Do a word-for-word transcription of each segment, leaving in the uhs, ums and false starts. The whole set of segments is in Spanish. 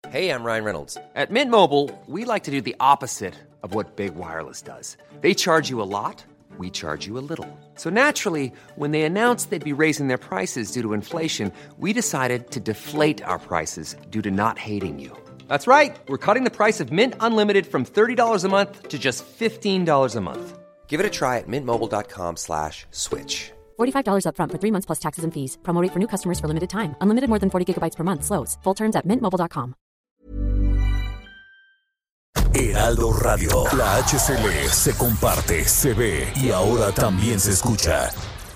Hey, I'm Ryan Reynolds. At Mint Mobile, we like to do the opposite of what Big Wireless does. They charge you a lot, we charge you a little. So naturally, when they announced they'd be raising their prices due to inflation, we decided to deflate our prices due to not hating you. That's right. We're cutting the price of Mint Unlimited from thirty dollars a month to just fifteen dollars a month. Give it a try at mintmobile.com slash switch. forty-five dollars up front for three months plus taxes and fees. Promo rate for new customers for limited time. Unlimited more than forty gigabytes per month. Slows full terms at mint mobile dot com. Heraldo Radio. La H C L se comparte, se ve y ahora también se escucha.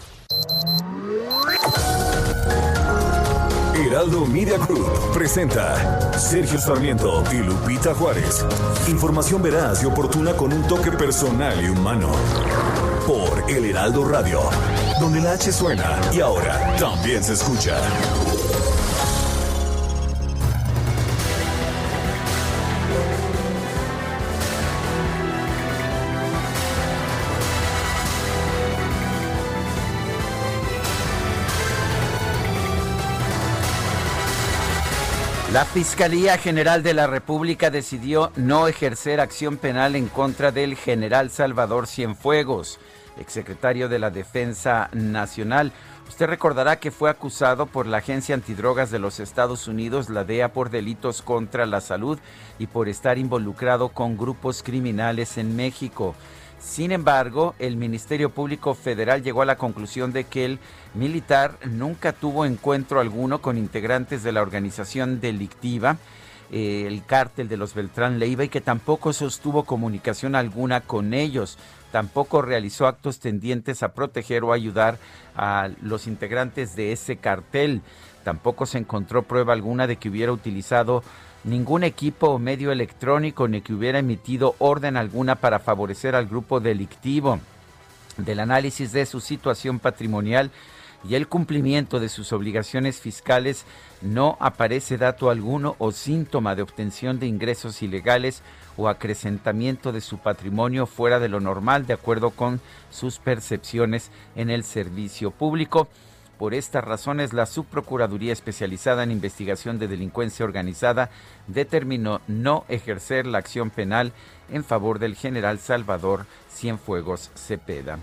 Heraldo Media Group presenta Sergio Sarmiento y Lupita Juárez. Información veraz y oportuna con un toque personal y humano. Por El Heraldo Radio, donde la H suena y ahora también se escucha. La Fiscalía General de la República decidió no ejercer acción penal en contra del general Salvador Cienfuegos, exsecretario de la Defensa Nacional. Usted recordará que fue acusado por la Agencia Antidrogas de los Estados Unidos, la D E A, por delitos contra la salud y por estar involucrado con grupos criminales en México. Sin embargo, el Ministerio Público Federal llegó a la conclusión de que el militar nunca tuvo encuentro alguno con integrantes de la organización delictiva, eh, el cártel de los Beltrán Leiva, y que tampoco sostuvo comunicación alguna con ellos. Tampoco realizó actos tendientes a proteger o ayudar a los integrantes de ese cartel. Tampoco se encontró prueba alguna de que hubiera utilizado ningún equipo o medio electrónico ni que hubiera emitido orden alguna para favorecer al grupo delictivo. Del análisis de su situación patrimonial y el cumplimiento de sus obligaciones fiscales, no aparece dato alguno o síntoma de obtención de ingresos ilegales o acrecentamiento de su patrimonio fuera de lo normal, de acuerdo con sus percepciones en el servicio público. Por estas razones, la Subprocuraduría Especializada en Investigación de Delincuencia Organizada determinó no ejercer la acción penal en favor del general Salvador Cienfuegos Cepeda.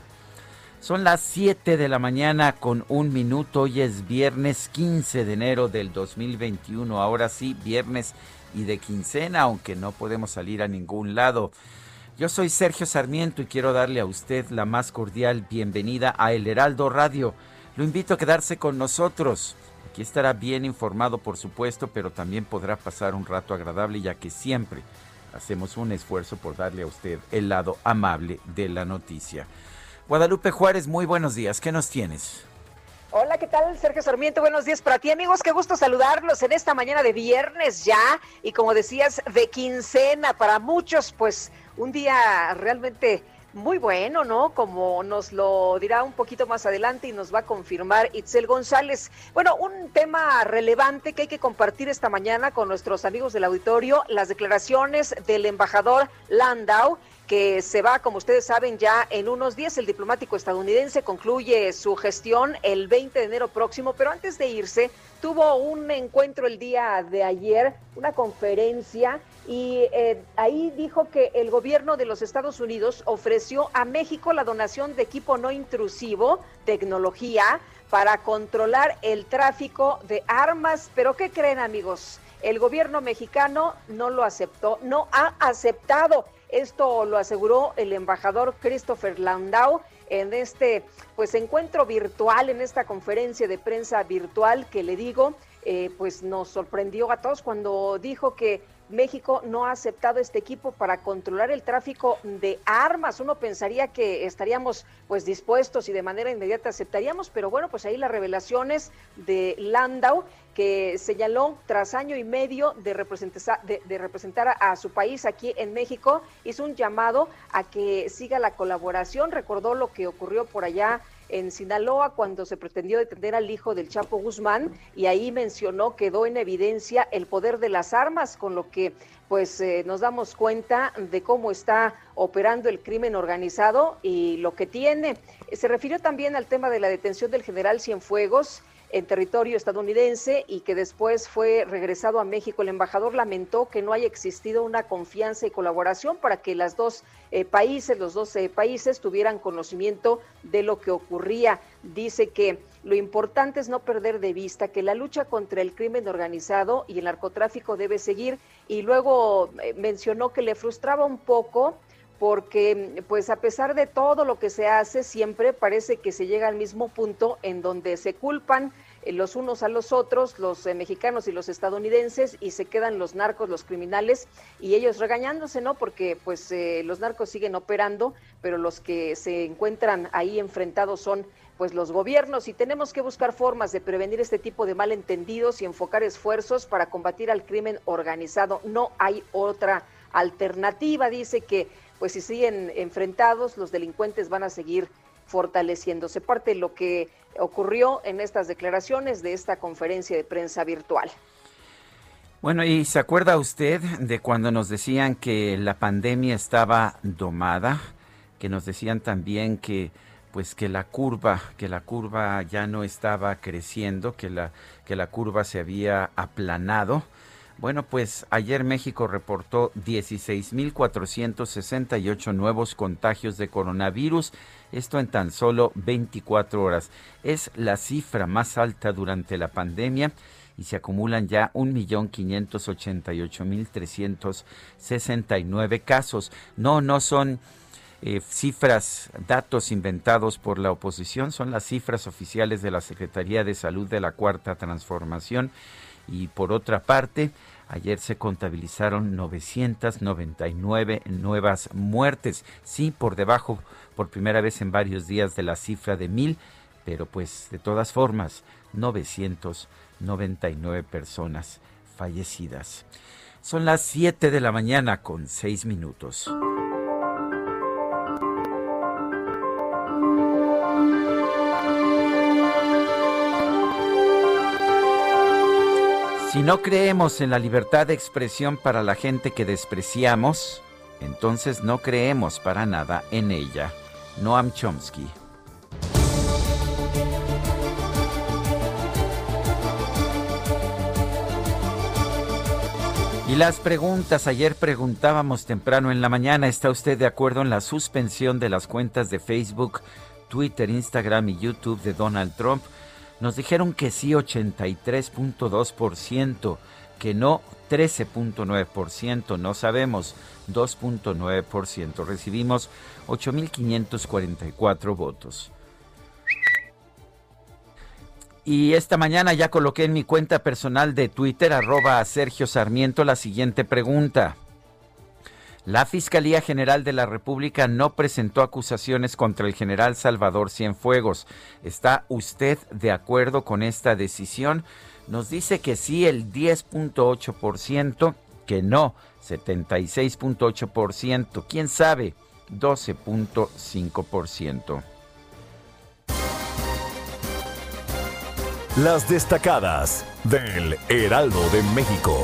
Son las siete de la mañana con un minuto. Hoy es viernes quince de enero del dos mil veintiuno. Ahora sí, viernes y de quincena, aunque no podemos salir a ningún lado. Yo soy Sergio Sarmiento y quiero darle a usted la más cordial bienvenida a El Heraldo Radio. Lo invito a quedarse con nosotros. Aquí estará bien informado, por supuesto, pero también podrá pasar un rato agradable, ya que siempre hacemos un esfuerzo por darle a usted el lado amable de la noticia. Guadalupe Juárez, muy buenos días. ¿Qué nos tienes? Hola, ¿qué tal, Sergio Sarmiento? Buenos días para ti, amigos. Qué gusto saludarlos en esta mañana de viernes ya. Y como decías, de quincena. Para muchos, pues, un día realmente muy bueno, ¿no? Como nos lo dirá un poquito más adelante y nos va a confirmar Itzel González. Bueno, un tema relevante que hay que compartir esta mañana con nuestros amigos del auditorio, las declaraciones del embajador Landau, que se va, como ustedes saben, ya en unos días. El diplomático estadounidense concluye su gestión el veinte de enero próximo, pero antes de irse tuvo un encuentro el día de ayer, una conferencia, y eh, ahí dijo que el gobierno de los Estados Unidos ofreció a México la donación de equipo no intrusivo, tecnología, para controlar el tráfico de armas. ¿Pero qué creen, amigos? El gobierno mexicano no lo aceptó, no ha aceptado. Esto lo aseguró el embajador Christopher Landau en este pues encuentro virtual, en esta conferencia de prensa virtual que le digo, eh, pues nos sorprendió a todos cuando dijo que México no ha aceptado este equipo para controlar el tráfico de armas. Uno pensaría que estaríamos pues dispuestos y de manera inmediata aceptaríamos, pero bueno, pues ahí las revelaciones de Landau, que señaló tras año y medio de representar, de, de representar a, a su país aquí en México, hizo un llamado a que siga la colaboración. Recordó lo que ocurrió por allá en Sinaloa cuando se pretendió detener al hijo del Chapo Guzmán, y ahí mencionó, quedó en evidencia el poder de las armas, con lo que pues eh, nos damos cuenta de cómo está operando el crimen organizado y lo que tiene. Se refirió también al tema de la detención del general Cienfuegos, en territorio estadounidense y que después fue regresado a México. El embajador lamentó que no haya existido una confianza y colaboración para que las dos eh, países, los dos eh, países tuvieran conocimiento de lo que ocurría. Dice que lo importante es no perder de vista que la lucha contra el crimen organizado y el narcotráfico debe seguir, y luego eh, mencionó que le frustraba un poco porque pues a pesar de todo lo que se hace, siempre parece que se llega al mismo punto en donde se culpan eh, los unos a los otros, los eh, mexicanos y los estadounidenses, y se quedan los narcos, los criminales, y ellos regañándose, ¿no? Porque pues eh, los narcos siguen operando, pero los que se encuentran ahí enfrentados son pues los gobiernos, y tenemos que buscar formas de prevenir este tipo de malentendidos y enfocar esfuerzos para combatir al crimen organizado. No hay otra alternativa. Dice que pues si siguen enfrentados, los delincuentes van a seguir fortaleciéndose. Parte de lo que ocurrió en estas declaraciones de esta conferencia de prensa virtual. Bueno, ¿y se acuerda usted de cuando nos decían que la pandemia estaba domada? Que nos decían también que pues que la curva, que la curva ya no estaba creciendo, que la, que la curva se había aplanado. Bueno, pues ayer México reportó dieciséis mil cuatrocientos sesenta y ocho nuevos contagios de coronavirus, esto en tan solo veinticuatro horas. Es la cifra más alta durante la pandemia y se acumulan ya un millón quinientos ochenta y ocho mil trescientos sesenta y nueve casos. No, no son eh, cifras, datos inventados por la oposición, son las cifras oficiales de la Secretaría de Salud de la Cuarta Transformación. Y por otra parte, ayer se contabilizaron novecientas noventa y nueve nuevas muertes. Sí, por debajo, por primera vez en varios días, de la cifra de mil, pero pues de todas formas, novecientas noventa y nueve personas fallecidas. Son las siete de la mañana con seis minutos. Si no creemos en la libertad de expresión para la gente que despreciamos, entonces no creemos para nada en ella. Noam Chomsky. Y las preguntas, ayer preguntábamos temprano en la mañana, ¿está usted de acuerdo en la suspensión de las cuentas de Facebook, Twitter, Instagram y YouTube de Donald Trump? Nos dijeron que sí, ochenta y tres punto dos por ciento, que no, trece punto nueve por ciento, no sabemos, dos punto nueve por ciento. Recibimos ocho mil quinientos cuarenta y cuatro votos. Y esta mañana ya coloqué en mi cuenta personal de Twitter, arroba Sergio Sarmiento, la siguiente pregunta. La Fiscalía General de la República no presentó acusaciones contra el general Salvador Cienfuegos. ¿Está usted de acuerdo con esta decisión? Nos dice que sí el diez punto ocho por ciento, que no setenta y seis punto ocho por ciento, quién sabe, doce punto cinco por ciento. Las destacadas del Heraldo de México.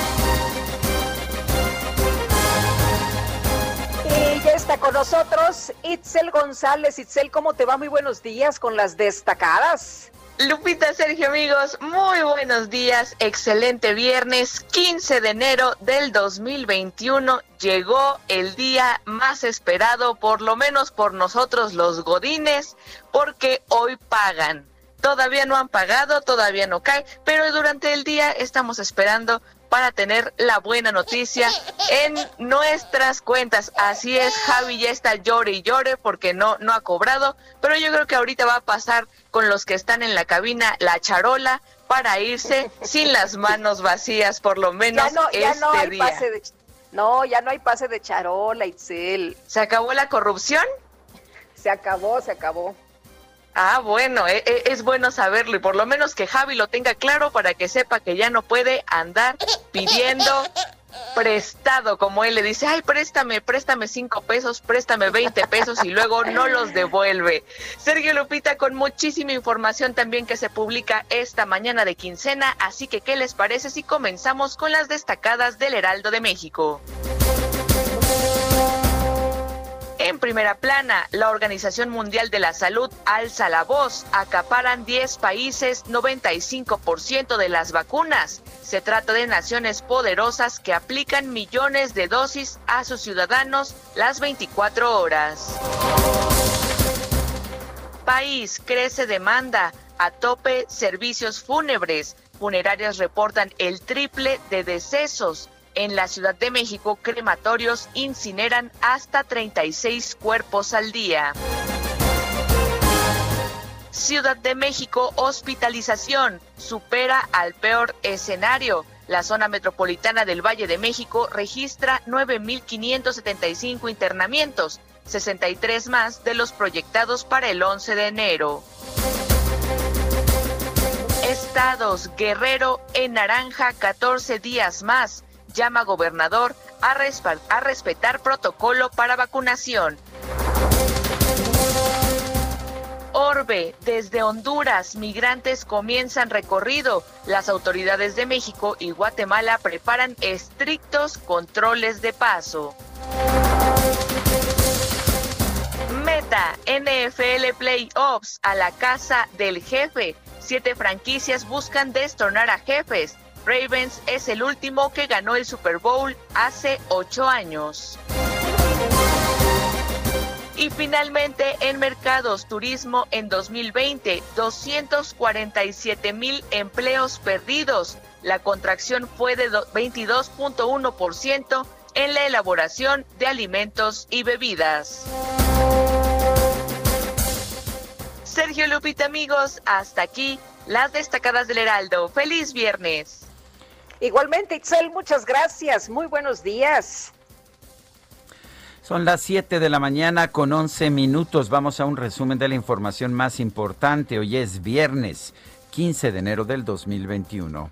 Está con nosotros Itzel González. Itzel, ¿cómo te va? Muy buenos días con las destacadas. Lupita, Sergio, amigos, muy buenos días. Excelente viernes, quince de enero del dos mil veintiuno. Llegó el día más esperado, por lo menos por nosotros los godines, porque hoy pagan. Todavía no han pagado, todavía no cae, pero durante el día estamos esperando para tener la buena noticia en nuestras cuentas. Así es, Javi ya está llore y llore porque no, no ha cobrado, pero yo creo que ahorita va a pasar con los que están en la cabina la charola para irse sin las manos vacías, por lo menos ya no, ya este no hay día. Pase de, no, ya no hay pase de charola, Itzel. ¿Se acabó la corrupción? Se acabó, se acabó. Ah, bueno, eh, eh, es bueno saberlo y por lo menos que Javi lo tenga claro para que sepa que ya no puede andar pidiendo prestado, como él le dice, ay, préstame, préstame cinco pesos, préstame veinte pesos y luego no los devuelve. Sergio, Lupita, con muchísima información también que se publica esta mañana de quincena, así que ¿qué les parece si comenzamos con las destacadas del Heraldo de México? En primera plana, la Organización Mundial de la Salud alza la voz. Acaparan diez países noventa y cinco por ciento de las vacunas. Se trata de naciones poderosas que aplican millones de dosis a sus ciudadanos las veinticuatro horas. País, crece demanda. A tope servicios fúnebres. Funerarias reportan el triple de decesos. En la Ciudad de México, crematorios incineran hasta treinta y seis cuerpos al día. Ciudad de México, hospitalización supera al peor escenario. La zona metropolitana del Valle de México registra nueve mil quinientos setenta y cinco internamientos, sesenta y tres más de los proyectados para el once de enero. Estados, Guerrero en naranja catorce días más. Llama gobernador a, resp- a respetar protocolo para vacunación. Orbe, desde Honduras, migrantes comienzan recorrido. Las autoridades de México y Guatemala preparan estrictos controles de paso. Meta, N F L Playoffs, a la casa del jefe. Siete franquicias buscan destronar a jefes. Ravens es el último que ganó el Super Bowl hace ocho años. Y finalmente, en mercados, turismo en dos mil veinte, doscientos cuarenta y siete mil empleos perdidos. La contracción fue de veintidós punto uno por ciento en la elaboración de alimentos y bebidas. Sergio, Lupita, amigos, hasta aquí las destacadas del Heraldo. ¡Feliz viernes! Igualmente, Itzel, muchas gracias. Muy buenos días. Son las siete de la mañana con once minutos. Vamos a un resumen de la información más importante. Hoy es viernes, quince de enero del dos mil veintiuno.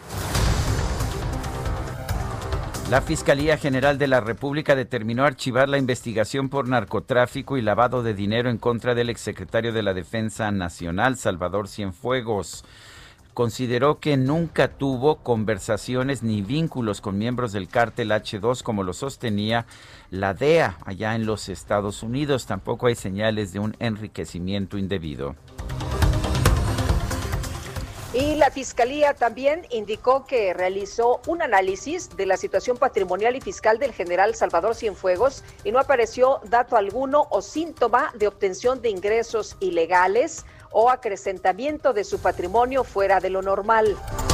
La Fiscalía General de la República determinó archivar la investigación por narcotráfico y lavado de dinero en contra del exsecretario de la Defensa Nacional, Salvador Cienfuegos. Consideró que nunca tuvo conversaciones ni vínculos con miembros del cártel hache dos, como lo sostenía la D E A allá en los Estados Unidos. Tampoco hay señales de un enriquecimiento indebido. Y la Fiscalía también indicó que realizó un análisis de la situación patrimonial y fiscal del general Salvador Cienfuegos y no apareció dato alguno o síntoma de obtención de ingresos ilegales o acrecentamiento de su patrimonio fuera de lo normal.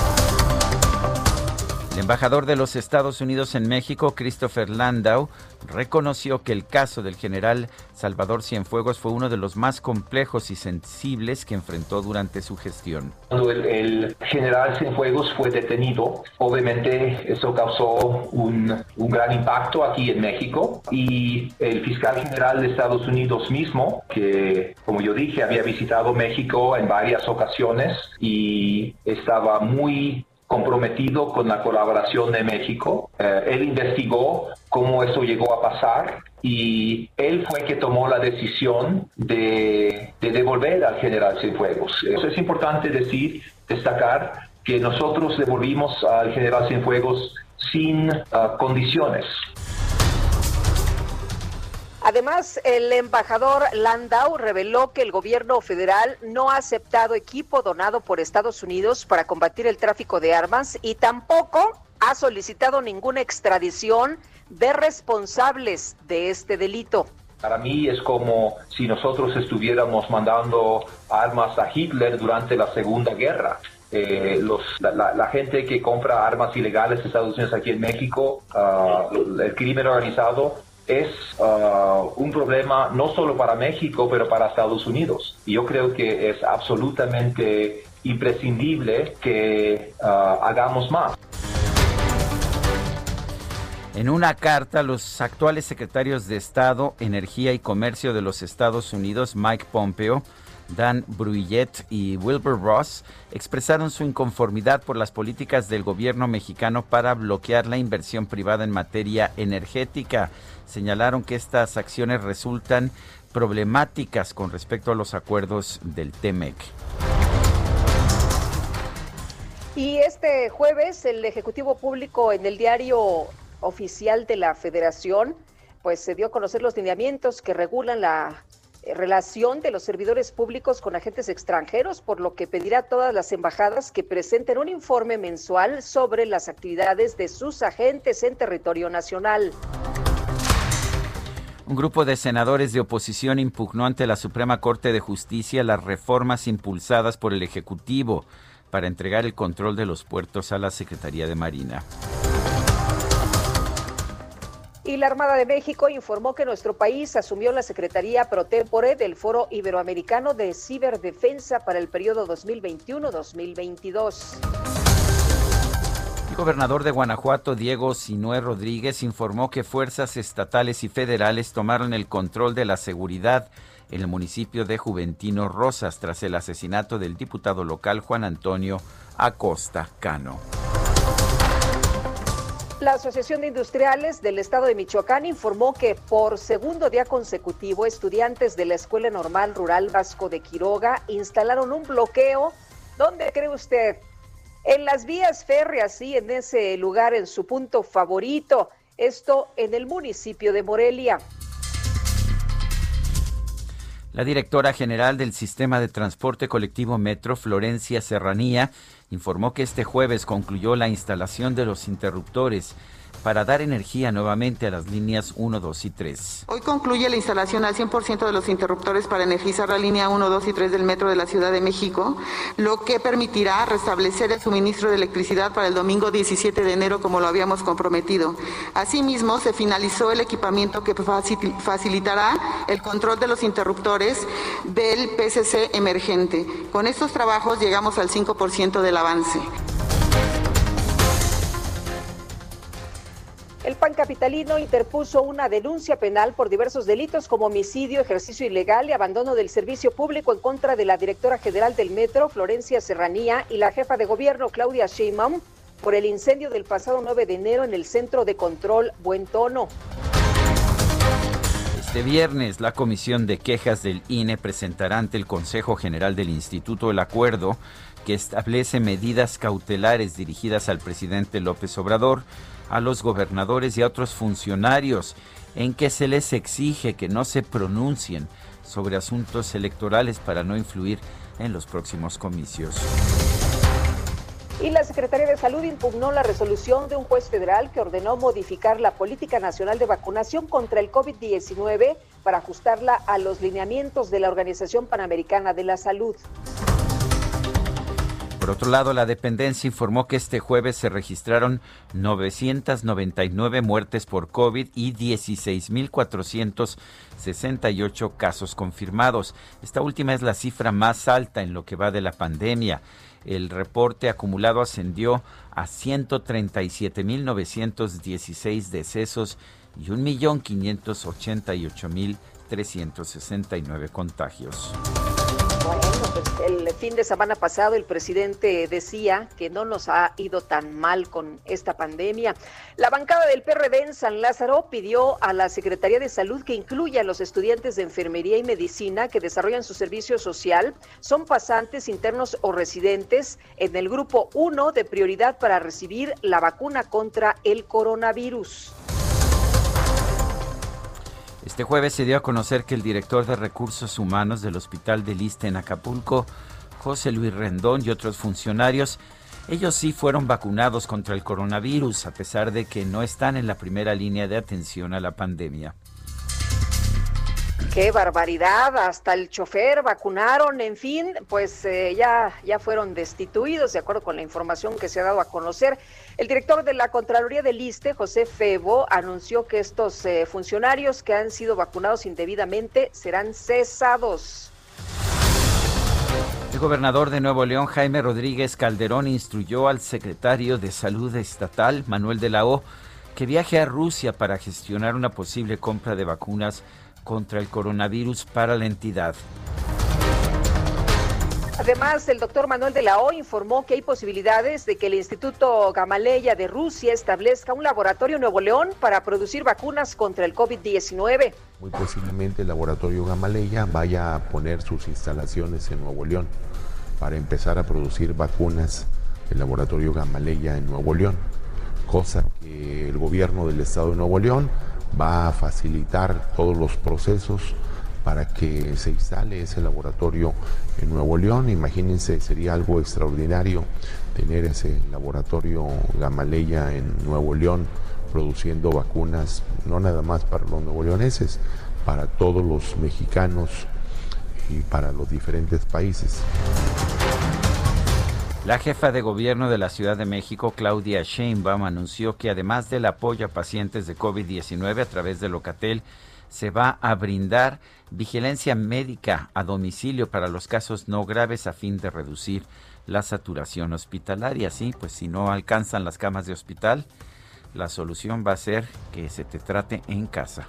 El embajador de los Estados Unidos en México, Christopher Landau, reconoció que el caso del general Salvador Cienfuegos fue uno de los más complejos y sensibles que enfrentó durante su gestión. Cuando el, el general Cienfuegos fue detenido, obviamente eso causó un, un gran impacto aquí en México, y el fiscal general de Estados Unidos mismo, que como yo dije había visitado México en varias ocasiones y estaba muy comprometido con la colaboración de México. Eh, él investigó cómo eso llegó a pasar y él fue que tomó la decisión de, de devolver al general Cienfuegos. Eso es importante decir, destacar que nosotros devolvimos al general Cienfuegos sin uh, condiciones. Además, el embajador Landau reveló que el gobierno federal no ha aceptado equipo donado por Estados Unidos para combatir el tráfico de armas y tampoco ha solicitado ninguna extradición de responsables de este delito. Para mí es como si nosotros estuviéramos mandando armas a Hitler durante la Segunda Guerra. Eh, los, la, la, la gente que compra armas ilegales de Estados Unidos aquí en México, uh, el crimen organizado, es uh, un problema no solo para México, pero para Estados Unidos. Y yo creo que es absolutamente imprescindible que uh, hagamos más. En una carta, los actuales secretarios de Estado, Energía y Comercio de los Estados Unidos, Mike Pompeo, Dan Brouillet y Wilbur Ross, expresaron su inconformidad por las políticas del gobierno mexicano para bloquear la inversión privada en materia energética. Señalaron que estas acciones resultan problemáticas con respecto a los acuerdos del TEMEC. Y este jueves el Ejecutivo Público en el Diario Oficial de la Federación pues se dio a conocer los lineamientos que regulan la relación de los servidores públicos con agentes extranjeros, por lo que pedirá a todas las embajadas que presenten un informe mensual sobre las actividades de sus agentes en territorio nacional. Un grupo de senadores de oposición impugnó ante la Suprema Corte de Justicia las reformas impulsadas por el Ejecutivo para entregar el control de los puertos a la Secretaría de Marina. Y la Armada de México informó que nuestro país asumió la Secretaría Pro Tempore del Foro Iberoamericano de Ciberdefensa para el periodo dos mil veintiuno a dos mil veintidós. El gobernador de Guanajuato, Diego Sinue Rodríguez, informó que fuerzas estatales y federales tomaron el control de la seguridad en el municipio de Juventino Rosas tras el asesinato del diputado local Juan Antonio Acosta Cano. La Asociación de Industriales del Estado de Michoacán informó que por segundo día consecutivo estudiantes de la Escuela Normal Rural Vasco de Quiroga instalaron un bloqueo. ¿Dónde cree usted? En las vías férreas, sí, en ese lugar, en su punto favorito. Esto en el municipio de Morelia. La directora general del Sistema de Transporte Colectivo Metro, Florencia Serranía, informó que este jueves concluyó la instalación de los interruptores para dar energía nuevamente a las líneas uno, dos y tres. Hoy concluye la instalación al cien por ciento de los interruptores para energizar la línea uno, dos y tres del metro de la Ciudad de México, lo que permitirá restablecer el suministro de electricidad para el domingo diecisiete de enero como lo habíamos comprometido. Asimismo, se finalizó el equipamiento que facilitará el control de los interruptores del P C C emergente. Con estos trabajos llegamos al cinco por ciento del avance. El P A N capitalino interpuso una denuncia penal por diversos delitos como homicidio, ejercicio ilegal y abandono del servicio público en contra de la directora general del Metro, Florencia Serranía, y la jefa de gobierno, Claudia Sheinbaum, por el incendio del pasado nueve de enero en el Centro de Control Buen Tono. Este viernes, la Comisión de Quejas del I N E presentará ante el Consejo General del Instituto el acuerdo que establece medidas cautelares dirigidas al presidente López Obrador, a los gobernadores y a otros funcionarios, en que se les exige que no se pronuncien sobre asuntos electorales para no influir en los próximos comicios. Y la Secretaría de Salud impugnó la resolución de un juez federal que ordenó modificar la política nacional de vacunación contra el COVID diecinueve para ajustarla a los lineamientos de la Organización Panamericana de la Salud. Por otro lado, la dependencia informó que este jueves se registraron novecientas noventa y nueve muertes por COVID y dieciséis mil cuatrocientos sesenta y ocho casos confirmados. Esta última es la cifra más alta en lo que va de la pandemia. El reporte acumulado ascendió a ciento treinta y siete mil novecientos dieciséis decesos y un millón quinientos ochenta y ocho mil trescientos sesenta y nueve contagios. Bueno, pues el fin de semana pasado el presidente decía que no nos ha ido tan mal con esta pandemia. La bancada del P R D en San Lázaro pidió a la Secretaría de Salud que incluya a los estudiantes de enfermería y medicina que desarrollan su servicio social, son pasantes, internos o residentes en el grupo uno de prioridad para recibir la vacuna contra el coronavirus. Este jueves se dio a conocer que el director de Recursos Humanos del Hospital del Iste en Acapulco, José Luis Rendón, y otros funcionarios, ellos sí fueron vacunados contra el coronavirus, a pesar de que no están en la primera línea de atención a la pandemia. ¡Qué barbaridad! Hasta el chofer vacunaron, en fin, pues eh, ya, ya fueron destituidos, de acuerdo con la información que se ha dado a conocer. El director de la Contraloría del Iste, José Febo, anunció que estos eh, funcionarios que han sido vacunados indebidamente serán cesados. El gobernador de Nuevo León, Jaime Rodríguez Calderón, instruyó al secretario de Salud Estatal, Manuel de la O, que viaje a Rusia para gestionar una posible compra de vacunas contra el coronavirus para la entidad. Además, el doctor Manuel de la O informó que hay posibilidades de que el Instituto Gamaleya de Rusia establezca un laboratorio en Nuevo León para producir vacunas contra el COVID diecinueve. Muy posiblemente el laboratorio Gamaleya vaya a poner sus instalaciones en Nuevo León para empezar a producir vacunas, el laboratorio Gamaleya en Nuevo León, cosa que el gobierno del estado de Nuevo León va a facilitar todos los procesos para que se instale ese laboratorio en Nuevo León. Imagínense, sería algo extraordinario tener ese laboratorio Gamaleya en Nuevo León produciendo vacunas, no nada más para los nuevoleoneses, para todos los mexicanos y para los diferentes países. La jefa de gobierno de la Ciudad de México, Claudia Sheinbaum, anunció que además del apoyo a pacientes de COVID diecinueve a través de Locatel, se va a brindar vigilancia médica a domicilio para los casos no graves a fin de reducir la saturación hospitalaria. Sí, pues si no alcanzan las camas de hospital, la solución va a ser que se te trate en casa.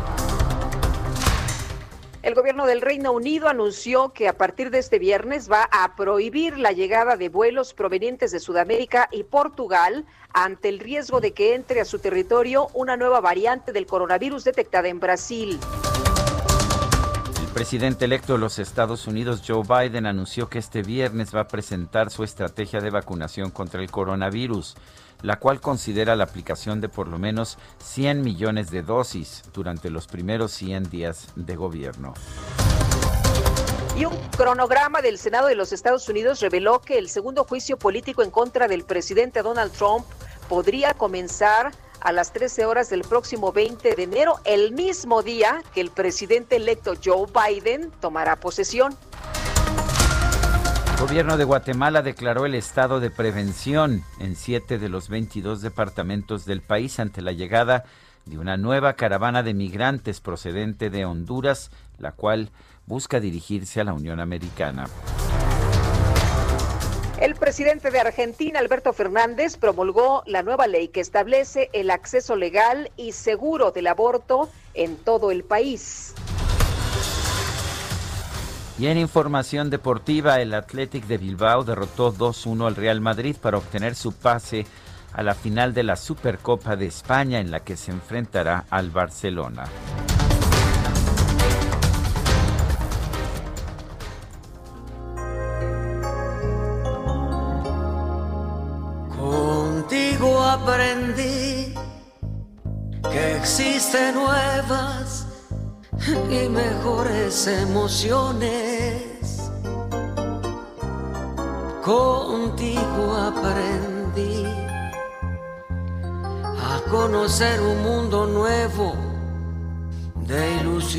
El gobierno del Reino Unido anunció que a partir de este viernes va a prohibir la llegada de vuelos provenientes de Sudamérica y Portugal ante el riesgo de que entre a su territorio una nueva variante del coronavirus detectada en Brasil. El presidente electo de los Estados Unidos, Joe Biden, anunció que este viernes va a presentar su estrategia de vacunación contra el coronavirus, la cual considera la aplicación de por lo menos cien millones de dosis durante los primeros cien días de gobierno. Y un cronograma del Senado de los Estados Unidos reveló que el segundo juicio político en contra del presidente Donald Trump podría comenzar a las trece horas del próximo veinte de enero, el mismo día que el presidente electo Joe Biden tomará posesión. El gobierno de Guatemala declaró el estado de prevención en siete de los veintidós departamentos del país ante la llegada de una nueva caravana de migrantes procedente de Honduras, la cual busca dirigirse a la Unión Americana. El presidente de Argentina, Alberto Fernández, promulgó la nueva ley que establece el acceso legal y seguro del aborto en todo el país. Y en información deportiva, el Athletic de Bilbao derrotó dos uno al Real Madrid para obtener su pase a la final de la Supercopa de España, en la que se enfrentará al Barcelona. Contigo aprendí que existen nuevas y mejores emociones. Contigo aprendí a conocer un mundo nuevo de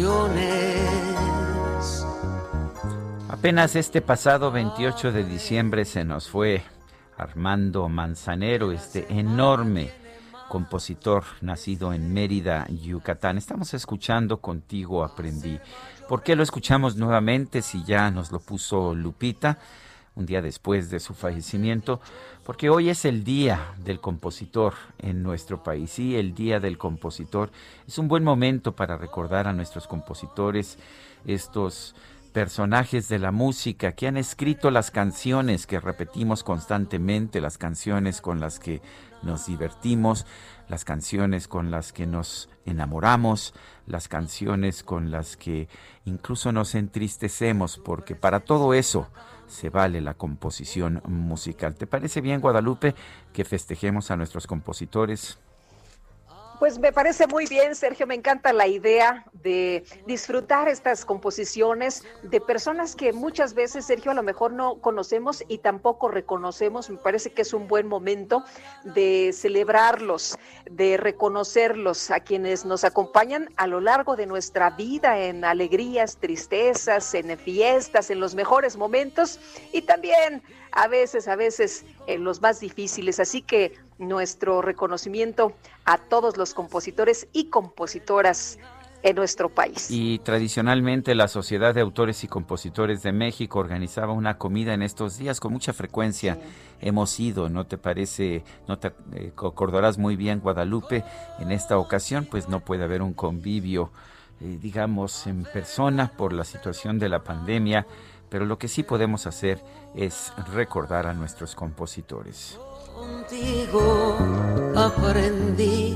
ilusiones. Apenas este pasado veintiocho de diciembre se nos fue Armando Manzanero, este enorme compositor nacido en Mérida, Yucatán. Estamos escuchando Contigo Aprendí. ¿Por qué lo escuchamos nuevamente si ya nos lo puso Lupita un día después de su fallecimiento? Porque hoy es el Día del Compositor en nuestro país. Sí, el Día del Compositor es un buen momento para recordar a nuestros compositores, estos personajes de la música que han escrito las canciones que repetimos constantemente, las canciones con las que nos divertimos, las canciones con las que nos enamoramos, las canciones con las que incluso nos entristecemos, porque para todo eso se vale la composición musical. ¿Te parece bien, Guadalupe, que festejemos a nuestros compositores? Pues me parece muy bien, Sergio, me encanta la idea de disfrutar estas composiciones de personas que muchas veces, Sergio, a lo mejor no conocemos y tampoco reconocemos. Me parece que es un buen momento de celebrarlos, de reconocerlos a quienes nos acompañan a lo largo de nuestra vida, en alegrías, tristezas, en fiestas, en los mejores momentos y también a veces, a veces en los más difíciles. Así que nuestro reconocimiento a todos los compositores y compositoras en nuestro país. Y tradicionalmente la Sociedad de Autores y Compositores de México organizaba una comida en estos días con mucha frecuencia. Sí. Hemos ido, ¿no te parece? No te eh, acordarás muy bien, Guadalupe. En esta ocasión, pues no puede haber un convivio, eh, digamos, en persona por la situación de la pandemia, pero lo que sí podemos hacer es recordar a nuestros compositores. Contigo aprendí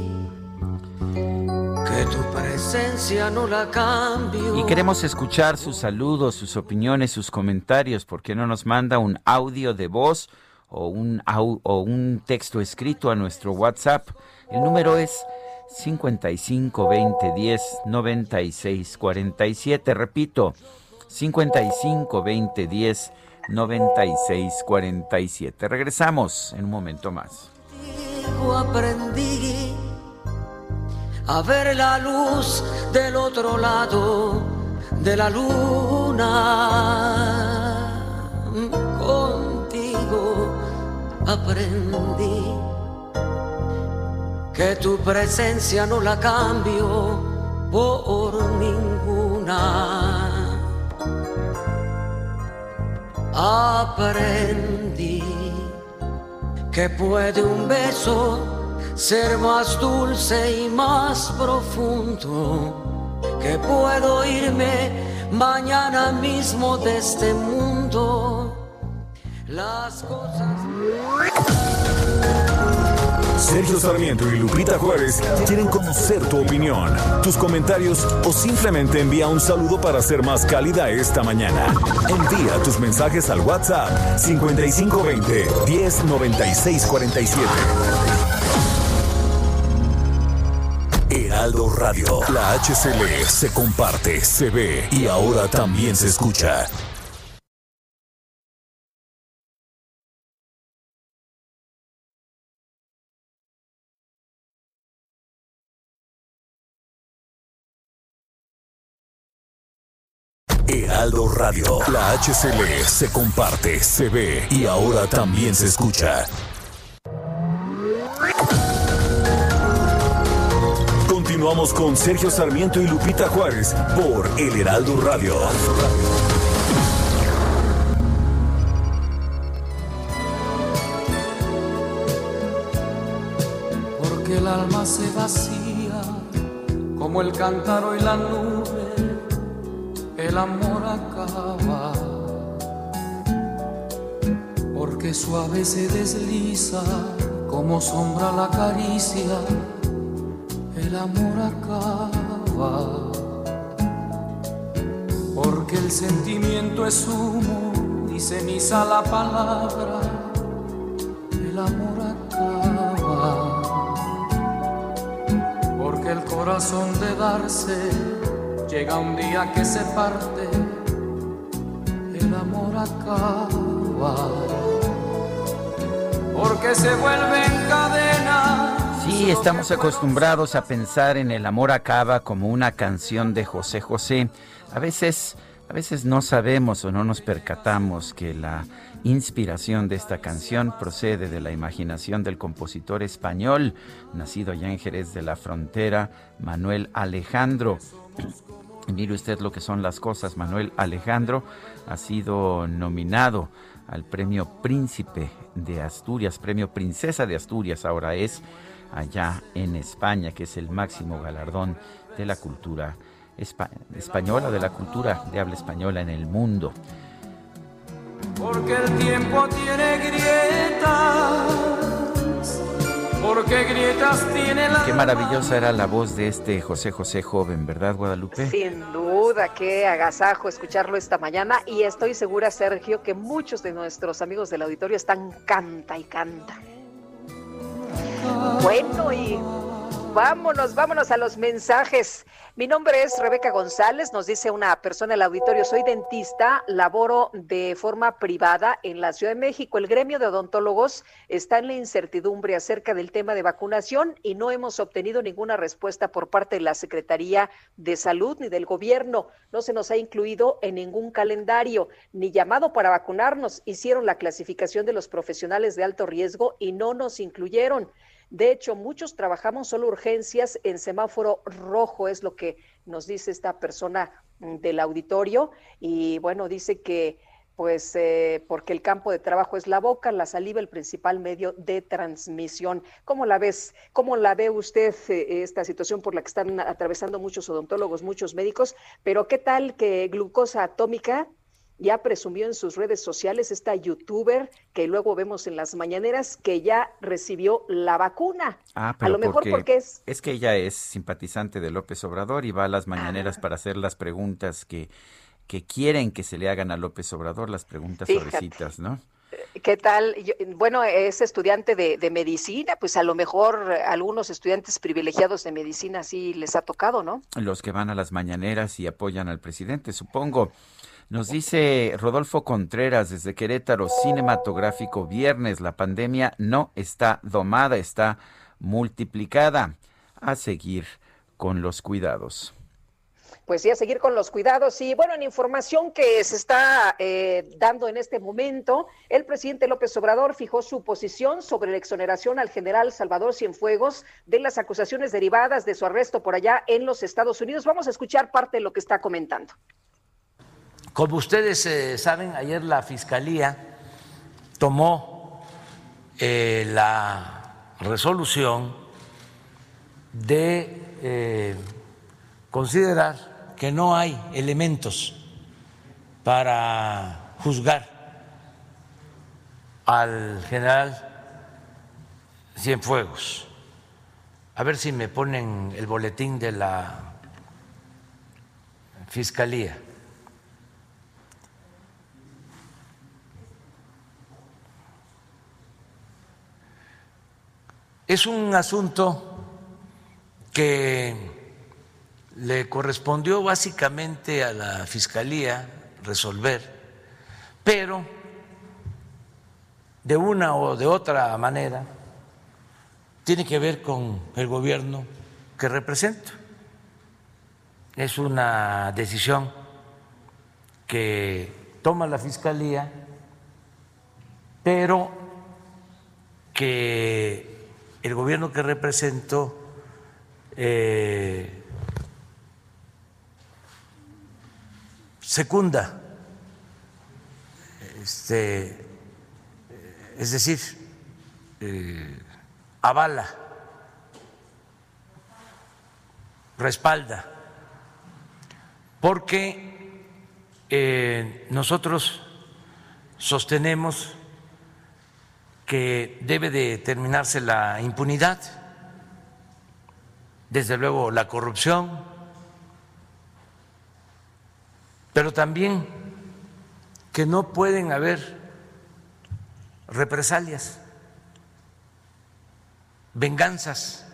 que tu presencia no la cambio. Y queremos escuchar sus saludos, sus opiniones, sus comentarios. ¿Por qué no nos manda un audio de voz o un, au, o un texto escrito a nuestro WhatsApp? El número es cincuenta y cinco, veinte, diez, noventa y seis, cuarenta y siete. Repito, cincuenta y cinco, veinte, diez, noventa y seis, cuarenta y siete. Regresamos en un momento más. Aprendí a ver la luz del otro lado de la luna. Contigo aprendí que tu presencia no la cambio por ninguna. Aprendí que puede un beso ser más dulce y más profundo, que puedo irme mañana mismo de este mundo. Las cosas... Sergio Sarmiento y Lupita Juárez quieren conocer tu opinión, tus comentarios o simplemente envía un saludo para ser más cálida esta mañana. Envía tus mensajes al WhatsApp cincuenta y cinco veinte, diez, noventa y seis, cuarenta y siete. Heraldo Radio, la H C L se comparte, se ve y ahora también se escucha. Heraldo Radio, la H C L se comparte, se ve y ahora también se escucha. Continuamos con Sergio Sarmiento y Lupita Juárez por El Heraldo Radio. Porque el alma se vacía como el cántaro y la nube. El amor acaba, porque suave se desliza como sombra la caricia. El amor acaba, porque el sentimiento es humo y ceniza la palabra. El amor acaba, porque el corazón de darse llega un día que se parte, el amor acaba, porque se vuelve en cadena. Sí, estamos acostumbrados a pensar en El amor acaba como una canción de José José. A veces, a veces no sabemos o no nos percatamos que la inspiración de esta canción procede de la imaginación del compositor español, nacido allá en Jerez de la Frontera, Manuel Alejandro. Mire usted lo que son las cosas. Manuel Alejandro ha sido nominado al Premio Príncipe de Asturias, Premio Princesa de Asturias, ahora es allá en España, que es el máximo galardón de la cultura espa- española, de la cultura de habla española en el mundo. Porque el tiempo tiene grietas, porque grietas tiene la... Qué maravillosa era la voz de este José José joven, ¿verdad, Guadalupe? Sin duda, qué agasajo escucharlo esta mañana, y estoy segura, Sergio, que muchos de nuestros amigos del auditorio están canta y canta. Bueno, y vámonos, vámonos a los mensajes. Mi nombre es Rebeca González, nos dice una persona en el auditorio, soy dentista, laboro de forma privada en la Ciudad de México. El gremio de odontólogos está en la incertidumbre acerca del tema de vacunación y no hemos obtenido ninguna respuesta por parte de la Secretaría de Salud ni del gobierno. No se nos ha incluido en ningún calendario, ni llamado para vacunarnos. Hicieron la clasificación de los profesionales de alto riesgo y no nos incluyeron. De hecho, muchos trabajamos solo urgencias en semáforo rojo, es lo que nos dice esta persona del auditorio. Y bueno, dice que pues eh, porque el campo de trabajo es la boca, la saliva, el principal medio de transmisión. ¿Cómo la ves? ¿Cómo la ve usted eh, esta situación por la que están atravesando muchos odontólogos, muchos médicos? Pero ¿qué tal que Glucosa Atómica ya presumió en sus redes sociales, esta youtuber que luego vemos en las mañaneras, que ya recibió la vacuna? Ah, pero a lo mejor porque, porque es... Es que ella es simpatizante de López Obrador y va a las mañaneras ah. para hacer las preguntas que, que quieren que se le hagan a López Obrador, las preguntas suavecitas, ¿no? ¿Qué tal? Yo, bueno, es estudiante de, de medicina, pues a lo mejor algunos estudiantes privilegiados de medicina sí les ha tocado, ¿no? Los que van a las mañaneras y apoyan al presidente, supongo. Nos dice Rodolfo Contreras desde Querétaro, cinematográfico, viernes, la pandemia no está domada, está multiplicada. A seguir con los cuidados. Pues sí, a seguir con los cuidados. Y bueno, en información que se está eh, dando en este momento, el presidente López Obrador fijó su posición sobre la exoneración al general Salvador Cienfuegos de las acusaciones derivadas de su arresto por allá en los Estados Unidos. Vamos a escuchar parte de lo que está comentando. Como ustedes eh, saben, ayer la Fiscalía tomó eh, la resolución de eh, considerar que no hay elementos para juzgar al general Cienfuegos. A ver si me ponen el boletín de la Fiscalía. Es un asunto que le correspondió básicamente a la Fiscalía resolver, pero de una o de otra manera tiene que ver con el gobierno que represento. Es una decisión que toma la Fiscalía, pero que el gobierno que represento eh, secunda, este, es decir, eh, avala, respalda, porque eh, nosotros sostenemos que debe de terminarse la impunidad, desde luego la corrupción, pero también que no pueden haber represalias, venganzas.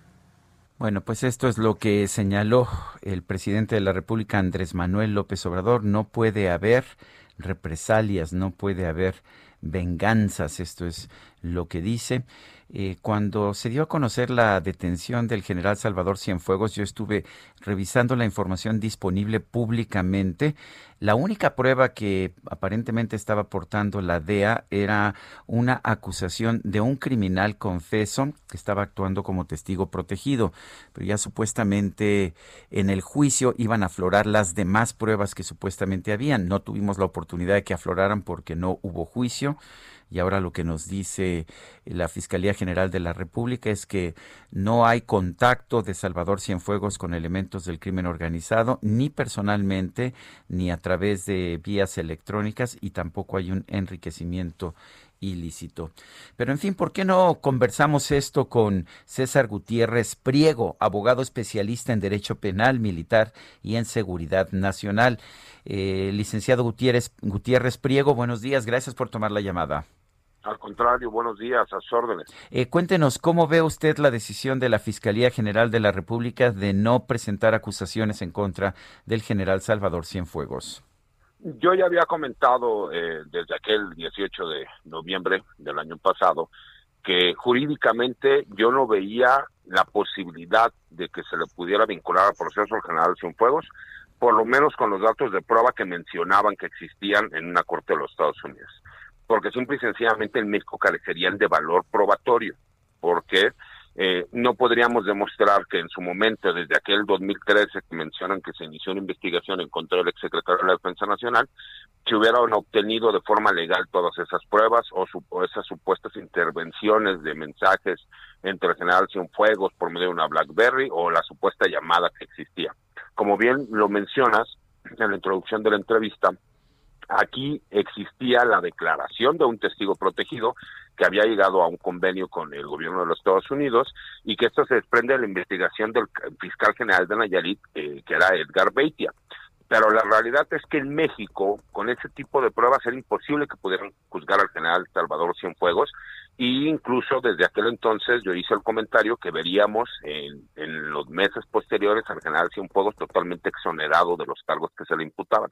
Bueno, pues esto es lo que señaló el presidente de la República, Andrés Manuel López Obrador. No puede haber represalias, no puede haber venganzas, esto es lo que dice. Eh, cuando se dio a conocer la detención del general Salvador Cienfuegos, yo estuve revisando la información disponible públicamente. La única prueba que aparentemente estaba aportando la D E A era una acusación de un criminal confeso que estaba actuando como testigo protegido, pero ya supuestamente en el juicio iban a aflorar las demás pruebas que supuestamente habían. No tuvimos la oportunidad de que afloraran porque no hubo juicio. Y ahora lo que nos dice la Fiscalía General de la República es que no hay contacto de Salvador Cienfuegos con elementos del crimen organizado, ni personalmente, ni a través de vías electrónicas, y tampoco hay un enriquecimiento ilícito. Pero en fin, ¿por qué no conversamos esto con César Gutiérrez Priego, abogado especialista en Derecho Penal, Militar y en Seguridad Nacional? Eh, licenciado Gutiérrez, Gutiérrez Priego, buenos días, gracias por tomar la llamada. Al contrario, buenos días, a sus órdenes. Eh, cuéntenos, ¿cómo ve usted la decisión de la Fiscalía General de la República de no presentar acusaciones en contra del general Salvador Cienfuegos? Yo ya había comentado eh, desde aquel dieciocho de noviembre del año pasado que jurídicamente yo no veía la posibilidad de que se le pudiera vincular al proceso al general Cienfuegos, por lo menos con los datos de prueba que mencionaban que existían en una corte de los Estados Unidos. Porque simple y sencillamente en México carecerían de valor probatorio, porque eh, no podríamos demostrar que en su momento, desde aquel dos mil trece que mencionan que se inició una investigación en contra del exsecretario de la Defensa Nacional, se hubieran obtenido de forma legal todas esas pruebas o, su, o esas supuestas intervenciones de mensajes entre el general Cienfuegos por medio de una BlackBerry o la supuesta llamada que existía. Como bien lo mencionas en la introducción de la entrevista, aquí existía la declaración de un testigo protegido que había llegado a un convenio con el gobierno de los Estados Unidos y que esto se desprende de la investigación del fiscal general de Nayarit, eh, que era Edgar Beitia. pero la realidad es que en México, con ese tipo de pruebas, era imposible que pudieran juzgar al general Salvador Cienfuegos, y incluso desde aquel entonces yo hice el comentario que veríamos en, en los meses posteriores al general Cienfuegos totalmente exonerado de los cargos que se le imputaban.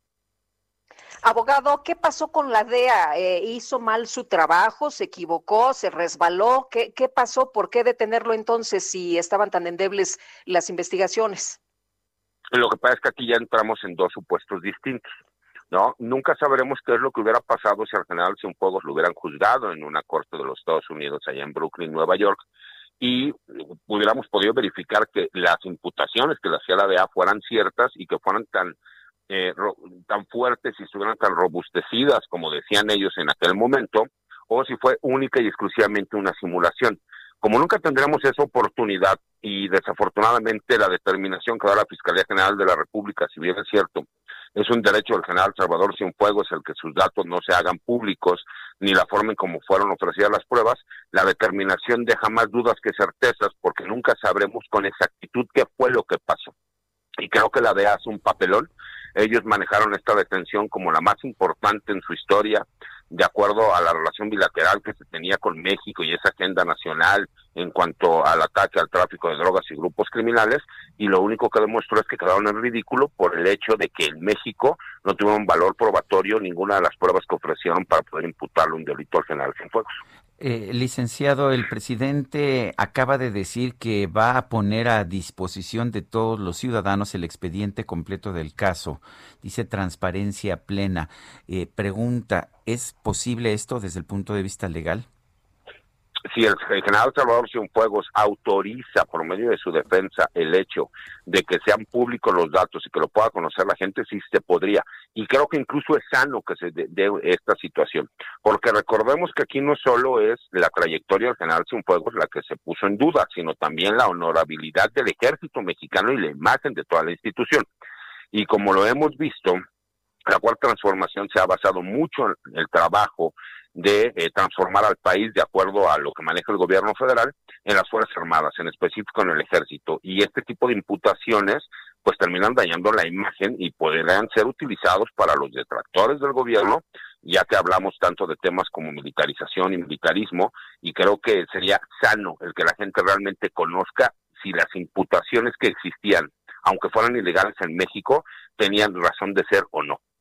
Abogado, ¿qué pasó con la D E A? Eh, ¿Hizo mal su trabajo? ¿Se equivocó? ¿Se resbaló? ¿Qué, qué pasó? ¿Por qué detenerlo entonces si estaban tan endebles las investigaciones? Lo que pasa es que aquí ya entramos en dos supuestos distintos, ¿no? Nunca sabremos qué es lo que hubiera pasado si al general Cienfuegos lo hubieran juzgado en una corte de los Estados Unidos, allá en Brooklyn, Nueva York, y hubiéramos podido verificar que las imputaciones que le hacía la D E A fueran ciertas y que fueran tan Eh, ro, tan fuertes y estuvieran tan robustecidas como decían ellos en aquel momento, o si fue única y exclusivamente una simulación. Como nunca tendremos esa oportunidad, y desafortunadamente la determinación que da la Fiscalía General de la República, si bien es cierto, es un derecho del general Salvador Cienfuegos el que sus datos no se hagan públicos, ni la forma en cómo fueron ofrecidas las pruebas, la determinación deja más dudas que certezas, porque nunca sabremos con exactitud qué fue lo que pasó. Y creo que la D E A hace un papelón. Ellos manejaron esta detención como la más importante en su historia, de acuerdo a la relación bilateral que se tenía con México y esa agenda nacional en cuanto al ataque al tráfico de drogas y grupos criminales, y lo único que demostró es que quedaron en ridículo por el hecho de que en México no tuvieron valor probatorio ninguna de las pruebas que ofrecieron para poder imputarle un delito al general Cienfuegos. Eh, licenciado, el presidente acaba de decir que va a poner a disposición de todos los ciudadanos el expediente completo del caso. Dice transparencia plena. Eh, pregunta, ¿es posible esto desde el punto de vista legal? Si el general Salvador Cienfuegos autoriza por medio de su defensa el hecho de que sean públicos los datos y que lo pueda conocer la gente, sí se podría. Y creo que incluso es sano que se dé de esta situación, porque recordemos que aquí no solo es la trayectoria del general Cienfuegos la que se puso en duda, sino también la honorabilidad del ejército mexicano y la imagen de toda la institución. Y como lo hemos visto, la Cuarta Transformación se ha basado mucho en el trabajo de eh, transformar al país de acuerdo a lo que maneja el gobierno federal en las Fuerzas Armadas, en específico en el Ejército, y este tipo de imputaciones pues terminan dañando la imagen y podrían ser utilizados para los detractores del gobierno, ya que hablamos tanto de temas como militarización y militarismo, y creo que sería sano el que la gente realmente conozca si las imputaciones que existían, aunque fueran ilegales en México, tenían razón de ser o no.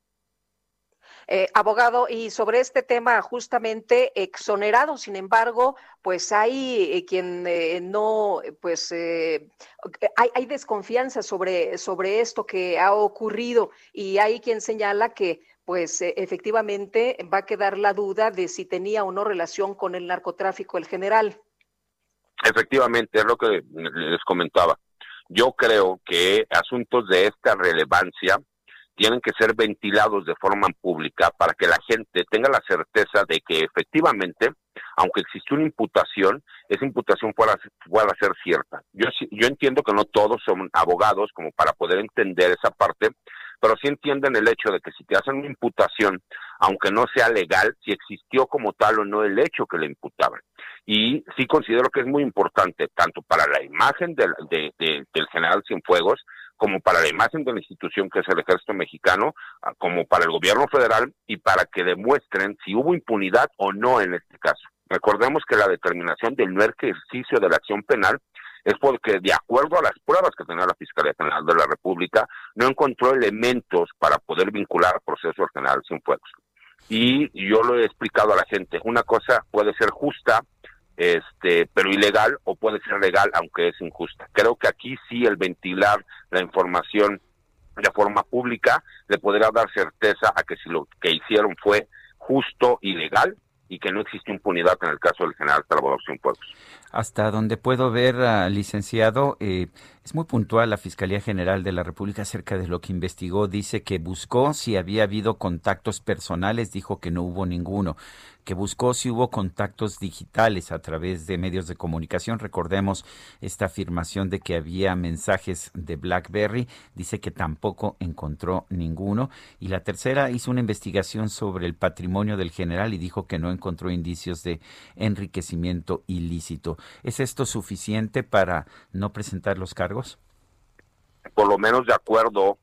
Eh, abogado, y sobre este tema justamente exonerado, sin embargo, pues hay eh, quien eh, no, pues eh, hay, hay desconfianza sobre, sobre esto que ha ocurrido, y hay quien señala que pues eh, efectivamente va a quedar la duda de si tenía o no relación con el narcotráfico el general. Efectivamente, es lo que les comentaba. Yo creo que asuntos de esta relevancia tienen que ser ventilados de forma pública para que la gente tenga la certeza de que efectivamente, aunque existió una imputación, esa imputación pueda, pueda ser cierta. Yo, yo entiendo que no todos son abogados como para poder entender esa parte, pero sí entienden el hecho de que si te hacen una imputación, aunque no sea legal, si existió como tal o no el hecho que le imputaban. Y sí considero que es muy importante, tanto para la imagen del, de, de, del general Cienfuegos, como para la imagen de la institución que es el Ejército Mexicano, como para el gobierno federal, y para que demuestren si hubo impunidad o no en este caso. Recordemos que la determinación del no ejercicio de la acción penal es porque, de acuerdo a las pruebas que tenía la Fiscalía General de la República, no encontró elementos para poder vincular al proceso al general Cienfuegos. Y yo lo he explicado a la gente, una cosa puede ser justa, este, pero ilegal, o puede ser legal aunque es injusta. Creo que aquí sí el ventilar la información de forma pública le podrá dar certeza a que si lo que hicieron fue justo y legal, y que no existe impunidad en el caso del general Salvador Cienfuegos. Hasta donde puedo ver, uh, licenciado, eh, es muy puntual la Fiscalía General de la República acerca de lo que investigó. Dice que buscó si había habido contactos personales, dijo que no hubo ninguno. Que buscó si hubo contactos digitales a través de medios de comunicación. Recordemos esta afirmación de que había mensajes de BlackBerry. Dice que tampoco encontró ninguno. Y la tercera hizo una investigación sobre el patrimonio del general y dijo que no encontró indicios de enriquecimiento ilícito. ¿Es esto suficiente para no presentar los cargos? Por lo menos de acuerdo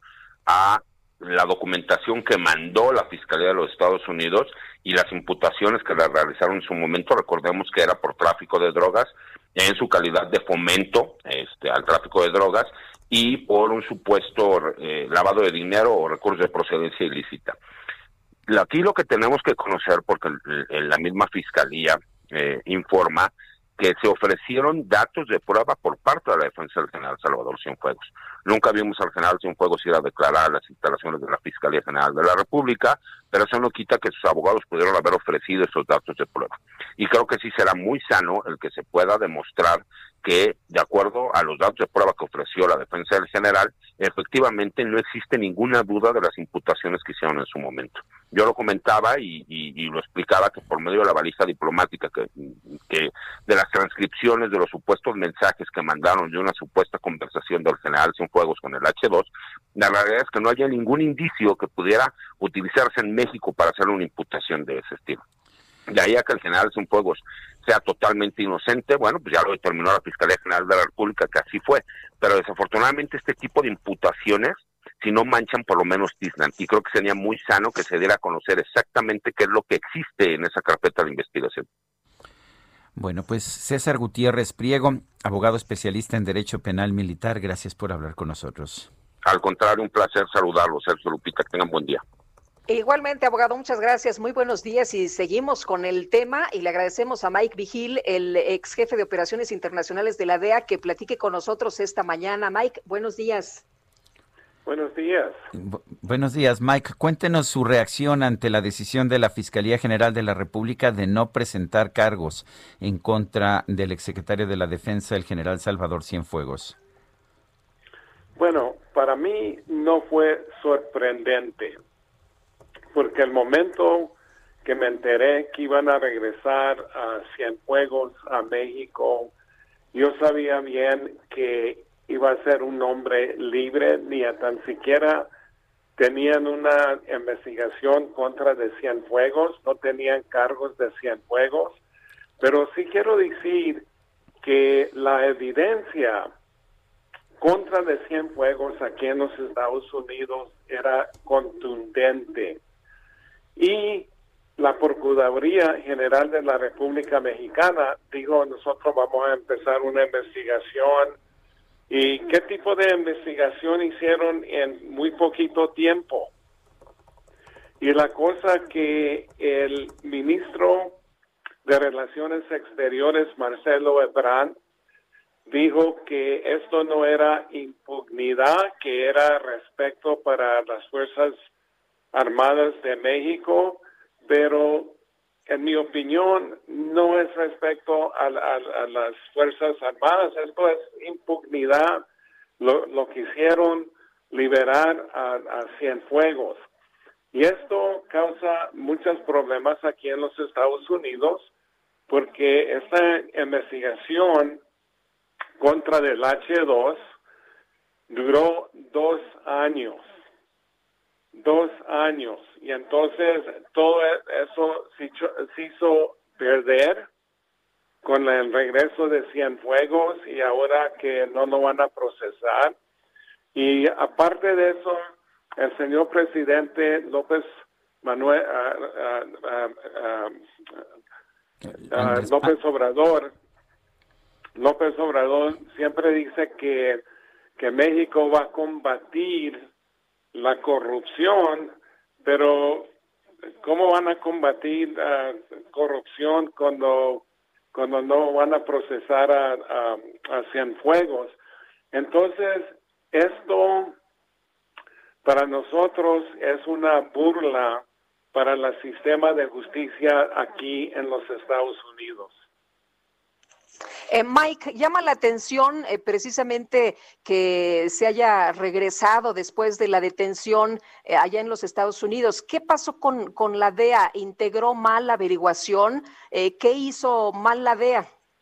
a la documentación que mandó la Fiscalía de los Estados Unidos y las imputaciones que le realizaron en su momento. Recordemos que era por tráfico de drogas, en su calidad de fomento este, al tráfico de drogas, y por un supuesto eh, lavado de dinero o recursos de procedencia ilícita. Aquí lo que tenemos que conocer, porque la misma Fiscalía eh, informa que se ofrecieron datos de prueba por parte de la defensa del general Salvador Cienfuegos. Nunca vimos al general Cienfuegos ir a declarar a las instalaciones de la Fiscalía General de la República, pero eso no quita que sus abogados pudieron haber ofrecido esos datos de prueba. Y creo que sí será muy sano el que se pueda demostrar que, de acuerdo a los datos de prueba que ofreció la defensa del general, efectivamente no existe ninguna duda de las imputaciones que hicieron en su momento. Yo lo comentaba y, y, y lo explicaba que por medio de la valija diplomática, que, que de las transcripciones de los supuestos mensajes que mandaron de una supuesta conversación del general Cienfuegos con el hache dos, la realidad es que no había ningún indicio que pudiera utilizarse en México para hacer una imputación de ese estilo. De ahí a que el general Cienfuegos sea totalmente inocente, bueno, pues ya lo determinó la Fiscalía General de la República que así fue, pero desafortunadamente este tipo de imputaciones, si no manchan, por lo menos tiznan, y creo que sería muy sano que se diera a conocer exactamente qué es lo que existe en esa carpeta de investigación. Bueno, pues César Gutiérrez Priego, abogado especialista en Derecho Penal Militar, gracias por hablar con nosotros. Al contrario, un placer saludarlos, Sergio, Lupita, que tengan buen día. Igualmente, abogado, muchas gracias, muy buenos días y seguimos con el tema y le agradecemos a Mike Vigil, el ex jefe de operaciones internacionales de la D E A, que platique con nosotros esta mañana. Mike, buenos días. Buenos días. Bu- buenos días, Mike. Cuéntenos su reacción ante la decisión de la Fiscalía General de la República de no presentar cargos en contra del exsecretario de la Defensa, el general Salvador Cienfuegos. Bueno, para mí no fue sorprendente, porque el momento que me enteré que iban a regresar a Cienfuegos a México, yo sabía bien que iba a ser un hombre libre, ni a tan siquiera tenían una investigación contra de Cienfuegos, no tenían cargos de Cienfuegos, pero sí quiero decir que la evidencia contra de Cienfuegos aquí en los Estados Unidos era contundente. Y la Procuraduría General de la República Mexicana dijo, nosotros vamos a empezar una investigación. ¿Y qué tipo de investigación hicieron en muy poquito tiempo? Y la cosa que el ministro de Relaciones Exteriores, Marcelo Ebrard, dijo que esto no era impunidad, que era respeto para las Fuerzas Armadas de México, pero en mi opinión no es respecto a, a, a las Fuerzas Armadas, esto es impunidad, lo, lo quisieron liberar a, a Cienfuegos. Y esto causa muchos problemas aquí en los Estados Unidos, porque esta investigación contra del hache dos duró dos años. Dos años. Y entonces todo eso se hizo, se hizo perder con el regreso de Cienfuegos y ahora que no lo van a procesar. Y aparte de eso, el señor presidente López Manuel uh, uh, uh, uh, uh, López Obrador López Obrador siempre dice que, que México va a combatir la corrupción, pero ¿cómo van a combatir uh, corrupción cuando, cuando no van a procesar a, a, a Cienfuegos? Entonces, esto para nosotros es una burla para el sistema de justicia aquí en los Estados Unidos. Eh, Mike, llama la atención eh, precisamente que se haya regresado después de la detención eh, allá en los Estados Unidos. ¿Qué pasó con, con la D E A? ¿Integró mal la averiguación? Eh, ¿Qué hizo mal la D E A?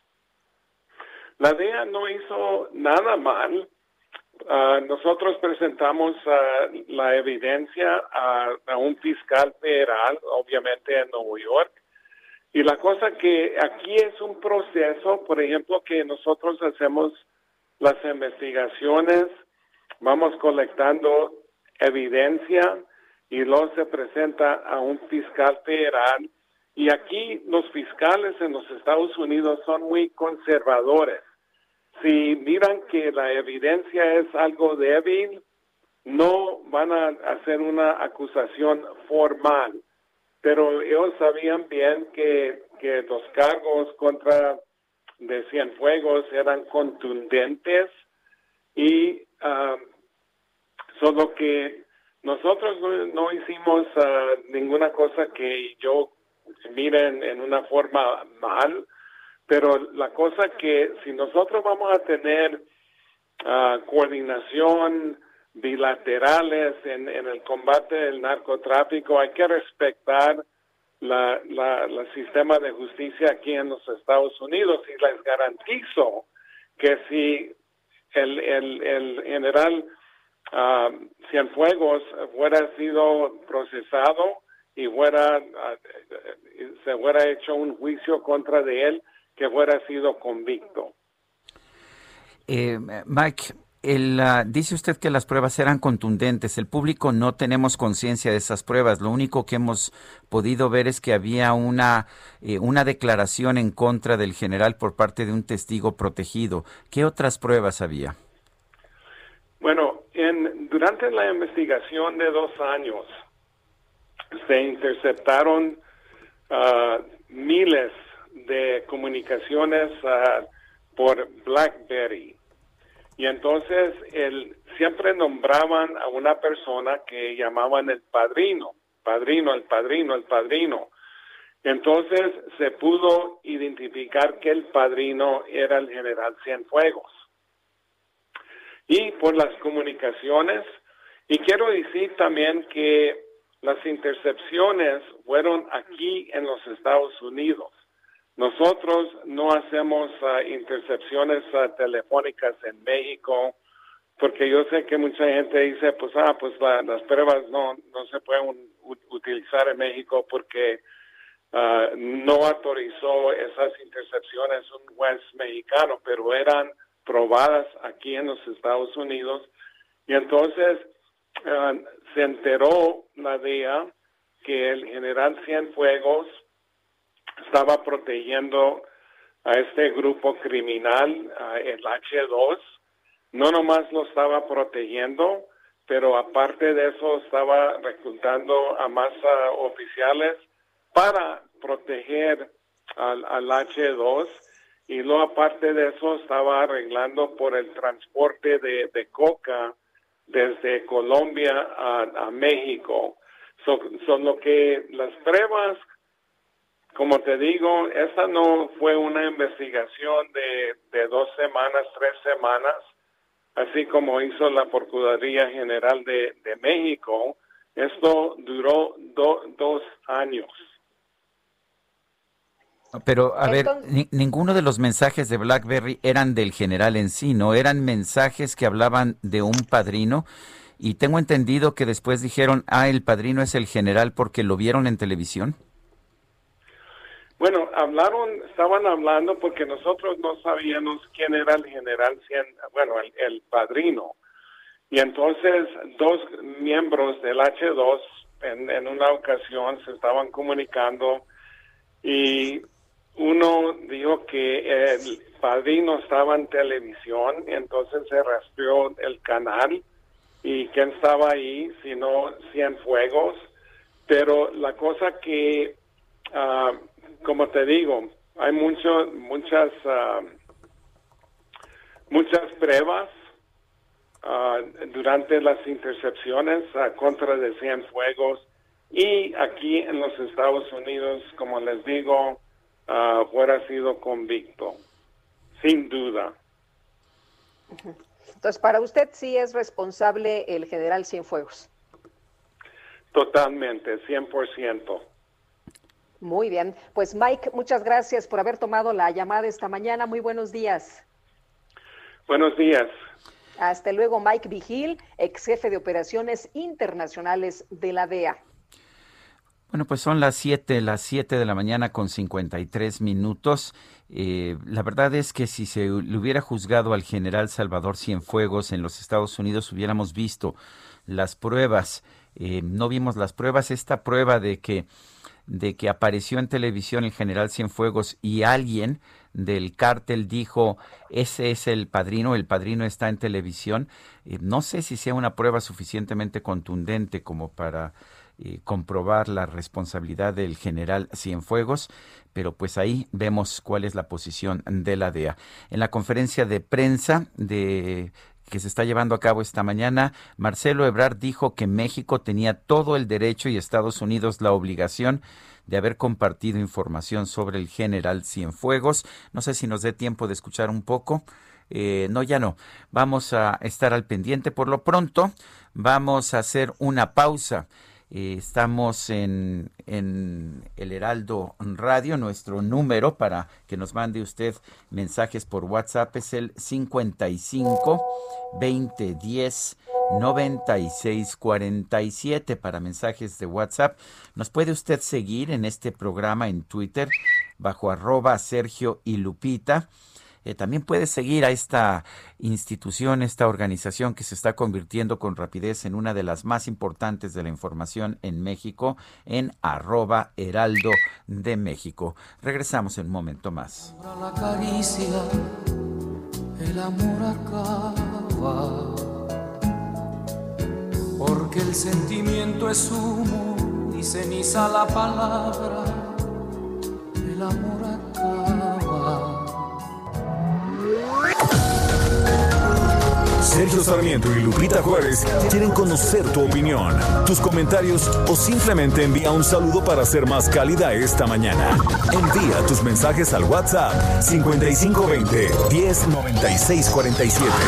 La D E A no hizo nada mal. Uh, nosotros presentamos uh, la evidencia a, a un fiscal federal, obviamente en Nueva York. Y la cosa que aquí es un proceso, por ejemplo, que nosotros hacemos las investigaciones, vamos colectando evidencia y luego se presenta a un fiscal federal. Y aquí los fiscales en los Estados Unidos son muy conservadores. Si miran que la evidencia es algo débil, no van a hacer una acusación formal. Pero ellos sabían bien que, que los cargos contra de Cienfuegos eran contundentes y uh, solo que nosotros no, no hicimos uh, ninguna cosa que yo mire en, en una forma mal, pero la cosa que si nosotros vamos a tener uh, coordinación bilaterales en, en el combate del narcotráfico, hay que respetar la, la, la sistema de justicia aquí en los Estados Unidos, y les garantizo que si el, el, el general uh, Cienfuegos fuera sido procesado y fuera uh, se fuera hecho un juicio contra de él, que fuera sido convicto. Eh, Mike, El, uh, dice usted que las pruebas eran contundentes. El público no tenemos conciencia de esas pruebas. Lo único que hemos podido ver es que había una, eh, una declaración en contra del general por parte de un testigo protegido. ¿Qué otras pruebas había? Bueno, en, durante la investigación de dos años se interceptaron uh, miles de comunicaciones uh, por BlackBerry. Y entonces el, siempre nombraban a una persona que llamaban el padrino, padrino, el padrino, el padrino. Entonces se pudo identificar que el padrino era el general Cienfuegos. Y por las comunicaciones, y quiero decir también que las intercepciones fueron aquí en los Estados Unidos. Nosotros no hacemos uh, intercepciones uh, telefónicas en México, porque yo sé que mucha gente dice, pues, ah, pues la, las pruebas no, no se pueden u- utilizar en México porque uh, no autorizó esas intercepciones un juez mexicano, pero eran probadas aquí en los Estados Unidos. Y entonces uh, se enteró la D E A que el general Cienfuegos estaba protegiendo a este grupo criminal, a el hache dos. No nomás lo estaba protegiendo, pero aparte de eso estaba reclutando a más uh, oficiales para proteger al, al hache dos, y luego aparte de eso estaba arreglando por el transporte de, de coca desde Colombia a, a México. Son so, lo que las pruebas, como te digo, esta no fue una investigación de, de dos semanas, tres semanas, así como hizo la Procuraduría General de, de México. Esto duró do, dos años. Pero, a ver, Entonces, ni, ninguno de los mensajes de BlackBerry eran del general en sí, ¿no? Eran mensajes que hablaban de un padrino, y tengo entendido que después dijeron, ah, el padrino es el general porque lo vieron en televisión. Bueno, hablaron, estaban hablando porque nosotros no sabíamos quién era el general, bueno, el, el padrino. Y entonces dos miembros del hache dos en, en una ocasión se estaban comunicando, y uno dijo que el padrino estaba en televisión, y entonces se rastreó el canal, y quién estaba ahí, sino Cienfuegos. Pero la cosa que... Uh, como te digo, hay mucho, muchas uh, muchas pruebas uh, durante las intercepciones uh, contra de Cienfuegos, y aquí en los Estados Unidos, como les digo, uh, fuera sido convicto, sin duda. Entonces, para usted sí es responsable el general Cienfuegos. Totalmente, cien por ciento. Muy bien, pues Mike, muchas gracias por haber tomado la llamada esta mañana. Muy buenos días. Buenos días. Hasta luego, Mike Vigil, ex jefe de operaciones internacionales de la D E A. Bueno, pues son las siete, las siete de la mañana con cincuenta y tres minutos. Eh, la verdad es que si se le hubiera juzgado al general Salvador Cienfuegos en los Estados Unidos, hubiéramos visto las pruebas. Eh, no vimos las pruebas, esta prueba de que, de que apareció en televisión el general Cienfuegos y alguien del cártel dijo, ese es el padrino, el padrino está en televisión. Eh, no sé si sea una prueba suficientemente contundente como para Eh, comprobar la responsabilidad del general Cienfuegos, pero pues ahí vemos cuál es la posición de la D E A. En la conferencia de prensa de que se está llevando a cabo esta mañana, Marcelo Ebrard dijo que México tenía todo el derecho y Estados Unidos la obligación de haber compartido información sobre el general Cienfuegos. No sé si nos dé tiempo de escuchar un poco. Eh, no, ya no. Vamos a estar al pendiente. Por lo pronto, vamos a hacer una pausa. Eh, estamos en, en el Heraldo Radio. Nuestro número para que nos mande usted mensajes por WhatsApp es el cincuenta y cinco, veinte, diez, noventa y seis, cuarenta y siete para mensajes de WhatsApp. Nos puede usted seguir en este programa en Twitter bajo arroba Sergio y Lupita. Eh, también puede seguir a esta institución, esta organización que se está convirtiendo con rapidez en una de las más importantes de la información en México, en arroba Heraldo de México. Regresamos en un momento más. La caricia, el amor acaba, porque el sentimiento es humo y ceniza la palabra, el amor acaba. Sergio Sarmiento y Lupita Juárez quieren conocer tu opinión, tus comentarios o simplemente envía un saludo para ser más cálida esta mañana. Envía tus mensajes al WhatsApp cincuenta y cinco veinte, diez, noventa y seis, cuarenta y siete.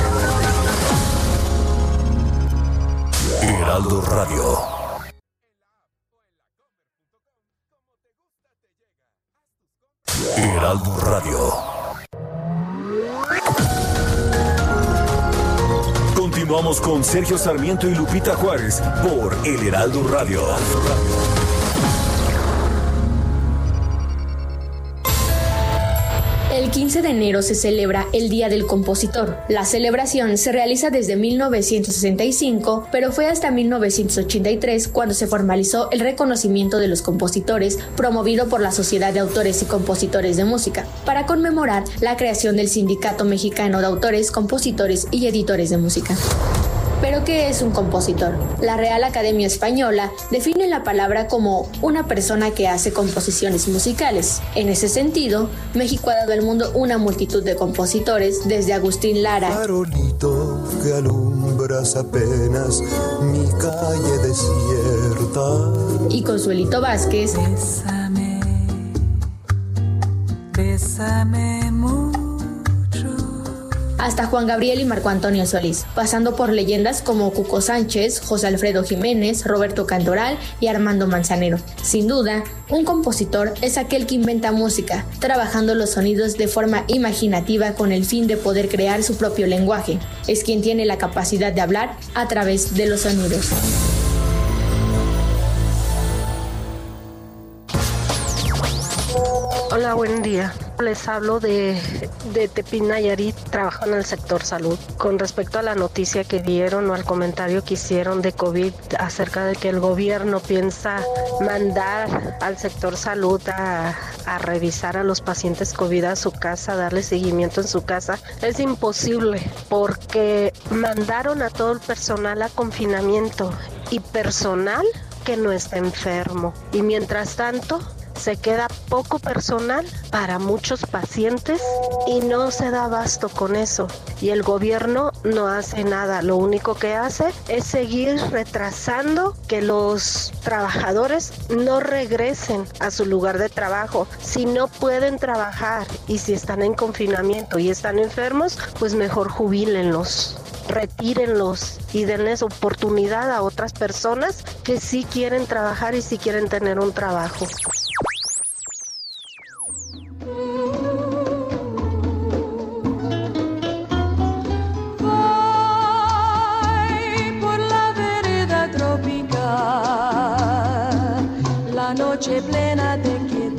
Heraldo Radio. Heraldo Radio. Continuamos con Sergio Sarmiento y Lupita Juárez por El Heraldo Radio. El quince de enero se celebra el Día del Compositor. La celebración se realiza desde mil novecientos sesenta y cinco, pero fue hasta mil novecientos ochenta y tres cuando se formalizó el reconocimiento de los compositores, promovido por la Sociedad de Autores y Compositores de Música, para conmemorar la creación del Sindicato Mexicano de Autores, Compositores y Editores de Música. ¿Pero qué es un compositor? La Real Academia Española define la palabra como una persona que hace composiciones musicales. En ese sentido, México ha dado al mundo una multitud de compositores, desde Agustín Lara, farolito que alumbras apenas mi calle desierta, y Consuelito Vázquez, bésame, bésame mucho, hasta Juan Gabriel y Marco Antonio Solís, pasando por leyendas como Cuco Sánchez, José Alfredo Jiménez, Roberto Cantoral y Armando Manzanero. Sin duda, un compositor es aquel que inventa música, trabajando los sonidos de forma imaginativa con el fin de poder crear su propio lenguaje. Es quien tiene la capacidad de hablar a través de los sonidos. Hola, buen día. Les hablo de, de Tepic, Nayarit, trabajo en el sector salud. Con respecto a la noticia que dieron o al comentario que hicieron de COVID acerca de que el gobierno piensa mandar al sector salud a, a revisar a los pacientes COVID a su casa, darle seguimiento en su casa, es imposible porque mandaron a todo el personal a confinamiento y personal que no está enfermo. Y mientras tanto, se queda poco personal para muchos pacientes y no se da abasto con eso. Y el gobierno no hace nada. Lo único que hace es seguir retrasando que los trabajadores no regresen a su lugar de trabajo. Si no pueden trabajar y si están en confinamiento y están enfermos, pues mejor jubílenlos, retírenlos y denles oportunidad a otras personas que sí quieren trabajar y sí quieren tener un trabajo. Voy por la vereda tropical, la noche plena de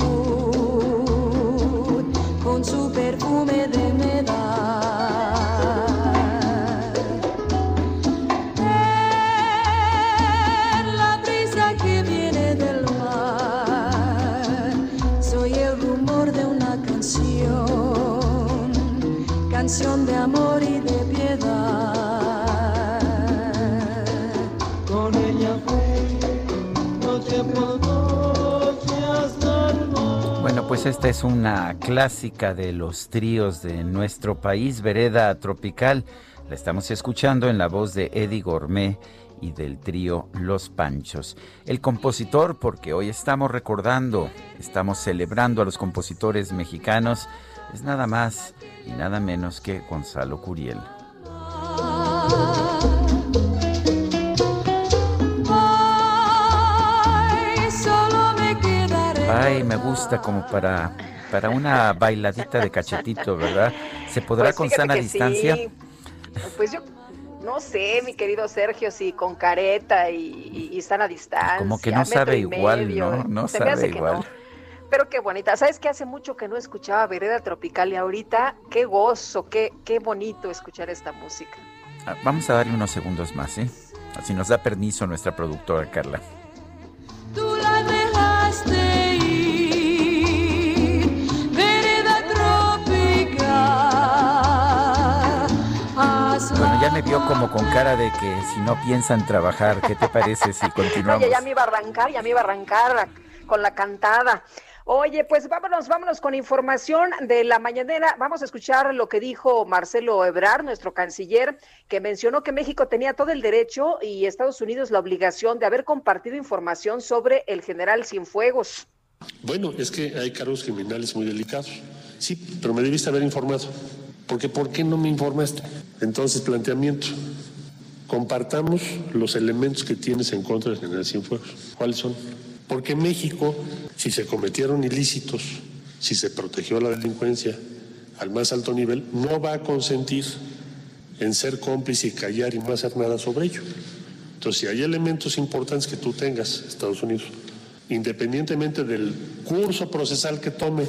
quietud, con su perfume de humedad. En la brisa que viene del mar, soy el rumor de una canción, canción de amor y de piedad. Con ella Bueno, pues esta es una clásica de los tríos de nuestro país, Vereda Tropical. La estamos escuchando en la voz de Eddie Gourmet y del trío Los Panchos. El compositor, porque hoy estamos recordando, estamos celebrando a los compositores mexicanos, es nada más y nada menos que Gonzalo Curiel. Ay, me gusta como para, para una bailadita de cachetito, ¿verdad? ¿Se podrá Pues con fíjate sana que distancia? sí. Pues yo no sé, mi querido Sergio, si con careta y, y, y sana distancia. Como que no metro sabe y igual, medio, ¿no? No se me sabe hace que igual. no. Pero qué bonita. ¿Sabes qué? Hace mucho que no escuchaba Vereda Tropical y ahorita qué gozo, qué, qué bonito escuchar esta música. Ah, vamos a darle unos segundos más, ¿eh? Así nos da permiso nuestra productora Carla. Tú la dejaste ir, vereda tropical. Bueno, ya me vio como con cara de que si no piensan trabajar, ¿qué te parece si continuamos? Oye, ya me iba a arrancar, ya me iba a arrancar con la cantada. Oye, pues vámonos, vámonos con información de la mañanera. Vamos a escuchar lo que dijo Marcelo Ebrard, nuestro canciller, que mencionó que México tenía todo el derecho y Estados Unidos la obligación de haber compartido información sobre el general Cienfuegos. Bueno, es que hay cargos criminales muy delicados. Sí, pero me debiste haber informado. Porque ¿por qué no me informaste? Entonces, planteamiento. Compartamos los elementos que tienes en contra del general Cienfuegos. ¿Cuáles son? Porque México, si se cometieron ilícitos, si se protegió la delincuencia al más alto nivel, no va a consentir en ser cómplice y callar y no hacer nada sobre ello. Entonces, si hay elementos importantes que tú tengas, Estados Unidos, independientemente del curso procesal que tome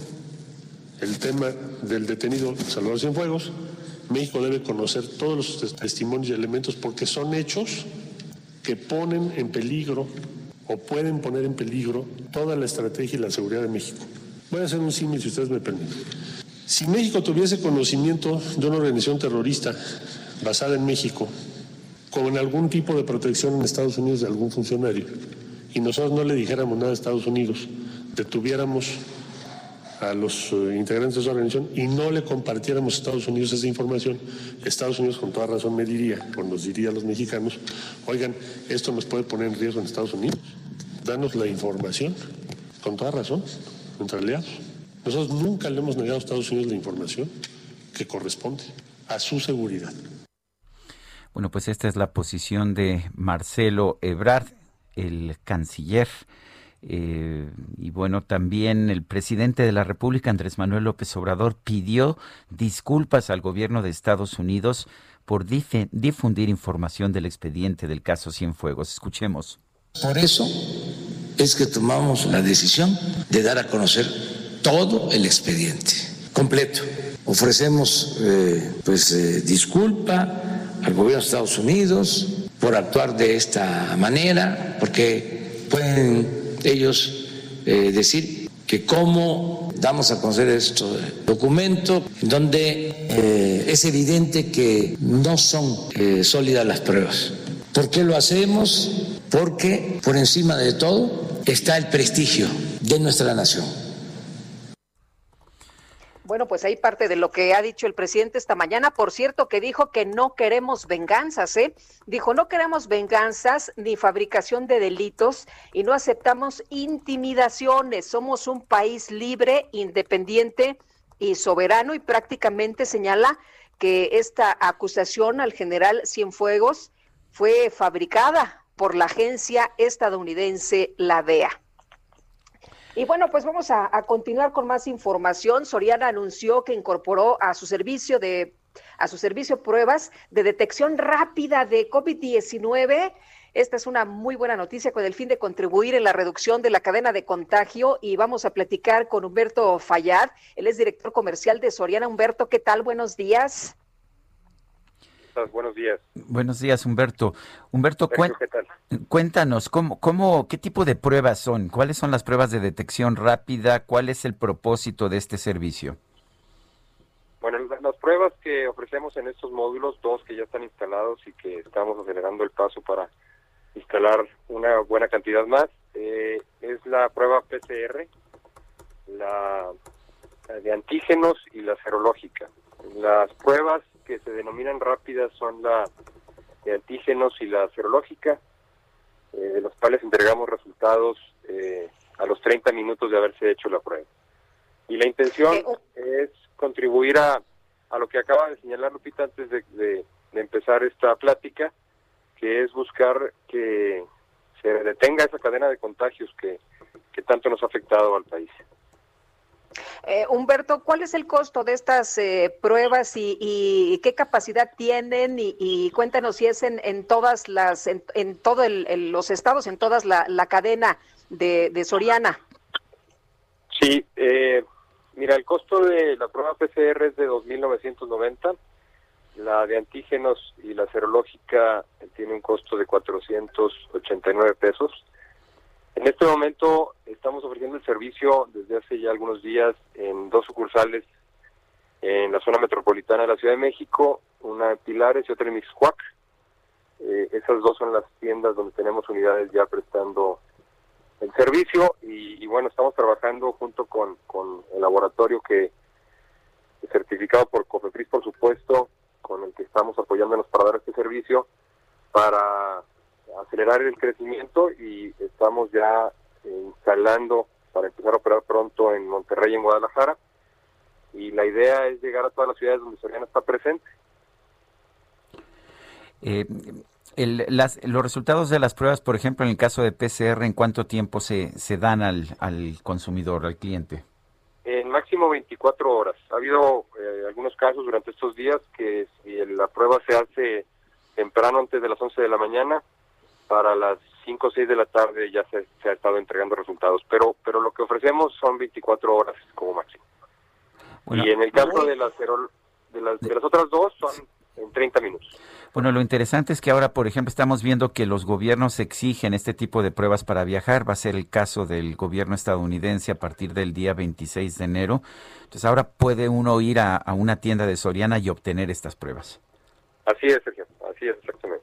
el tema del detenido Salvador Cienfuegos, México debe conocer todos los testimonios y elementos porque son hechos que ponen en peligro o pueden poner en peligro toda la estrategia y la seguridad de México. Voy a hacer un símil si ustedes me permiten. Si México tuviese conocimiento de una organización terrorista basada en México, con algún tipo de protección en Estados Unidos de algún funcionario, y nosotros no le dijéramos nada a Estados Unidos, detuviéramos a los uh, integrantes de esa organización y no le compartiéramos a Estados Unidos esa información, Estados Unidos con toda razón me diría, o nos diría a los mexicanos, oigan, esto nos puede poner en riesgo en Estados Unidos, danos la información, con toda razón, entre aliados. Nosotros nunca le hemos negado a Estados Unidos la información que corresponde a su seguridad. Bueno, pues esta es la posición de Marcelo Ebrard, el canciller. Eh, y bueno, también el presidente de la República, Andrés Manuel López Obrador, pidió disculpas al gobierno de Estados Unidos por dif- difundir información del expediente del caso Cienfuegos. Escuchemos. Por eso es que tomamos la decisión de dar a conocer todo el expediente completo. Ofrecemos eh, pues eh, disculpa al gobierno de Estados Unidos por actuar de esta manera, porque pueden ellos eh, decir que cómo damos a conocer este documento, donde eh, es evidente que no son eh, sólidas las pruebas. ¿Por qué lo hacemos? Porque por encima de todo está el prestigio de nuestra nación. Bueno, pues ahí parte de lo que ha dicho el presidente esta mañana. Por cierto, que dijo que no queremos venganzas, ¿eh? Dijo, no queremos venganzas ni fabricación de delitos y no aceptamos intimidaciones. Somos un país libre, independiente y soberano, y prácticamente señala que esta acusación al general Cienfuegos fue fabricada por la agencia estadounidense, la D E A. Y bueno, pues vamos a, a continuar con más información. Soriana anunció que incorporó a su servicio de a su servicio pruebas de detección rápida de COVID diecinueve. Esta es una muy buena noticia con el fin de contribuir en la reducción de la cadena de contagio y vamos a platicar con Humberto Fayad. Él es director comercial de Soriana. Humberto, ¿qué tal? Buenos días. Buenos días. Buenos días, Humberto. Humberto, Sergio, cuen- ¿qué tal? cuéntanos, ¿cómo, cómo, qué tipo de pruebas son? ¿Cuáles son las pruebas de detección rápida? ¿Cuál es el propósito de este servicio? Bueno, la- las pruebas que ofrecemos en estos módulos, dos que ya están instalados y que estamos acelerando el paso para instalar una buena cantidad más, eh, es la prueba P C R, la, la de antígenos y la serológica. Las pruebas que se denominan rápidas son la de antígenos y la serológica, eh, de los cuales entregamos resultados eh, a los treinta minutos de haberse hecho la prueba. Y la intención es contribuir a, a lo que acaba de señalar Lupita antes de, de, de empezar esta plática, que es buscar que se detenga esa cadena de contagios que, que tanto nos ha afectado al país. Eh, Humberto, ¿cuál es el costo de estas eh, pruebas y, y qué capacidad tienen? Y, y cuéntanos si es en, en todas las, en, en todos los estados, en todas la, la cadena de, de Soriana. Sí, eh, mira, el costo de la prueba P C R es de dos mil novecientos noventa, la de antígenos y la serológica tiene un costo de cuatrocientos ochenta y nueve pesos. En este momento estamos ofreciendo el servicio desde hace ya algunos días en dos sucursales en la zona metropolitana de la Ciudad de México, una en Pilares y otra en Mixcoac. Eh, esas dos son las tiendas donde tenemos unidades ya prestando el servicio y, y bueno, estamos trabajando junto con, con el laboratorio que es certificado por COFEPRIS, por supuesto, con el que estamos apoyándonos para dar este servicio, para acelerar el crecimiento, y estamos ya eh, instalando para empezar a operar pronto en Monterrey y en Guadalajara, y la idea es llegar a todas las ciudades donde Soriana está presente. Eh, el, las, los resultados de las pruebas, por ejemplo, en el caso de P C R, ¿en cuánto tiempo se, se dan al, al consumidor, al cliente? En máximo veinticuatro horas. Ha habido eh, algunos casos durante estos días que si la prueba se hace temprano, antes de las once de la mañana, para las cinco o seis de la tarde ya se, se ha estado entregando resultados, pero pero lo que ofrecemos son veinticuatro horas como máximo. Bueno, y en el caso de las, de las de las otras dos son en treinta minutos. Bueno, lo interesante es que ahora, por ejemplo, estamos viendo que los gobiernos exigen este tipo de pruebas para viajar. Va a ser el caso del gobierno estadounidense a partir del día veintiséis de enero. Entonces ahora puede uno ir a, a una tienda de Soriana y obtener estas pruebas. Así es, Sergio, así es exactamente.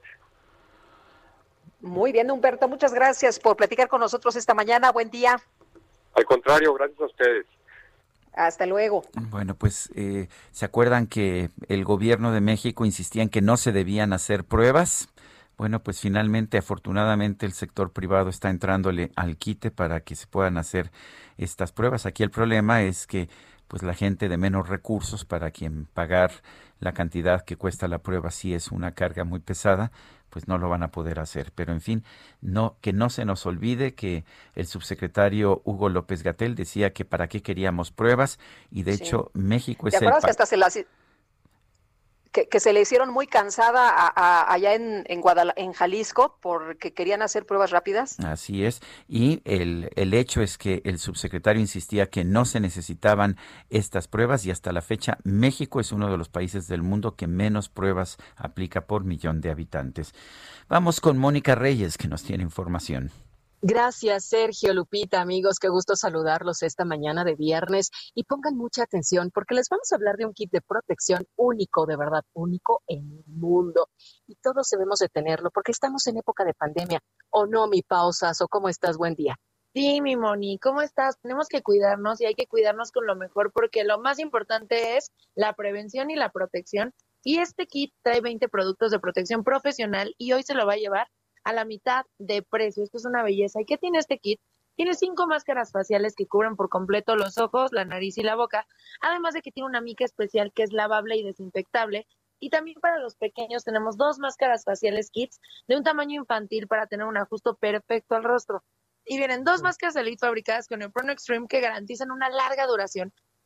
Muy bien, Humberto, muchas gracias por platicar con nosotros esta mañana. Buen día. Al contrario, gracias a ustedes. Hasta luego. Bueno, pues eh, ¿se acuerdan que el gobierno de México insistía en que no se debían hacer pruebas? Bueno, pues finalmente, afortunadamente, el sector privado está entrándole al quite para que se puedan hacer estas pruebas. Aquí el problema es que pues la gente de menos recursos, para quien pagar la cantidad que cuesta la prueba sí es una carga muy pesada, pues no lo van a poder hacer. Pero en fin, no que no se nos olvide que el subsecretario Hugo López-Gatell decía que para qué queríamos pruebas, y de Sí. hecho México es ¿Te el acuerdas que pa- hasta se las que, que se le hicieron muy cansada a, a- allá en en, Guadala- en Jalisco porque querían hacer pruebas rápidas? Así es, y el, el hecho es que el subsecretario insistía que no se necesitaban estas pruebas, y hasta la fecha México es uno de los países del mundo que menos pruebas aplica por millón de habitantes. Vamos con Mónica Reyes, que nos tiene información. Gracias, Sergio, Lupita, amigos, qué gusto saludarlos esta mañana de viernes, y pongan mucha atención porque les vamos a hablar de un kit de protección único, de verdad, único en el mundo, y todos debemos de tenerlo porque estamos en época de pandemia. ¿O no, mi Pausas? ¿O cómo estás? Buen día. Sí, mi Moni, ¿cómo estás? Tenemos que cuidarnos y hay que cuidarnos con lo mejor porque lo más importante es la prevención y la protección. Y este kit trae veinte productos de protección profesional y hoy se lo va a llevar a la mitad de precio. Esto es una belleza. ¿Y qué tiene este kit? Tiene cinco máscaras faciales que cubren por completo los ojos, la nariz y la boca, además de que tiene una mica especial que es lavable y desinfectable. Y también para los pequeños tenemos dos máscaras faciales kits de un tamaño infantil para tener un ajuste perfecto al rostro. Y vienen dos máscaras de Elite fabricadas con el Prono Extreme que garantizan una larga duración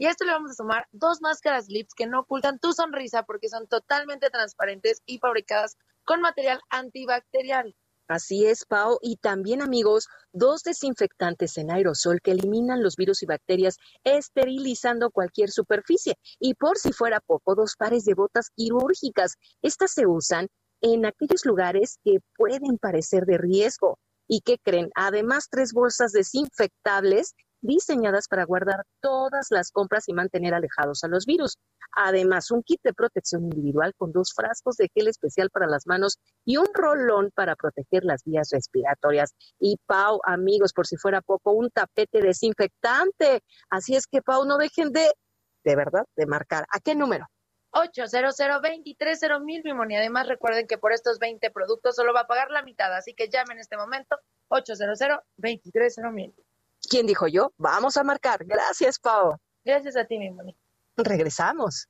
Y a esto le vamos a sumar dos máscaras lips que no ocultan tu sonrisa porque son totalmente transparentes y fabricadas con material antibacterial. Así es, Pao, y también, amigos, dos desinfectantes en aerosol que eliminan los virus y bacterias esterilizando cualquier superficie. Y por si fuera poco, dos pares de botas quirúrgicas. Estas se usan en aquellos lugares que pueden parecer de riesgo. ¿Y qué creen? Además, tres bolsas desinfectables diseñadas para guardar todas las compras y mantener alejados a los virus. Además, un kit de protección individual con dos frascos de gel especial para las manos y un rolón para proteger las vías respiratorias. Y Pau, amigos, por si fuera poco, un tapete desinfectante. Así es que, Pau, no dejen de, de verdad, de marcar. ¿A qué número? ocho cero cero, dos tres cero mil, mi Moni. Además, recuerden que por estos veinte productos solo va a pagar la mitad, así que llamen en este momento, ocho cero cero, dos tres cero mil. ¿Quién dijo yo? Vamos a marcar. Gracias, Pao. Gracias a ti, mi Moni. Regresamos.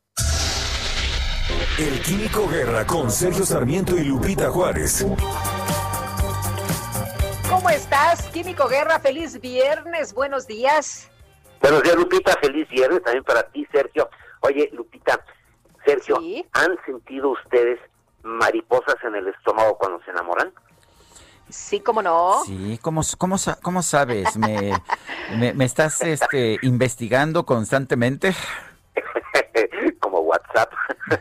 El Químico Guerra con Sergio Sarmiento y Lupita Juárez. ¿Cómo estás, Químico Guerra? Feliz viernes, buenos días. Buenos días, Lupita, feliz viernes también para ti, Sergio. Oye, Lupita, Sergio, ¿sí? ¿Han sentido ustedes mariposas en el estómago cuando se enamoran? Sí, ¿cómo no? Sí, ¿cómo, cómo, cómo sabes? ¿Me, me, me estás este, investigando constantemente? Como WhatsApp.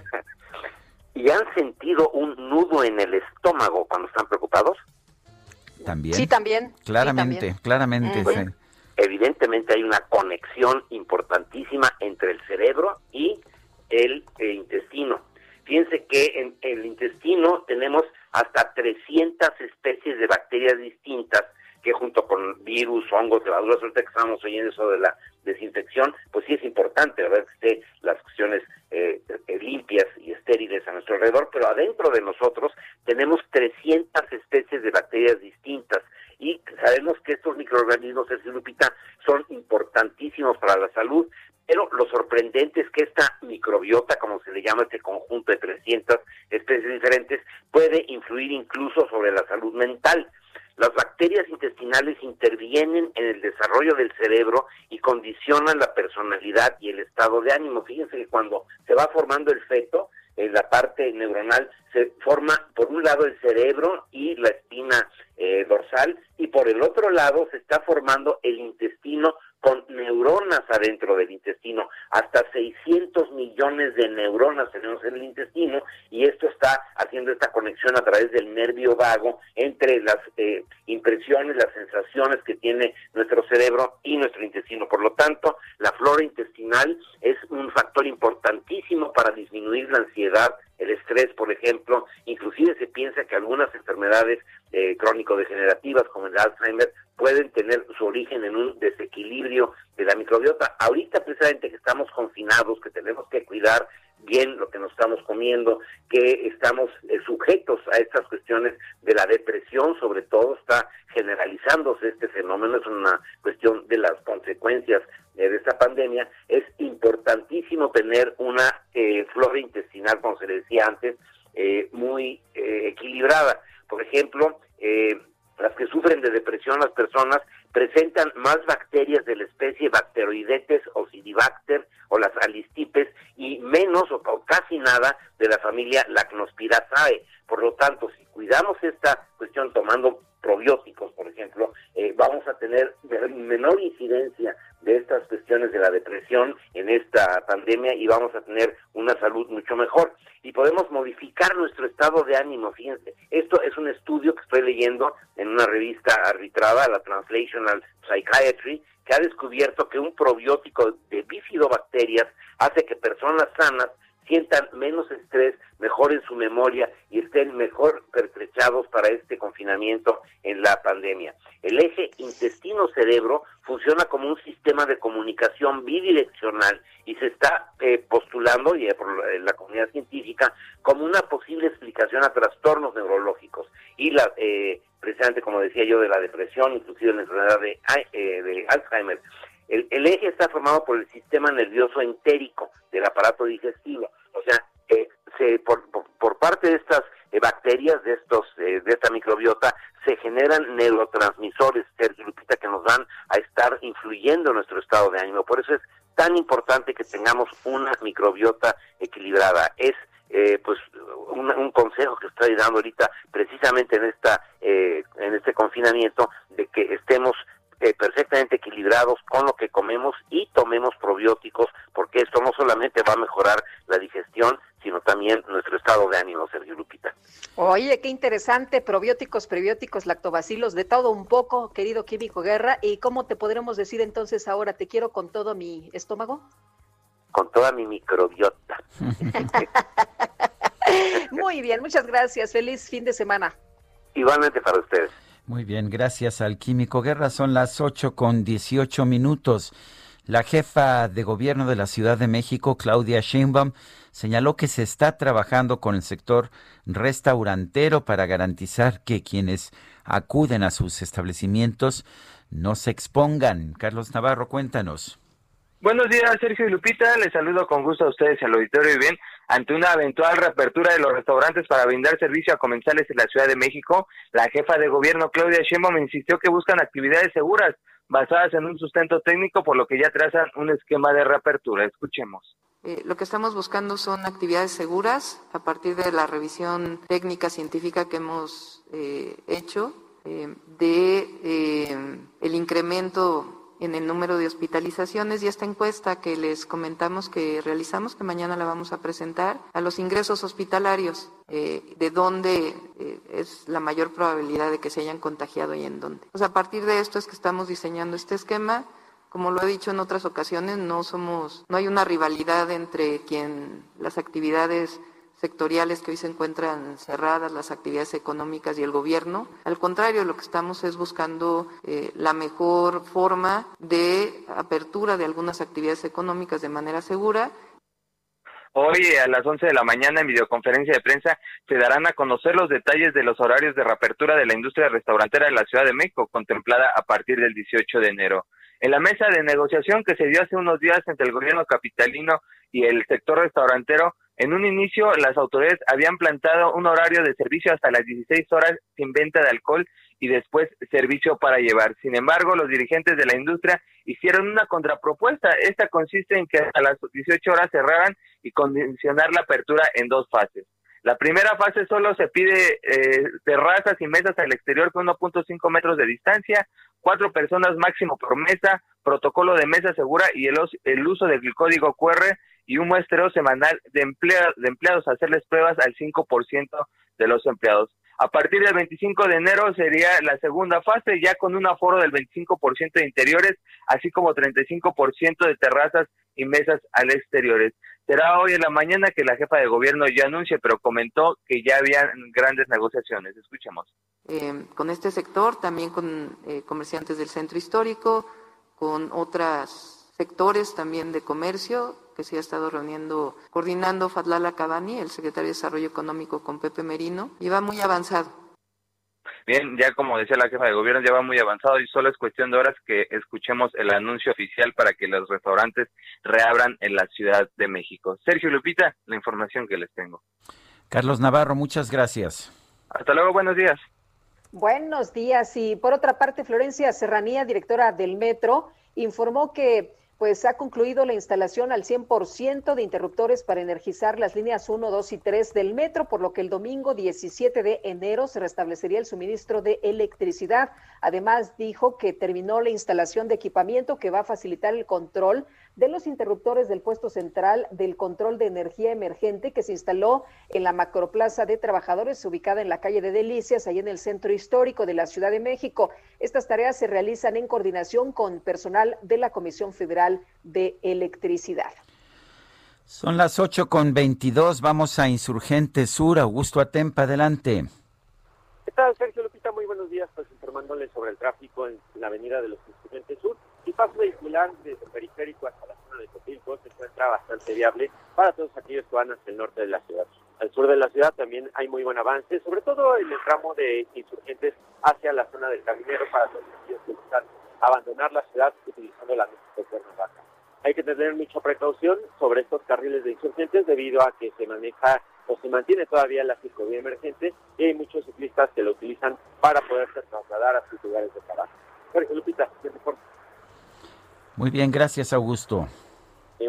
¿Y han sentido un nudo en el estómago cuando están preocupados? También. Sí, también. Claramente, sí, también. claramente. Pues, sí. Evidentemente hay una conexión importantísima entre el cerebro y el, el intestino. Fíjense que en el intestino tenemos hasta trescientas especies de bacterias distintas que junto con virus, hongos, levaduras, ahorita que estamos oyendo eso de la desinfección, pues sí es importante, ¿verdad? Que esté las cuestiones eh, limpias y estériles a nuestro alrededor, pero adentro de nosotros tenemos trescientas especies de bacterias distintas y sabemos que estos microorganismos, Sergio, Lupita, son importantísimos para la salud, pero lo sorprendente es que esta microbiota, como se le llama este conjunto de trescientas especies diferentes, puede influir incluso sobre la salud mental. Las bacterias intestinales intervienen en el desarrollo del cerebro y condicionan la personalidad y el estado de ánimo. Fíjense que cuando se va formando el feto, en la parte neuronal se forma por un lado el cerebro y la espina eh, dorsal, y por el otro lado se está formando el intestino con neuronas adentro del intestino. Hasta seiscientos millones de neuronas tenemos en el intestino, y esto está haciendo esta conexión a través del nervio vago entre las eh, impresiones, las sensaciones que tiene nuestro cerebro y nuestro intestino. Por lo tanto, la flora intestinal es un factor importantísimo para disminuir la ansiedad, el estrés, por ejemplo. Inclusive se piensa que algunas enfermedades eh, crónico-degenerativas como el Alzheimer pueden tener su origen en un desequilibrio de la microbiota. Ahorita precisamente que estamos confinados, que tenemos que cuidar bien lo que nos estamos comiendo, que estamos eh, sujetos a estas cuestiones de la depresión, sobre todo está generalizándose este fenómeno, es una cuestión de las consecuencias eh, de esta pandemia. Es importantísimo tener una eh, flora intestinal, como se le decía antes, eh, muy eh, equilibrada. Por ejemplo, eh, las que sufren de depresión, las personas presentan más bacterias de la especie Bacteroidetes ocidibacter o las alistipes y menos o, o casi nada de la familia Lacnospiraceae. Por lo tanto, si cuidamos esta cuestión tomando probióticos, por ejemplo, eh, vamos a tener menor incidencia de estas cuestiones de la depresión en esta pandemia y vamos a tener una salud mucho mejor. Y podemos modificar nuestro estado de ánimo, fíjense. Esto es un estudio que estoy leyendo en una revista arbitrada, la Translational Psychiatry, que ha descubierto que un probiótico de bifidobacterias hace que personas sanas sientan menos estrés, mejoren su memoria y estén mejor pertrechados para este confinamiento en la pandemia. El eje intestino-cerebro funciona como un sistema de comunicación bidireccional y se está eh, postulando, y eh, por la comunidad científica, como una posible explicación a trastornos neurológicos y la eh, precisamente, como decía yo, de la depresión, inclusive la enfermedad de, eh, de Alzheimer. El, el eje está formado por el sistema nervioso entérico del aparato digestivo. O sea, eh, se, por, por, por parte de estas eh, bacterias, de estos eh, de esta microbiota, se generan neurotransmisores, Sergio, Lupita, que nos van a estar influyendo en nuestro estado de ánimo. Por eso es tan importante que tengamos una microbiota equilibrada. Es eh, pues un, un consejo que estoy dando ahorita precisamente en esta eh, en este confinamiento, de que estemos eh, perfectamente equilibrados con lo que comemos y tomemos probióticos, porque esto no solamente va a mejorar la digestión, sino también nuestro estado de ánimo, Sergio Lupita. Oye, qué interesante, probióticos, prebióticos, lactobacilos, de todo un poco, querido Químico Guerra. ¿Y cómo te podremos decir entonces ahora, te quiero con todo mi estómago? Con toda mi microbiota. Muy bien, muchas gracias, feliz fin de semana. Igualmente para ustedes. Muy bien, gracias al Químico Guerra. Son las ocho con dieciocho minutos. La jefa de gobierno de la Ciudad de México, Claudia Sheinbaum, señaló que se está trabajando con el sector restaurantero para garantizar que quienes acuden a sus establecimientos no se expongan. Carlos Navarro, cuéntanos. Buenos días, Sergio y Lupita. Les saludo con gusto a ustedes y al auditorio. Y bien, ante una eventual reapertura de los restaurantes para brindar servicio a comensales en la Ciudad de México, la jefa de gobierno, Claudia Sheinbaum, insistió que buscan actividades seguras, basadas en un sustento técnico, por lo que ya trazan un esquema de reapertura. Escuchemos. Eh, lo que estamos buscando son actividades seguras a partir de la revisión técnica científica que hemos eh, hecho eh, de eh, el incremento en el número de hospitalizaciones y esta encuesta que les comentamos que realizamos, que mañana la vamos a presentar, a los ingresos hospitalarios, eh, de dónde eh, es la mayor probabilidad de que se hayan contagiado y en dónde. Pues a partir de esto es que estamos diseñando este esquema. Como lo he dicho en otras ocasiones, no somos, no hay una rivalidad entre quien las actividades sectoriales que hoy se encuentran cerradas, las actividades económicas y el gobierno. Al contrario, lo que estamos es buscando eh, la mejor forma de apertura de algunas actividades económicas de manera segura. Hoy a las once de la mañana en videoconferencia de prensa se darán a conocer los detalles de los horarios de reapertura de la industria restaurantera de la Ciudad de México, contemplada a partir del dieciocho de enero. En la mesa de negociación que se dio hace unos días entre el gobierno capitalino y el sector restaurantero, en un inicio las autoridades habían plantado un horario de servicio hasta las dieciséis horas sin venta de alcohol y después servicio para llevar. Sin embargo, los dirigentes de la industria hicieron una contrapropuesta. Esta consiste en que a las dieciocho horas cerraran y condicionar la apertura en dos fases. La primera fase solo se pide eh, terrazas y mesas al exterior con uno punto cinco metros de distancia, cuatro personas máximo por mesa, protocolo de mesa segura y el, el uso del código cu erre y un muestreo semanal de, emplea, de empleados, hacerles pruebas al cinco por ciento de los empleados. A partir del veinticinco de enero sería la segunda fase, ya con un aforo del veinticinco por ciento de interiores, así como treinta y cinco por ciento de terrazas y mesas al exteriores. Será hoy en la mañana que la jefa de gobierno ya anuncie, pero comentó que ya habían grandes negociaciones. Escuchemos. Eh, con este sector, también con eh, comerciantes del centro histórico, con otros sectores también de comercio, que se ha estado reuniendo, coordinando Fadlala Cabani, el secretario de Desarrollo Económico, con Pepe Merino, y va muy avanzado. Bien, ya como decía la jefa de gobierno, ya va muy avanzado y solo es cuestión de horas que escuchemos el anuncio oficial para que los restaurantes reabran en la Ciudad de México. Sergio Lupita, la información que les tengo. Carlos Navarro, muchas gracias. Hasta luego, buenos días. Buenos días. Y por otra parte, Florencia Serranía, directora del Metro, informó que pues ha concluido la instalación al cien por ciento de interruptores para energizar las líneas uno, dos y tres del metro, por lo que el domingo diecisiete de enero se restablecería el suministro de electricidad. Además, dijo que terminó la instalación de equipamiento que va a facilitar el control de los interruptores del puesto central del control de energía emergente que se instaló en la macroplaza de trabajadores ubicada en la calle de Delicias, ahí en el centro histórico de la Ciudad de México. Estas tareas se realizan en coordinación con personal de la Comisión Federal de Electricidad. Son las ocho con veintidós, vamos a Insurgente Sur. Augusto Atempa, adelante. ¿Qué tal, Sergio Lupita? Muy buenos días, pues informándoles sobre el tráfico en la avenida de los Insurgentes Sur. El paso vehicular desde el periférico hasta la zona de Copilco se encuentra bastante viable para todos aquellos que van hacia el norte de la ciudad. Al sur de la ciudad también hay muy buen avance, sobre todo en el tramo de Insurgentes hacia la zona del Caminero para todos aquellos que buscan abandonar la ciudad utilizando la meseta de Cuernavaca. Hay que tener mucha precaución sobre estos carriles de Insurgentes debido a que se maneja o se mantiene todavía la ciclovía emergente y hay muchos ciclistas que lo utilizan para poderse trasladar a sus lugares de trabajo. Sergio Lupita, ¿qué mejor? Muy bien, gracias, Augusto.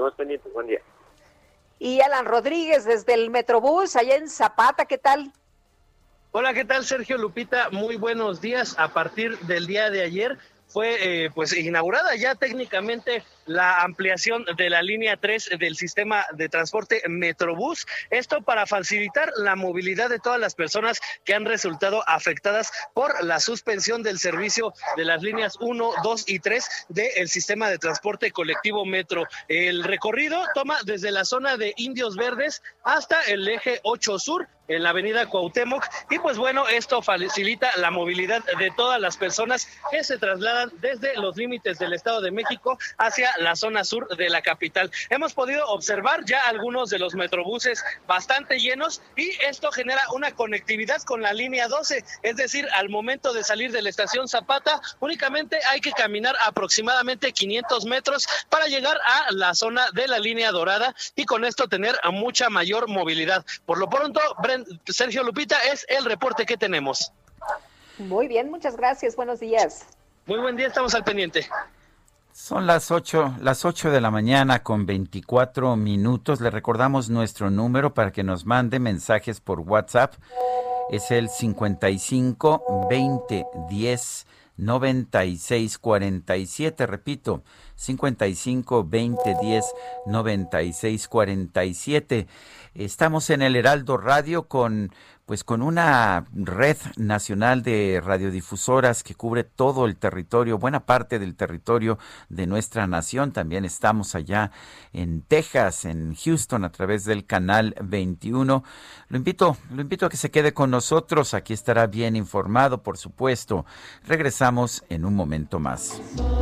Seguimos pendientes, buen día. Y Alan Rodríguez desde el Metrobús, allá en Zapata, ¿qué tal? Hola, ¿qué tal, Sergio, Lupita? Muy buenos días. A partir del día de ayer fue eh, pues inaugurada ya técnicamente la ampliación de la línea tres del sistema de transporte Metrobús. Esto para facilitar la movilidad de todas las personas que han resultado afectadas por la suspensión del servicio de las líneas uno, dos y tres del sistema de transporte colectivo Metro. El recorrido toma desde la zona de Indios Verdes hasta el eje ocho Sur, en la avenida Cuauhtémoc, y pues bueno, esto facilita la movilidad de todas las personas que se trasladan desde los límites del Estado de México hacia la zona sur de la capital. Hemos podido observar ya algunos de los metrobuses bastante llenos, y esto genera una conectividad con la línea doce, es decir, al momento de salir de la estación Zapata, únicamente hay que caminar aproximadamente quinientos metros para llegar a la zona de la línea dorada, y con esto tener mucha mayor movilidad. Por lo pronto, Sergio, Lupita, es el reporte que tenemos. Muy bien, muchas gracias, buenos días. Muy buen día, estamos al pendiente. Son las ocho, las ocho de la mañana con veinticuatro minutos. Le recordamos nuestro número para que nos mande mensajes por WhatsApp. Es el cincuenta y cinco, veinte, diez, noventa y seis, cuarenta y siete. Repito, cincuenta y cinco, veinte, diez, noventa y seis, cuarenta y siete. Estamos en el Heraldo Radio con pues con una red nacional de radiodifusoras que cubre todo el territorio, buena parte del territorio de nuestra nación. También estamos allá en Texas, en Houston, a través del canal veintiuno. Lo invito, lo invito a que se quede con nosotros. Aquí estará bien informado, por supuesto. Regresamos en un momento más.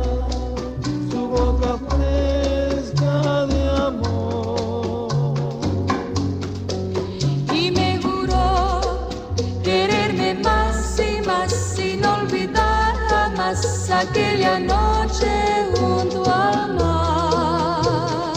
Su boca fresca de amor. Y me juró quererme más y más, sin olvidar jamás aquella noche junto al mar.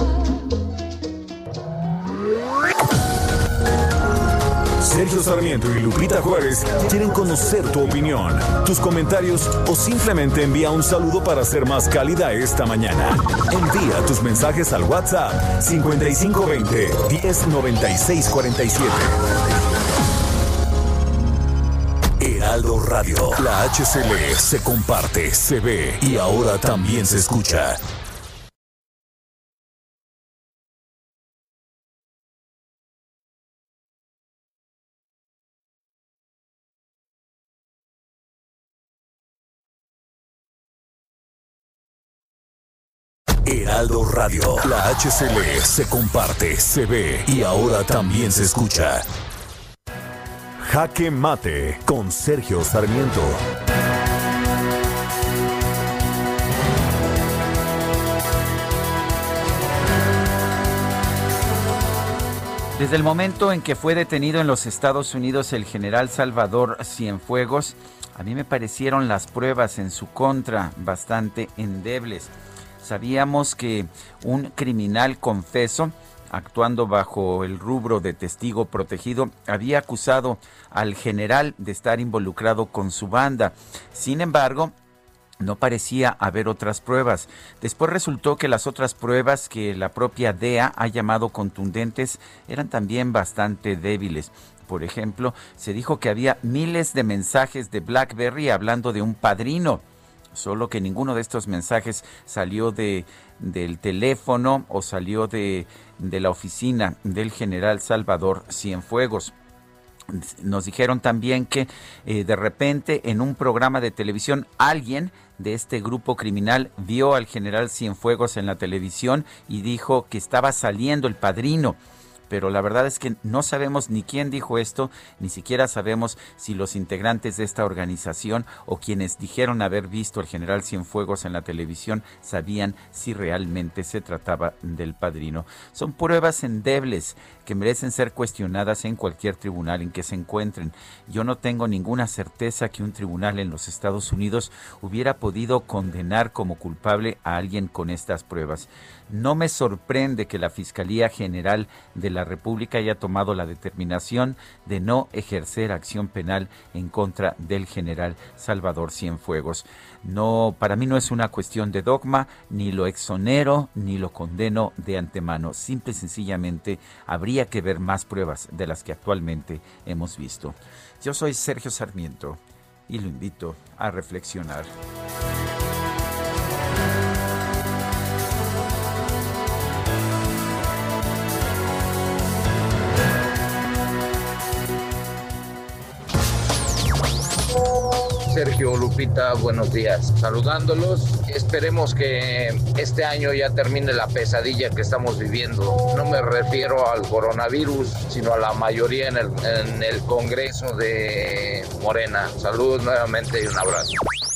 Sergio Sarmiento y Lupita Juárez quieren conocer tu opinión, tus comentarios o simplemente envía un saludo para ser más cálida esta mañana. Envía tus mensajes al WhatsApp cincuenta y cinco veinte, diez, noventa y seis, cuarenta y siete. Heraldo Radio, la H C L se comparte, se ve y ahora también se escucha. Heraldo Radio, la H C L se comparte, se ve y ahora también se escucha. Jaque Mate con Sergio Sarmiento. Desde el momento en que fue detenido en los Estados Unidos el general Salvador Cienfuegos, a mí me parecieron las pruebas en su contra bastante endebles. Sabíamos que un criminal confeso, actuando bajo el rubro de testigo protegido, había acusado al general de estar involucrado con su banda. Sin embargo, no parecía haber otras pruebas. Después resultó que las otras pruebas que la propia D E A ha llamado contundentes eran también bastante débiles. Por ejemplo, se dijo que había miles de mensajes de BlackBerry hablando de un padrino. Solo que ninguno de estos mensajes salió de, del teléfono o salió de, de la oficina del general Salvador Cienfuegos. Nos dijeron también que eh, de repente en un programa de televisión alguien de este grupo criminal vio al general Cienfuegos en la televisión y dijo que estaba saliendo el padrino. Pero la verdad es que no sabemos ni quién dijo esto, ni siquiera sabemos si los integrantes de esta organización o quienes dijeron haber visto al general Cienfuegos en la televisión sabían si realmente se trataba del padrino. Son pruebas endebles que merecen ser cuestionadas en cualquier tribunal en que se encuentren. Yo no tengo ninguna certeza que un tribunal en los Estados Unidos hubiera podido condenar como culpable a alguien con estas pruebas. No me sorprende que la Fiscalía General de la República haya tomado la determinación de no ejercer acción penal en contra del general Salvador Cienfuegos. No, para mí no es una cuestión de dogma, ni lo exonero, ni lo condeno de antemano. Simple y sencillamente habría que ver más pruebas de las que actualmente hemos visto. Yo soy Sergio Sarmiento y lo invito a reflexionar. Sergio, Lupita, buenos días. Saludándolos, esperemos que este año ya termine la pesadilla que estamos viviendo. No me refiero al coronavirus, sino a la mayoría en el, en el Congreso de Morena. Saludos nuevamente y un abrazo.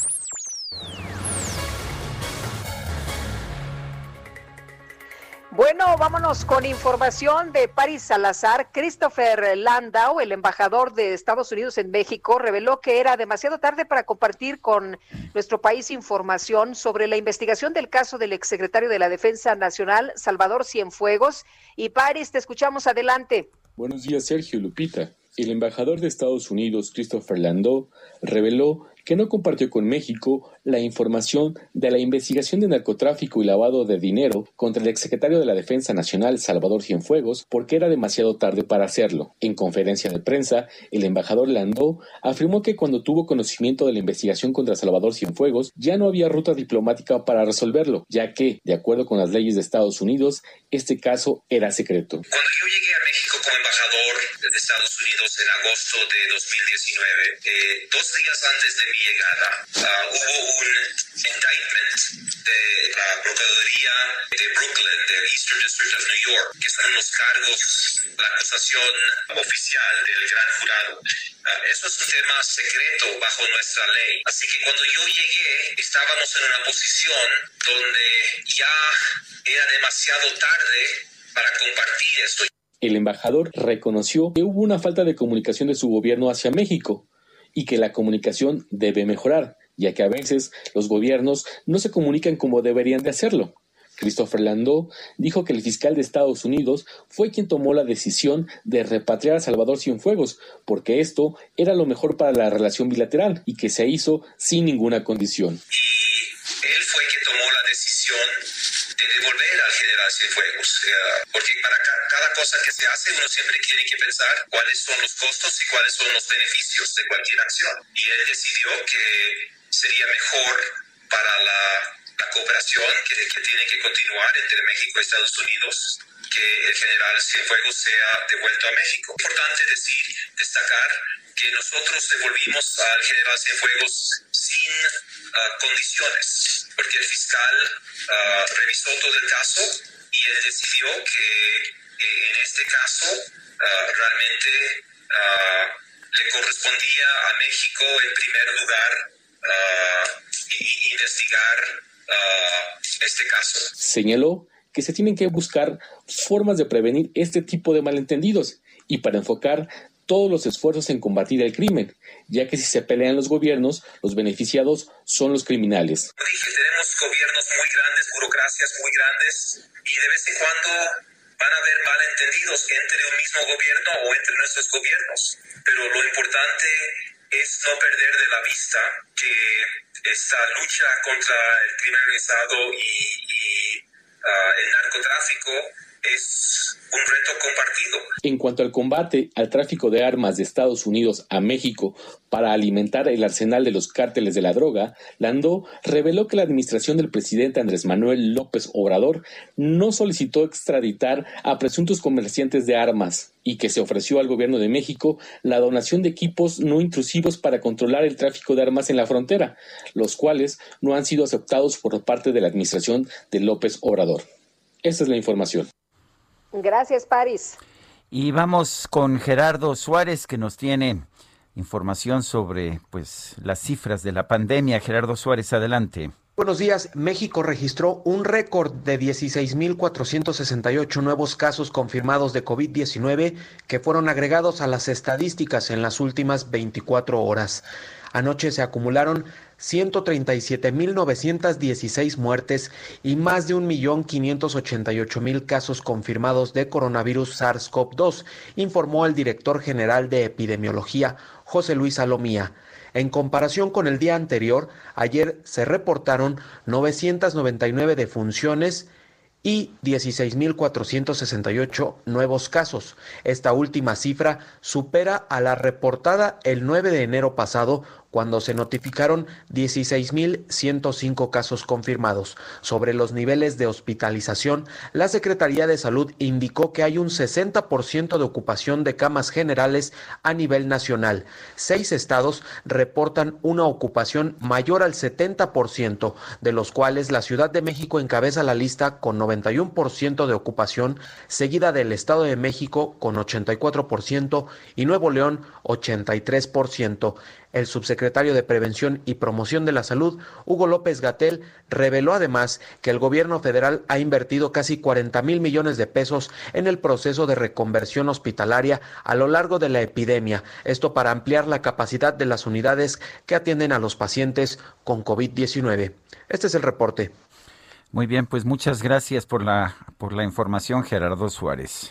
Bueno, vámonos con información de Paris Salazar. Christopher Landau, el embajador de Estados Unidos en México, reveló que era demasiado tarde para compartir con nuestro país información sobre la investigación del caso del exsecretario de la Defensa Nacional, Salvador Cienfuegos. Y Paris, te escuchamos, adelante. Buenos días, Sergio, Lupita. El embajador de Estados Unidos, Christopher Landau, reveló que no compartió con México la información de la investigación de narcotráfico y lavado de dinero contra el exsecretario de la Defensa Nacional, Salvador Cienfuegos, porque era demasiado tarde para hacerlo. En conferencia de prensa, el embajador Landau afirmó que cuando tuvo conocimiento de la investigación contra Salvador Cienfuegos, ya no había ruta diplomática para resolverlo, ya que, de acuerdo con las leyes de Estados Unidos, este caso era secreto. Cuando yo llegué a México como embajador de Estados Unidos en agosto de dos mil diecinueve, eh, dos días antes de mi llegada, uh, hubo un indictment de la Procuraduría de Brooklyn, del Eastern District of New York, que son los cargos, la acusación oficial del gran jurado. Uh, eso es un tema secreto bajo nuestra ley. Así que cuando yo llegué, estábamos en una posición donde ya era demasiado tarde para compartir esto. El embajador reconoció que hubo una falta de comunicación de su gobierno hacia México y que la comunicación debe mejorar, ya que a veces los gobiernos no se comunican como deberían de hacerlo. Christopher Landau dijo que el fiscal de Estados Unidos fue quien tomó la decisión de repatriar a Salvador Cienfuegos, porque esto era lo mejor para la relación bilateral y que se hizo sin ninguna condición. Y él fue quien tomó la decisión de devolver al general Cienfuegos, uh, porque para ca- cada cosa que se hace uno siempre tiene que pensar cuáles son los costos y cuáles son los beneficios de cualquier acción. Y él decidió que sería mejor para la, la cooperación que, que tiene que continuar entre México y Estados Unidos que el general Cienfuegos sea devuelto a México. Importante decir, destacar que nosotros devolvimos al general Cienfuegos sin uh, condiciones, porque el fiscal uh, revisó todo el caso y él decidió que eh, en este caso uh, realmente uh, le correspondía a México en primer lugar uh, investigar uh, este caso. Señaló que se tienen que buscar formas de prevenir este tipo de malentendidos y para enfocar todos los esfuerzos en combatir el crimen, ya que si se pelean los gobiernos, los beneficiados son los criminales. Dije, tenemos gobiernos muy grandes, burocracias muy grandes, y de vez en cuando van a haber malentendidos entre un mismo gobierno o entre nuestros gobiernos. Pero lo importante es no perder de la vista que esta lucha contra el crimen organizado y, y uh, el narcotráfico es un reto compartido. En cuanto al combate al tráfico de armas de Estados Unidos a México para alimentar el arsenal de los cárteles de la droga, Landau reveló que la administración del presidente Andrés Manuel López Obrador no solicitó extraditar a presuntos comerciantes de armas y que se ofreció al gobierno de México la donación de equipos no intrusivos para controlar el tráfico de armas en la frontera, los cuales no han sido aceptados por parte de la administración de López Obrador. Esta es la información. Gracias, Paris. Y vamos con Gerardo Suárez, que nos tiene información sobre pues las cifras de la pandemia. Gerardo Suárez, adelante. Buenos días. México registró un récord de dieciséis mil cuatrocientos sesenta y ocho nuevos casos confirmados de COVID diecinueve que fueron agregados a las estadísticas en las últimas veinticuatro horas. Anoche se acumularon ciento treinta y siete mil novecientas dieciséis muertes y más de un millón quinientos ochenta y ocho mil casos confirmados de coronavirus SARS-CoV dos, informó el director general de epidemiología, José Luis Salomía. En comparación con el día anterior, ayer se reportaron novecientas noventa y nueve defunciones y dieciséis mil cuatrocientos sesenta y ocho nuevos casos. Esta última cifra supera a la reportada el nueve de enero pasado, cuando se notificaron dieciséis mil ciento cinco casos confirmados. Sobre los niveles de hospitalización, la Secretaría de Salud indicó que hay un sesenta por ciento de ocupación de camas generales a nivel nacional. Seis estados reportan una ocupación mayor al setenta por ciento, de los cuales la Ciudad de México encabeza la lista con noventa y uno por ciento de ocupación, seguida del Estado de México con ochenta y cuatro por ciento y Nuevo León ochenta y tres por ciento. El subsecretario de Prevención y Promoción de la Salud, Hugo López-Gatell, reveló además que el gobierno federal ha invertido casi cuarenta mil millones de pesos en el proceso de reconversión hospitalaria a lo largo de la epidemia, esto para ampliar la capacidad de las unidades que atienden a los pacientes con COVID diecinueve. Este es el reporte. Muy bien, pues muchas gracias por la, por la información, Gerardo Suárez.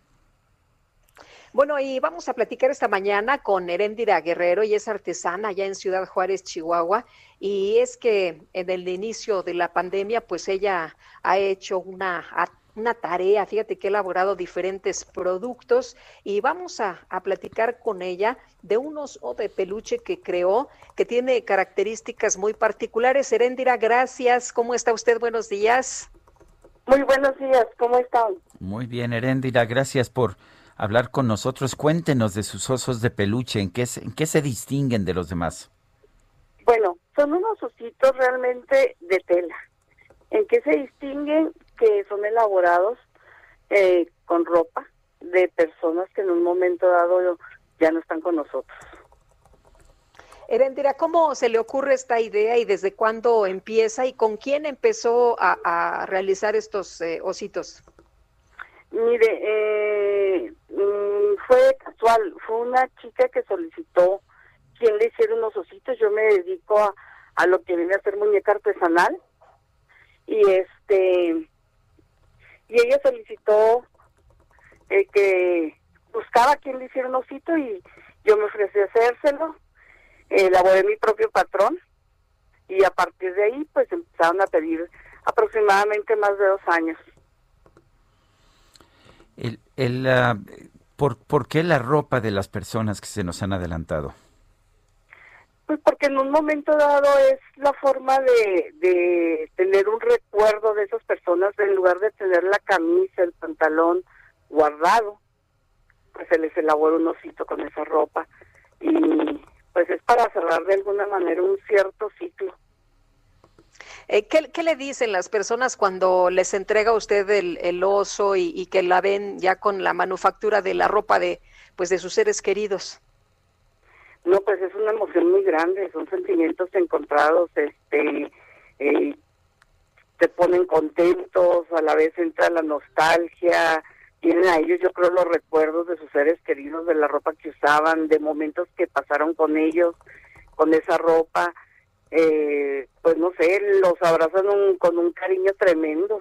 Bueno, y vamos a platicar esta mañana con Heréndira Guerrero, y es artesana allá en Ciudad Juárez, Chihuahua, y es que en el inicio de la pandemia, pues ella ha hecho una, una tarea, fíjate que ha elaborado diferentes productos, y vamos a, a platicar con ella de un oso de peluche que creó, que tiene características muy particulares. Heréndira, gracias. ¿Cómo está usted? Buenos días. Muy buenos días, ¿cómo están? Muy bien, Heréndira, gracias por hablar con nosotros. Cuéntenos de sus osos de peluche, ¿en qué, se, en qué se distinguen de los demás? Bueno, son unos ositos realmente de tela. ¿En qué se distinguen? Que son elaborados eh, con ropa de personas que en un momento dado ya no están con nosotros. Heréndira, ¿cómo se le ocurre esta idea y desde cuándo empieza y con quién empezó a, a realizar estos eh, ositos? Mire, eh, fue casual, fue una chica que solicitó quien le hiciera unos ositos. Yo me dedico a, a lo que viene a ser muñeca artesanal, y este y ella solicitó eh, que buscaba quien le hiciera un osito, y yo me ofrecí a hacérselo. Elaboré mi propio patrón, y a partir de ahí pues empezaron a pedir aproximadamente más de dos años. El, el, uh, ¿por, ¿Por qué la ropa de las personas que se nos han adelantado? Pues porque en un momento dado es la forma de, de tener un recuerdo de esas personas, en lugar de tener la camisa, el pantalón guardado, pues se les elabora un osito con esa ropa, y pues es para cerrar de alguna manera un cierto ciclo. Eh, ¿qué, ¿Qué le dicen las personas cuando les entrega usted el, el oso y, y que la ven ya con la manufactura de la ropa de pues de sus seres queridos? No, pues es una emoción muy grande, son sentimientos encontrados, este, eh, te ponen contentos, a la vez entra la nostalgia, tienen a ellos yo creo los recuerdos de sus seres queridos, de la ropa que usaban, de momentos que pasaron con ellos, con esa ropa. Eh, pues no sé, los abrazan un, con un cariño tremendo.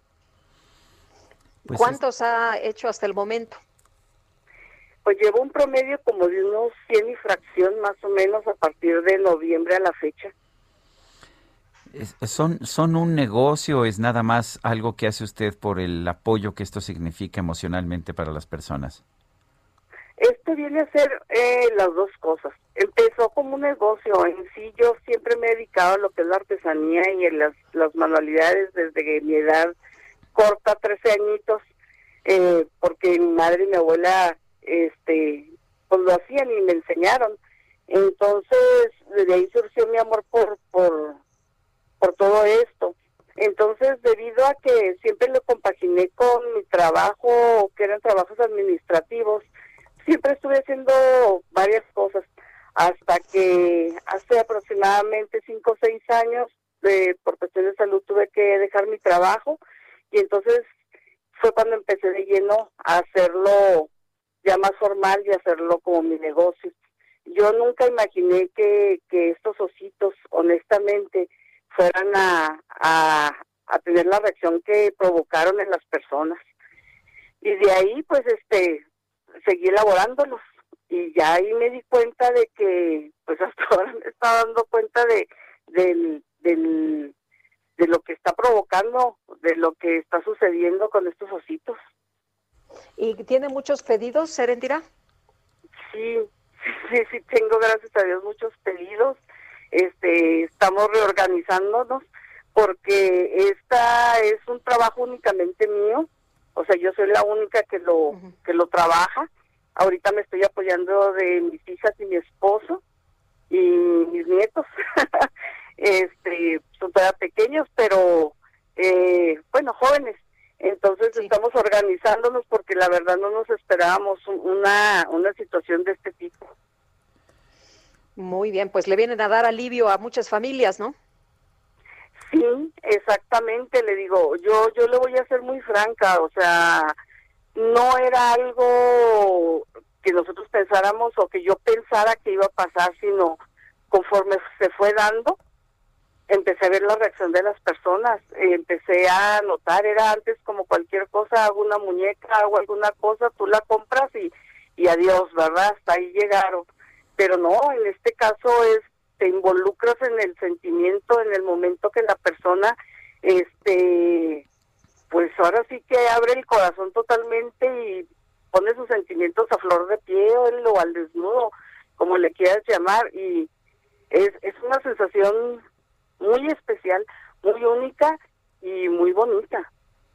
Pues ¿cuántos es... ha hecho hasta el momento? Pues llevo un promedio como de unos cien y fracción más o menos a partir de noviembre a la fecha. Es, ¿Son, ¿Son un negocio? ¿Es nada más algo que hace usted por el apoyo que esto significa emocionalmente para las personas? Esto viene a ser eh, las dos cosas. Empezó como un negocio. En sí yo siempre me he dedicado a lo que es la artesanía y en las, las manualidades desde mi edad corta, trece añitos, eh, porque mi madre y mi abuela este pues lo hacían y me enseñaron. Entonces desde ahí surgió mi amor por por por todo esto. Entonces, debido a que siempre lo compaginé con mi trabajo, que eran trabajos administrativos, siempre estuve haciendo varias cosas, hasta que hace aproximadamente cinco o seis años eh, por cuestiones de salud tuve que dejar mi trabajo y entonces fue cuando empecé de lleno a hacerlo ya más formal y hacerlo como mi negocio. Yo nunca imaginé que, que estos ositos, honestamente, fueran a, a, a tener la reacción que provocaron en las personas. Y de ahí, pues, este, seguí elaborándolos. Y ya ahí me di cuenta de que, pues, hasta ahora me estaba dando cuenta de, del, del, de lo que está provocando, de lo que está sucediendo con estos ositos. ¿Y tiene muchos pedidos, Erendira? Sí, sí, sí, tengo, gracias a Dios, muchos pedidos. Este, estamos reorganizándonos porque esta es un trabajo únicamente mío. O sea, yo soy la única que lo uh-huh. que lo trabaja. Ahorita me estoy apoyando de mis hijas y mi esposo y mis nietos. este, son todavía pequeños, pero eh, bueno, jóvenes. Entonces sí. Estamos organizándonos porque la verdad no nos esperábamos una una situación de este tipo. Muy bien, pues le vienen a dar alivio a muchas familias, ¿no? Sí, exactamente, le digo, yo yo le voy a ser muy franca, o sea, no era algo que nosotros pensáramos o que yo pensara que iba a pasar, sino conforme se fue dando, empecé a ver la reacción de las personas, eh, empecé a notar, era antes como cualquier cosa, hago una muñeca, hago alguna cosa, tú la compras y, y adiós, ¿verdad? Hasta ahí llegaron. Pero no, en este caso es, te involucras en el sentimiento, en el momento que la persona, este, pues ahora sí que abre el corazón totalmente y pone sus sentimientos a flor de piel o al desnudo, como le quieras llamar, y es, es una sensación muy especial, muy única y muy bonita.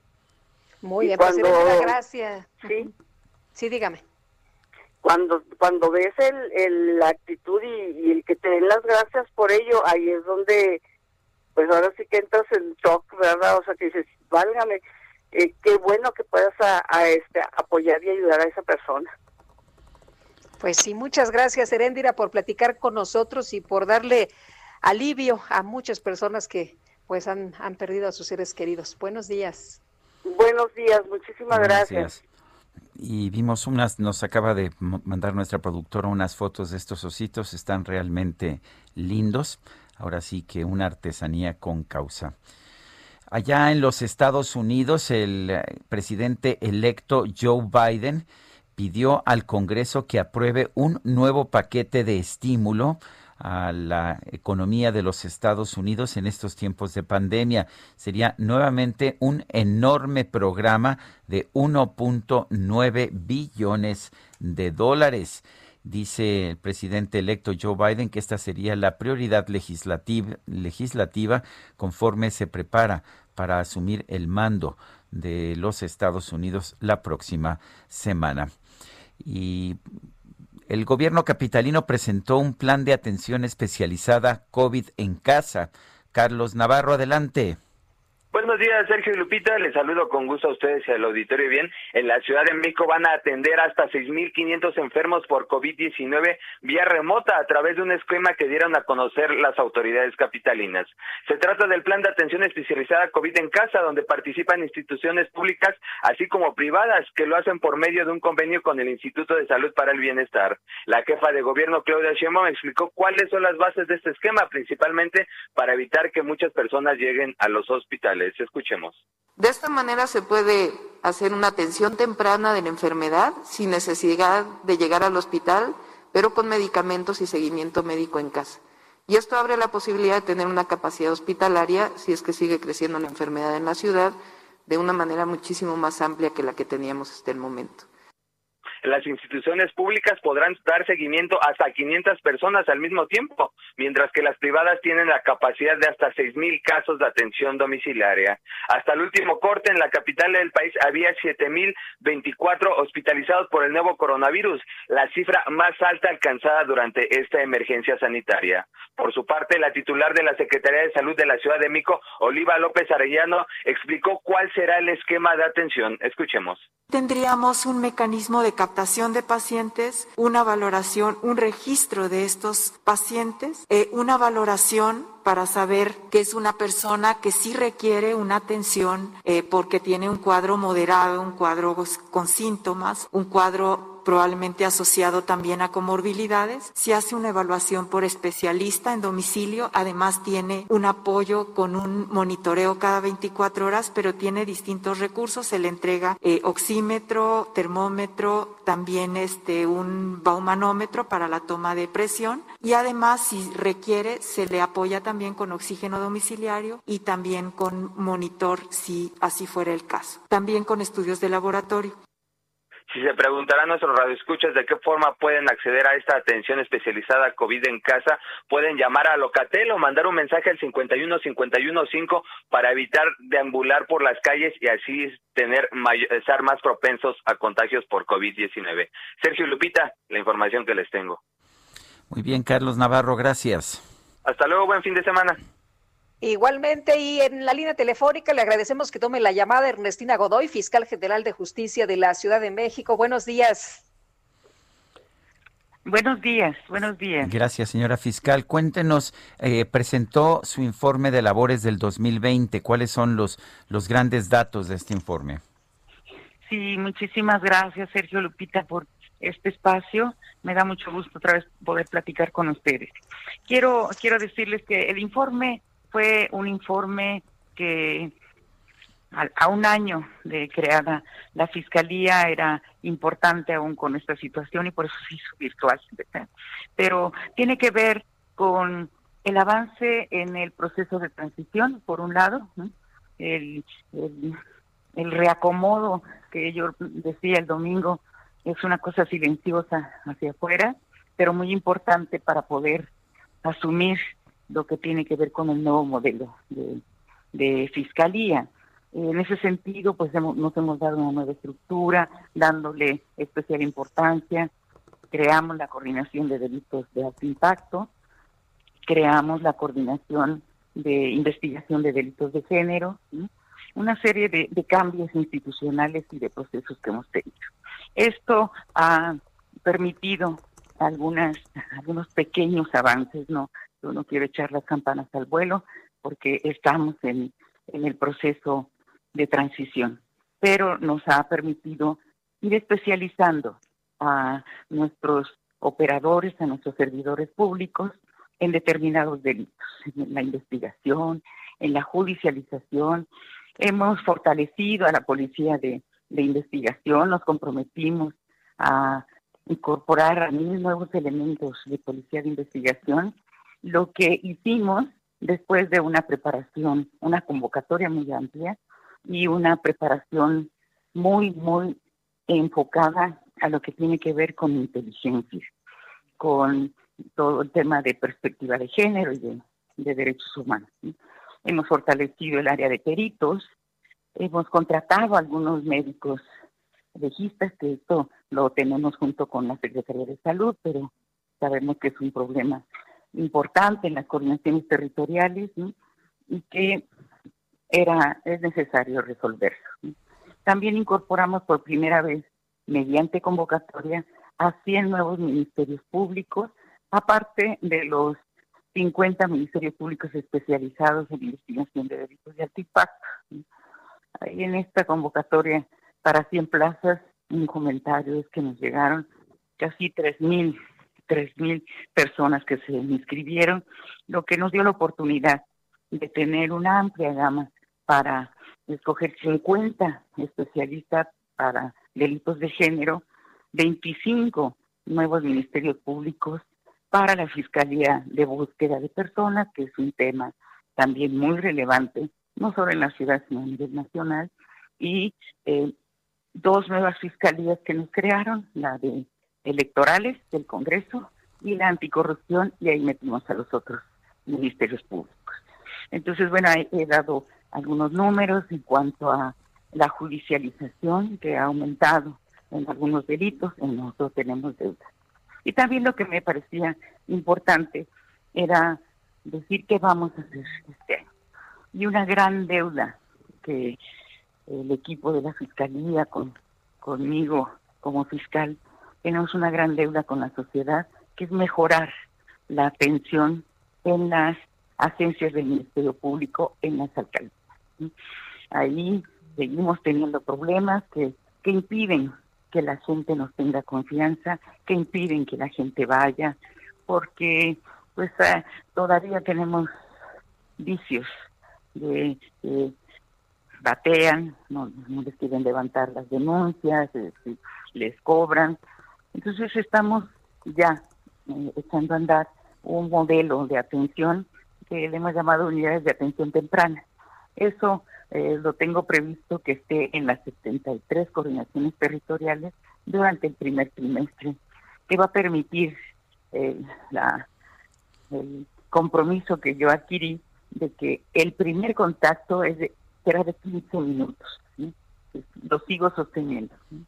Muy y bien, cuando, pues, gracias. Sí, sí, dígame. Cuando cuando ves el, el la actitud y, y el que te den las gracias por ello, ahí es donde, pues ahora sí que entras en shock, ¿verdad? O sea, que dices, válgame, eh, qué bueno que puedas a, a este apoyar y ayudar a esa persona. Pues sí, muchas gracias, Erendira, por platicar con nosotros y por darle alivio a muchas personas que pues han, han perdido a sus seres queridos. Buenos días. Buenos días, muchísimas Buenos gracias. Días. Y vimos unas, nos acaba de mandar nuestra productora unas fotos de estos ositos, están realmente lindos. Ahora sí que una artesanía con causa. Allá en los Estados Unidos, el presidente electo Joe Biden pidió al Congreso que apruebe un nuevo paquete de estímulo a la economía de los Estados Unidos en estos tiempos de pandemia. Sería nuevamente un enorme programa de uno punto nueve billones de dólares. Dice el presidente electo Joe Biden que esta sería la prioridad legislativa, legislativa conforme se prepara para asumir el mando de los Estados Unidos la próxima semana. Y el gobierno capitalino presentó un plan de atención especializada COVID en casa. Carlos Navarro, adelante. Buenos días, Sergio y Lupita. Les saludo con gusto a ustedes y al auditorio. Bien, en la Ciudad de México van a atender hasta seis mil quinientos enfermos por COVID diecinueve vía remota a través de un esquema que dieron a conocer las autoridades capitalinas. Se trata del plan de atención especializada COVID en casa, donde participan instituciones públicas así como privadas que lo hacen por medio de un convenio con el Instituto de Salud para el Bienestar. La jefa de gobierno, Claudia Sheinbaum, explicó cuáles son las bases de este esquema, principalmente para evitar que muchas personas lleguen a los hospitales. Escuchemos. De esta manera se puede hacer una atención temprana de la enfermedad sin necesidad de llegar al hospital, pero con medicamentos y seguimiento médico en casa. Y esto abre la posibilidad de tener una capacidad hospitalaria, si es que sigue creciendo la enfermedad en la ciudad, de una manera muchísimo más amplia que la que teníamos hasta el momento. Las instituciones públicas podrán dar seguimiento hasta quinientas personas al mismo tiempo, mientras que las privadas tienen la capacidad de hasta seis mil casos de atención domiciliaria. Hasta el último corte en la capital del país había siete mil veinticuatro hospitalizados por el nuevo coronavirus, la cifra más alta alcanzada durante esta emergencia sanitaria. Por su parte, la titular de la Secretaría de Salud de la Ciudad de México, Oliva López Arellano, explicó cuál será el esquema de atención. Escuchemos. Tendríamos un mecanismo de capacidad captación de pacientes, una valoración, un registro de estos pacientes, eh, una valoración para saber que es una persona que sí requiere una atención eh, porque tiene un cuadro moderado, un cuadro con síntomas, un cuadro probablemente asociado también a comorbilidades. Se hace una evaluación por especialista en domicilio, además tiene un apoyo con un monitoreo cada veinticuatro horas, pero tiene distintos recursos, se le entrega eh, oxímetro, termómetro, también este un baumanómetro para la toma de presión y además si requiere se le apoya también con oxígeno domiciliario y también con monitor si así fuera el caso, también con estudios de laboratorio. Si se preguntarán nuestros radioescuchas de qué forma pueden acceder a esta atención especializada COVID en casa, pueden llamar a Locatel o mandar un mensaje al cincuenta y uno cincuenta y uno cinco para evitar deambular por las calles y así tener may- estar más propensos a contagios por COVID diecinueve. Sergio y Lupita, la información que les tengo. Muy bien, Carlos Navarro, gracias. Hasta luego, buen fin de semana. Igualmente, y en la línea telefónica le agradecemos que tome la llamada Ernestina Godoy, fiscal general de justicia de la Ciudad de México. Buenos días. Buenos días, buenos días. Gracias, señora fiscal. Cuéntenos, eh, presentó su informe de labores del dos mil veinte. ¿Cuáles son los, los grandes datos de este informe? Sí, muchísimas gracias, Sergio, Lupita, por este espacio. Me da mucho gusto otra vez poder platicar con ustedes. Quiero, quiero decirles que el informe fue un informe que a, a un año de creada la Fiscalía era importante aún con esta situación y por eso se hizo virtual. Pero tiene que ver con el avance en el proceso de transición, por un lado, ¿no? el, el, el reacomodo que yo decía el domingo es una cosa silenciosa hacia afuera, pero muy importante para poder asumir lo que tiene que ver con el nuevo modelo de, de fiscalía. En ese sentido, pues hemos, nos hemos dado una nueva estructura, dándole especial importancia. Creamos la coordinación de delitos de alto impacto, creamos la coordinación de investigación de delitos de género, ¿sí? Una serie de, de cambios institucionales y de procesos que hemos tenido. Esto ha permitido algunas algunos pequeños avances, no yo no quiero echar las campanas al vuelo porque estamos en, en el proceso de transición, pero nos ha permitido ir especializando a nuestros operadores, a nuestros servidores públicos en determinados delitos, en la investigación, en la judicialización. Hemos fortalecido a la policía de, de investigación, nos comprometimos a incorporar a mil nuevos elementos de policía de investigación, lo que hicimos después de una preparación, una convocatoria muy amplia y una preparación muy, muy enfocada a lo que tiene que ver con inteligencia, con todo el tema de perspectiva de género y de, de derechos humanos, ¿sí? Hemos fortalecido el área de peritos, hemos contratado a algunos médicos legistas, que esto lo tenemos junto con la Secretaría de Salud, pero sabemos que es un problema importante en las coordinaciones territoriales, ¿sí? Y que era es necesario resolverlo, ¿sí? También incorporamos por primera vez, mediante convocatoria, a cien nuevos ministerios públicos, aparte de los cincuenta ministerios públicos especializados en investigación de delitos de alto impacto, ¿sí? Ahí en esta convocatoria para cien plazas, un comentario es que nos llegaron casi tres mil personas que se inscribieron, lo que nos dio la oportunidad de tener una amplia gama para escoger cincuenta especialistas para delitos de género, veinticinco nuevos ministerios públicos para la Fiscalía de Búsqueda de Personas, que es un tema también muy relevante, no solo en la ciudad, sino a nivel nacional, y eh, dos nuevas fiscalías que nos crearon, la de electorales del Congreso y la anticorrupción, y ahí metimos a los otros ministerios públicos. Entonces, bueno, he, he dado algunos números en cuanto a la judicialización que ha aumentado en algunos delitos, en otros tenemos deudas. Y también lo que me parecía importante era decir qué vamos a hacer este año. Y una gran deuda que el equipo de la Fiscalía con, conmigo como fiscal, tenemos una gran deuda con la sociedad, que es mejorar la atención en las agencias del Ministerio Público, en las alcaldías. Ahí seguimos teniendo problemas que, que impiden que la gente nos tenga confianza, que impiden que la gente vaya, porque pues uh, todavía tenemos vicios de, de batean, no, no les quieren levantar las denuncias, les, les cobran. Entonces estamos ya eh, echando a andar un modelo de atención que le hemos llamado unidades de atención temprana. Eso eh, lo tengo previsto que esté en las setenta y tres coordinaciones territoriales durante el primer trimestre, que va a permitir eh, la, el compromiso que yo adquirí de que el primer contacto es de, será de quince minutos, ¿sí? Lo sigo sosteniendo, ¿sí?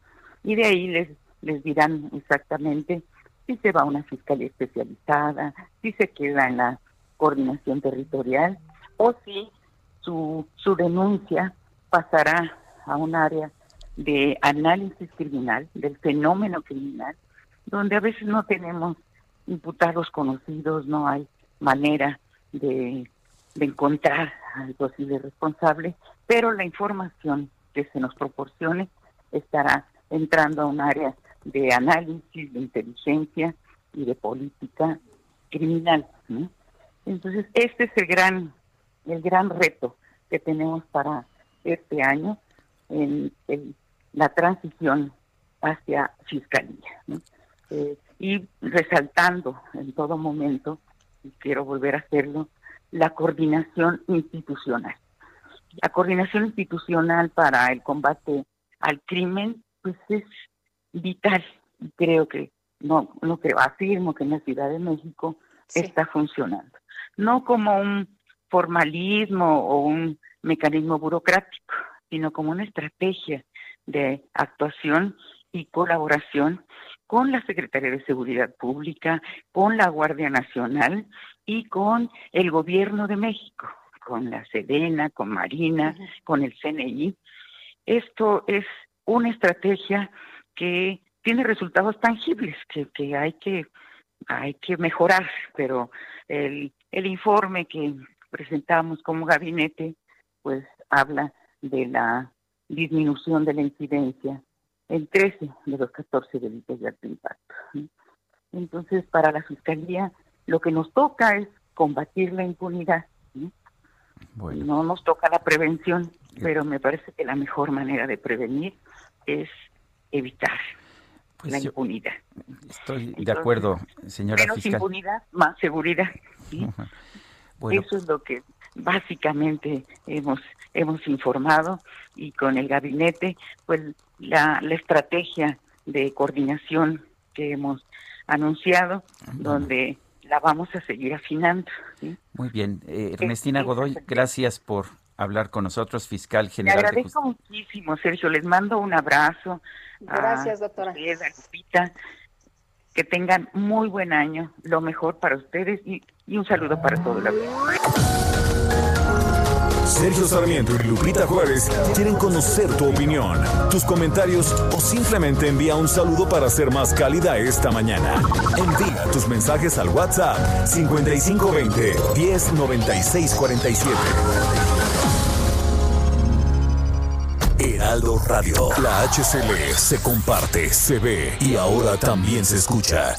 Y de ahí les, les dirán exactamente si se va a una fiscalía especializada, si se queda en la coordinación territorial o si su, su denuncia pasará a un área de análisis criminal, del fenómeno criminal, donde a veces no tenemos imputados conocidos, no hay manera de, de encontrar al posible responsable, pero la información que se nos proporcione estará entrando a un área de análisis, de inteligencia y de política criminal, ¿no? Entonces, este es el gran, el gran reto que tenemos para este año en, en la transición hacia fiscalía, ¿no? Eh, y resaltando en todo momento, y quiero volver a hacerlo, la coordinación institucional. La coordinación institucional para el combate al crimen, pues es vital. Y creo que, no, no creo, afirmo que en la Ciudad de México sí está funcionando. No como un formalismo o un mecanismo burocrático, sino como una estrategia de actuación y colaboración con la Secretaría de Seguridad Pública, con la Guardia Nacional y con el Gobierno de México, con la Sedena, con Marina, uh-huh. con el C N I. Esto es una estrategia que tiene resultados tangibles que, que hay que hay que mejorar, pero el, el informe que presentamos como gabinete pues habla de la disminución de la incidencia en trece de los catorce delitos de alto impacto. Entonces, para la Fiscalía, lo que nos toca es combatir la impunidad. ¿Sí? Bueno. No nos toca la prevención, pero me parece que la mejor manera de prevenir es evitar pues la impunidad. Estoy Entonces, de acuerdo, señora menos fiscal. Menos impunidad, más seguridad. ¿Sí? Bueno. Eso es lo que básicamente hemos hemos informado, y con el gabinete pues la, la estrategia de coordinación que hemos anunciado, uh-huh. donde la vamos a seguir afinando, ¿sí? Muy bien. Eh, Ernestina Godoy, gracias por hablar con nosotros, fiscal general. Le agradezco de muchísimo, Sergio. Les mando un abrazo. Gracias, a doctora. Ustedes, a Lupita. Que tengan muy buen año, lo mejor para ustedes y, y un saludo para todo el audiencia. Sergio Sarmiento y Lupita Juárez quieren conocer tu opinión, tus comentarios o simplemente envía un saludo para ser más cálida esta mañana. Envía tus mensajes al WhatsApp cincuenta y cinco veinte, diez noventa y seis cuarenta y siete. Heraldo Radio, la H C L se comparte, se ve y ahora también se escucha.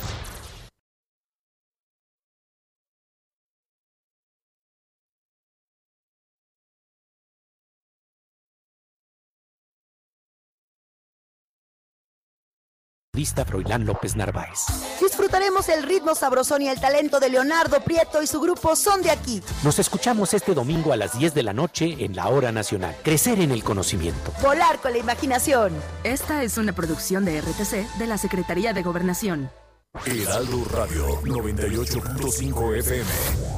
Froilán López Narváez. Disfrutaremos el ritmo sabrosón y el talento de Leonardo Prieto y su grupo Son de Aquí. Nos escuchamos este domingo a las diez de la noche en la Hora Nacional. Crecer en el conocimiento. Volar con la imaginación. Esta es una producción de R T C de la Secretaría de Gobernación. Heraldo Radio noventa y ocho punto cinco F M.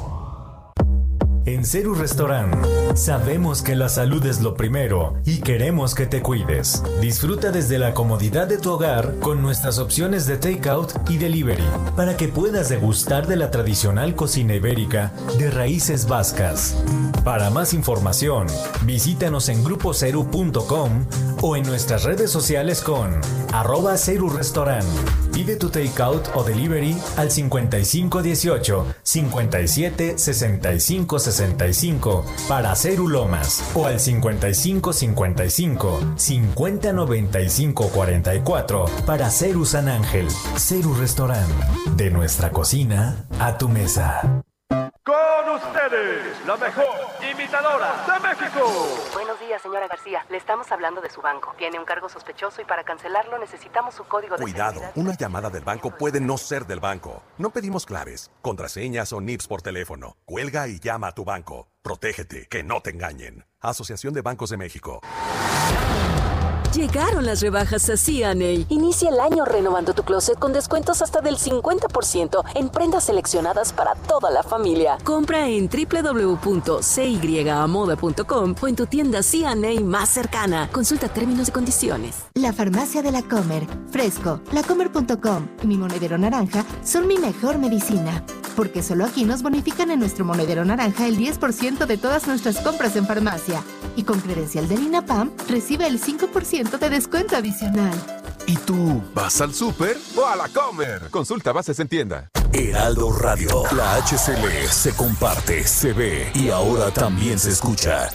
En Ceru Restaurant sabemos que la salud es lo primero y queremos que te cuides. Disfruta desde la comodidad de tu hogar con nuestras opciones de takeout y delivery para que puedas degustar de la tradicional cocina ibérica de raíces vascas. Para más información, visítanos en grupo ceru punto com o en nuestras redes sociales con arroba Ceru Restaurant. Pide tu takeout o delivery al cincuenta y cinco dieciocho, cincuenta y siete, sesenta y cinco sesenta y cinco para Ceru Lomas o al cincuenta y cinco cincuenta y cinco, cincuenta noventa y cinco cuarenta y cuatro para Ceru San Ángel. Ceru Restaurant. De nuestra cocina a tu mesa. Con ustedes, la mejor imitadora de México. Buenos días, señora García. Le estamos hablando de su banco. Tiene un cargo sospechoso y para cancelarlo necesitamos su código de Cuidado, seguridad. una llamada del banco puede no ser del banco. No pedimos claves, contraseñas o N I Ps por teléfono. Cuelga y llama a tu banco. Protégete, que no te engañen. Asociación de Bancos de México. Llegaron las rebajas a C and A. Inicia el año renovando tu closet con descuentos hasta del cincuenta por ciento en prendas seleccionadas para toda la familia. Compra en doble u doble u doble u punto c y a moda punto com o en tu tienda C and A más cercana. Consulta términos y condiciones. La farmacia de La Comer, Fresco, lacomer punto com y mi monedero naranja son mi mejor medicina. Porque solo aquí nos bonifican en nuestro monedero naranja el diez por ciento de todas nuestras compras en farmacia. Y con credencial del INAPAM recibe el cinco por ciento de descuento adicional. ¿Y tú vas al súper o a La Comer? Consulta bases en tienda. Heraldo Radio, la H C L se comparte, se ve y ahora también se escucha.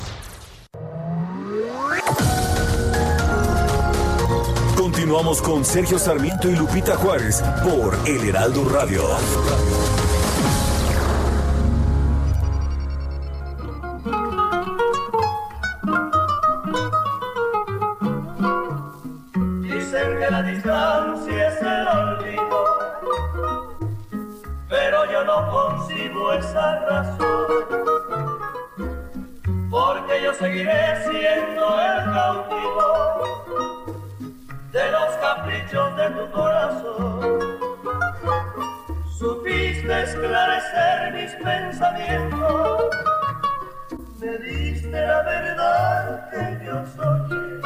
Continuamos con Sergio Sarmiento y Lupita Juárez por El Heraldo Radio. Dicen que la distancia es el olvido, pero yo no concibo esa razón, porque yo seguiré siendo el cautivo de los caprichos de tu corazón. Supiste esclarecer mis pensamientos, me diste la verdad que yo soñé,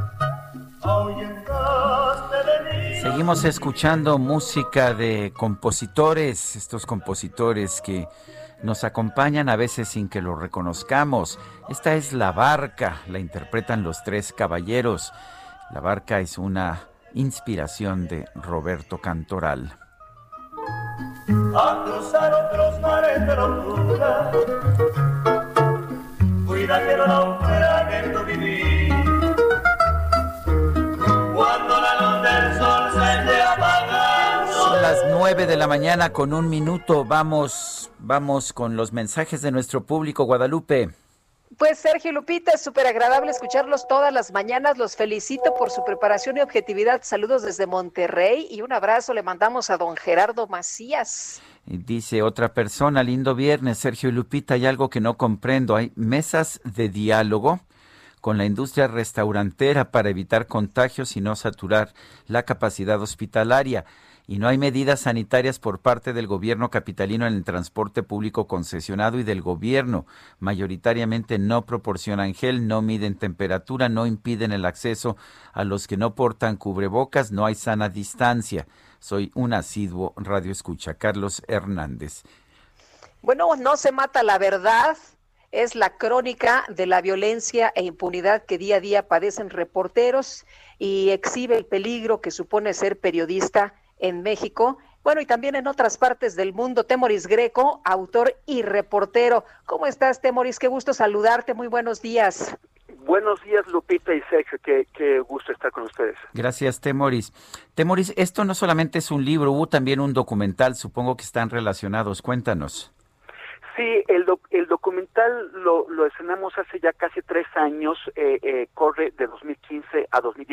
ahuyentaste de mí. Seguimos escuchando música de compositores, estos compositores que nos acompañan a veces sin que lo reconozcamos. Esta es La Barca, la interpretan Los Tres Caballeros. La Barca es una inspiración de Roberto Cantoral. A cruzar otros mares de locura, cuida que no naufrague tu vivir. Cuando la luz del sol se esté apagando. Son las nueve de la mañana con un minuto. Vamos, vamos con los mensajes de nuestro público, Guadalupe. Pues Sergio Lupita, es súper agradable escucharlos todas las mañanas, los felicito por su preparación y objetividad, saludos desde Monterrey y un abrazo le mandamos a don Gerardo Macías. Y dice otra persona, lindo viernes, Sergio y Lupita, hay algo que no comprendo, hay mesas de diálogo con la industria restaurantera para evitar contagios y no saturar la capacidad hospitalaria. Y no hay medidas sanitarias por parte del gobierno capitalino en el transporte público concesionado y del gobierno. Mayoritariamente no proporcionan gel, no miden temperatura, no impiden el acceso a los que no portan cubrebocas, no hay sana distancia. Soy un asiduo radioescucha. Carlos Hernández. Bueno, no se mata la verdad. Es la crónica de la violencia e impunidad que día a día padecen reporteros y exhibe el peligro que supone ser periodista en México, bueno, y también en otras partes del mundo. Temoris Greco, autor y reportero. ¿Cómo estás, Temoris? Qué gusto saludarte, muy buenos días. Buenos días, Lupita y Sergio, qué, qué gusto estar con ustedes. Gracias, Temoris. Temoris, esto no solamente es un libro, hubo también un documental, supongo que están relacionados, cuéntanos. Sí, el, doc, el documental lo, lo estrenamos hace ya casi tres años, eh, eh, corre de dos mil quince a dos mil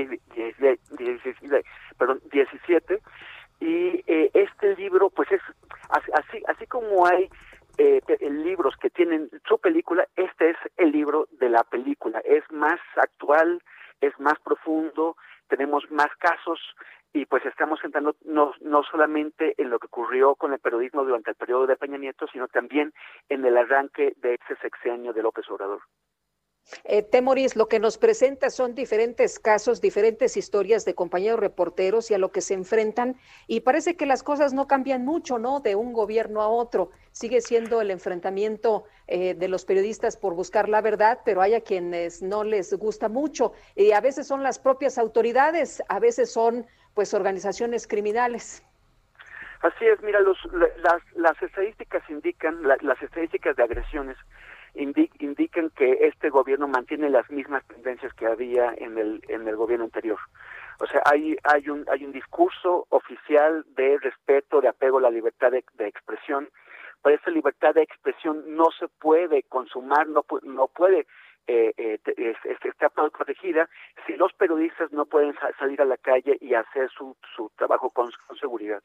diecisiete, y eh, este libro, pues es así, así como hay eh, libros que tienen su película, este es el libro de la película, es más actual, es más profundo, tenemos más casos, y pues estamos centrando no, no solamente en lo que ocurrió con el periodismo durante el periodo de Peña Nieto, sino también en el arranque de ese sexenio de López Obrador. Eh, Temoris, lo que nos presenta son diferentes casos, diferentes historias de compañeros reporteros y a lo que se enfrentan, y parece que las cosas no cambian mucho, ¿no? De un gobierno a otro. Sigue siendo el enfrentamiento eh, de los periodistas por buscar la verdad, pero hay a quienes no les gusta mucho. Y a veces son las propias autoridades, a veces son pues organizaciones criminales. Así es, mira, los, las, las estadísticas indican, la, las estadísticas de agresiones indi, indican que este gobierno mantiene las mismas tendencias que había en el en el gobierno anterior. O sea, hay hay un hay un discurso oficial de respeto, de apego a la libertad de, de expresión. Pero esa libertad de expresión no se puede consumar, no no puede eh, eh, está protegida si los periodistas no pueden salir a la calle y hacer su su trabajo con, con seguridad.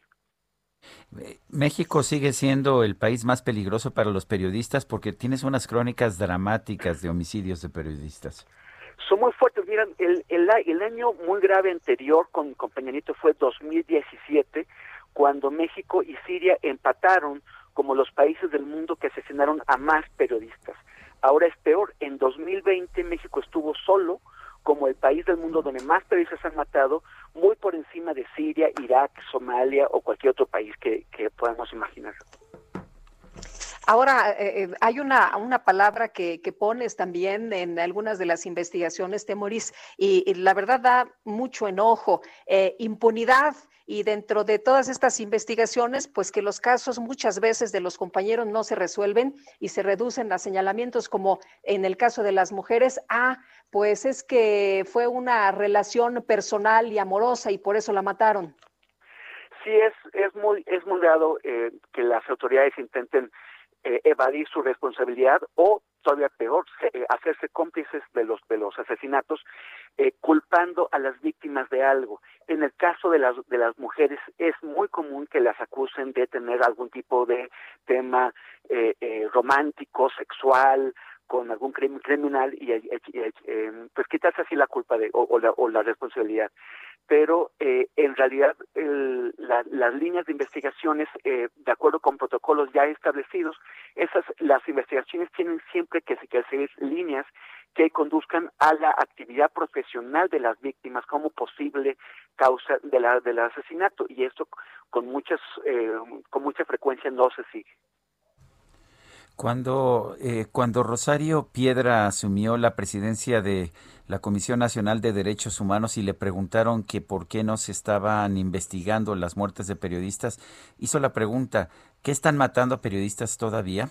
México sigue siendo el país más peligroso para los periodistas porque tienes unas crónicas dramáticas de homicidios de periodistas. Son muy fuertes. Miren, el, el, el año muy grave anterior con, con Peña Nieto fue dos mil diecisiete, cuando México y Siria empataron como los países del mundo que asesinaron a más periodistas. Ahora es peor. En dos mil veinte México estuvo solo como el país del mundo donde más periodistas han matado, muy por encima de Siria, Irak, Somalia o cualquier otro país que, que podamos imaginar. Ahora, eh, hay una, una palabra que, que pones también en algunas de las investigaciones, Temoris, y, y la verdad da mucho enojo, eh, impunidad. Y dentro de todas estas investigaciones, pues que los casos muchas veces de los compañeros no se resuelven y se reducen a señalamientos, como en el caso de las mujeres, ah, pues es que fue una relación personal y amorosa y por eso la mataron. Sí, es es muy es muy dado eh, que las autoridades intenten eh, evadir su responsabilidad o todavía peor, eh, hacerse cómplices de los de los asesinatos, eh, culpando a las víctimas de algo. En el caso de las de las mujeres es muy común que las acusen de tener algún tipo de tema eh, eh, romántico, sexual, con algún crimen criminal y, y, y eh, pues quitarse así la culpa de o, o, la, o la responsabilidad. Pero eh, en realidad el, la, las líneas de investigaciones, eh, de acuerdo con protocolos ya establecidos, esas las investigaciones tienen siempre que, que seguir líneas que conduzcan a la actividad profesional de las víctimas como posible causa de la del asesinato, y esto con muchas eh, con mucha frecuencia no se sigue. Cuando, eh, cuando Rosario Piedra asumió la presidencia de la Comisión Nacional de Derechos Humanos y le preguntaron que por qué no se estaban investigando las muertes de periodistas, hizo la pregunta, ¿qué están matando a periodistas todavía?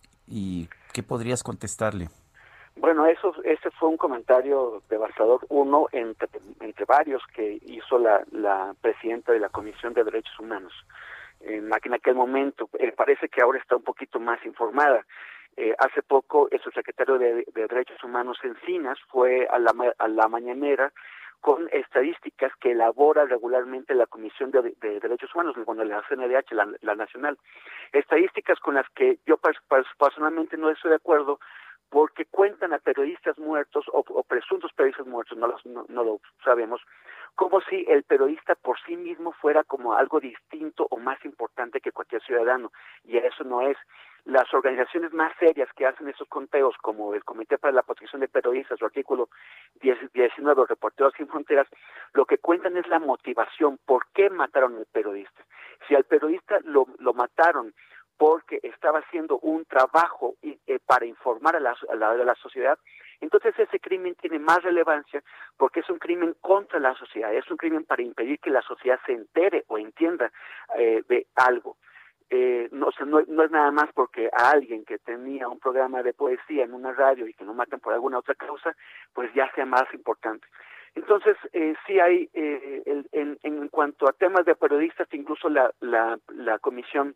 ¿Y qué podrías contestarle? Bueno, eso ese fue un comentario devastador, uno entre, entre varios que hizo la, la presidenta de la Comisión de Derechos Humanos. En, en aquel momento, eh, parece que ahora está un poquito más informada. Eh, hace poco el subsecretario de, de Derechos Humanos Encinas fue a la, a la mañanera con estadísticas que elabora regularmente la Comisión de, de Derechos Humanos, bueno, la C N D H, la, la nacional. Estadísticas con las que yo personalmente no estoy de acuerdo, porque cuentan a periodistas muertos o, o presuntos periodistas muertos, no, los, no, no lo sabemos, como si el periodista por sí mismo fuera como algo distinto o más importante que cualquier ciudadano, y eso no es. Las organizaciones más serias que hacen esos conteos, como el Comité para la Protección de Periodistas, su artículo diecinueve, Reporteros Sin Fronteras, lo que cuentan es la motivación, por qué mataron al periodista. Si al periodista lo, lo mataron porque estaba haciendo un trabajo eh, para informar a la, a, la, a la sociedad, entonces ese crimen tiene más relevancia porque es un crimen contra la sociedad, es un crimen para impedir que la sociedad se entere o entienda eh, de algo. Eh, no, o sea, no, no es nada más porque a alguien que tenía un programa de poesía en una radio y que no matan por alguna otra causa, pues ya sea más importante. Entonces, eh, sí hay, eh, el, en, en cuanto a temas de periodistas, incluso la, la, la comisión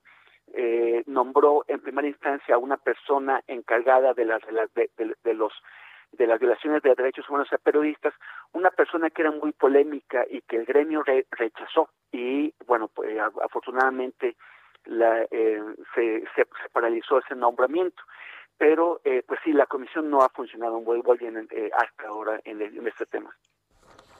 Eh, nombró en primera instancia a una persona encargada de las de, las, de, de, de los de las violaciones de derechos humanos a periodistas, una persona que era muy polémica y que el gremio re, rechazó y bueno, pues afortunadamente la, eh, se, se, se paralizó ese nombramiento, pero eh, pues sí, la comisión no ha funcionado muy bien eh, hasta ahora en, el, en este tema.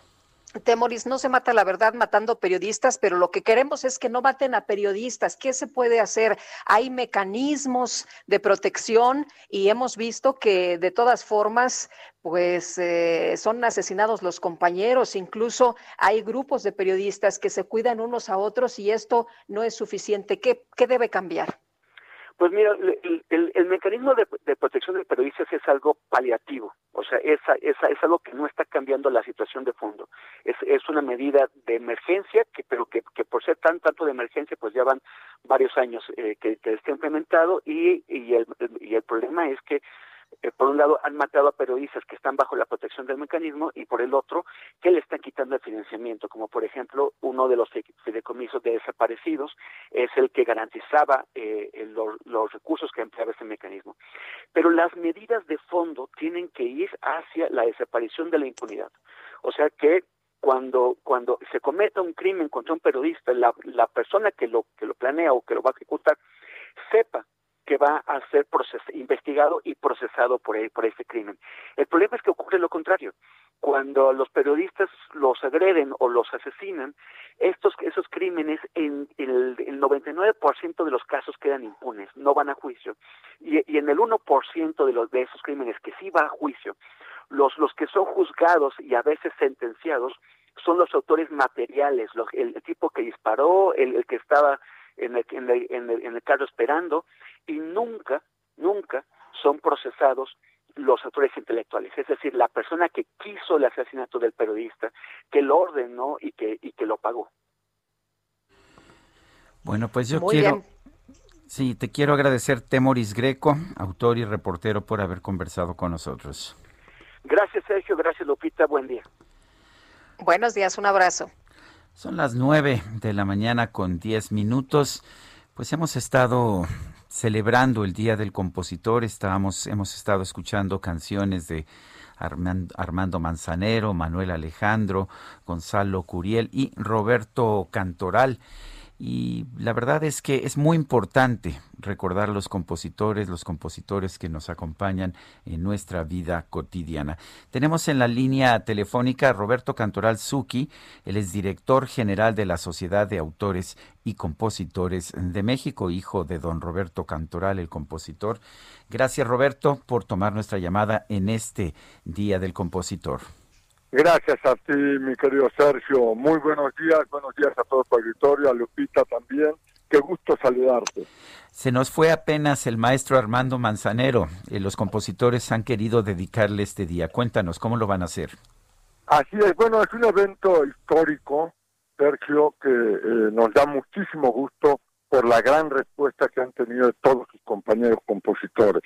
Temoris, no se mata la verdad matando periodistas, pero lo que queremos es que no maten a periodistas. ¿Qué se puede hacer? Hay mecanismos de protección y hemos visto que de todas formas, pues eh, son asesinados los compañeros. Incluso hay grupos de periodistas que se cuidan unos a otros y esto no es suficiente. ¿Qué, qué debe cambiar? Pues mira, el, el, el mecanismo de, de protección de periodistas es algo paliativo, o sea, es, es, es algo que no está cambiando la situación de fondo. Es, es una medida de emergencia, que pero que, que por ser tan tanto de emergencia, pues ya van varios años eh, que, que está implementado y, y, el, y el problema es que Eh, por un lado han matado a periodistas que están bajo la protección del mecanismo y por el otro que le están quitando el financiamiento, como por ejemplo uno de los fideicomisos de desaparecidos es el que garantizaba eh, los, los recursos que empleaba ese mecanismo. Pero las medidas de fondo tienen que ir hacia la desaparición de la impunidad, o sea que cuando cuando se cometa un crimen contra un periodista, la, la persona que lo que lo planea o que lo va a ejecutar sepa que va a ser proces investigado y procesado por, el, por ese crimen. El problema es que ocurre lo contrario. Cuando los periodistas los agreden o los asesinan, estos esos crímenes en, en el, el noventa y nueve por ciento de los casos quedan impunes, no van a juicio. Y, y en el uno por ciento de, los, de esos crímenes que sí va a juicio, los, los que son juzgados y a veces sentenciados son los autores materiales, los, el, el tipo que disparó, el, el que estaba en el, en, el, en, el, en el carro esperando, y nunca, nunca son procesados los autores intelectuales, es decir, la persona que quiso el asesinato del periodista, que lo ordenó y que, y que lo pagó. Bueno, pues yo Muy quiero... bien. Sí, te quiero agradecer, Temoris Greco, autor y reportero, por haber conversado con nosotros. Gracias, Sergio, gracias, Lupita, buen día. Buenos días, un abrazo. Son las nueve de la mañana con diez minutos. Pues hemos estado celebrando el Día del Compositor. Estábamos, hemos estado escuchando canciones de Armando, Armando Manzanero, Manuel Alejandro, Gonzalo Curiel y Roberto Cantoral. Y la verdad es que es muy importante recordar a los compositores, los compositores que nos acompañan en nuestra vida cotidiana. Tenemos en la línea telefónica a Roberto Cantoral Zucchi, él es director general de la Sociedad de Autores y Compositores de México, hijo de don Roberto Cantoral, el compositor. Gracias, Roberto, por tomar nuestra llamada en este Día del Compositor. Gracias a ti, mi querido Sergio. Muy buenos días, buenos días a todo tu auditorio, a Lupita también. Qué gusto saludarte. Se nos fue apenas el maestro Armando Manzanero. Eh, los compositores han querido dedicarle este día. Cuéntanos, ¿cómo lo van a hacer? Así es, bueno, es un evento histórico, Sergio, que eh, nos da muchísimo gusto por la gran respuesta que han tenido todos sus compañeros compositores.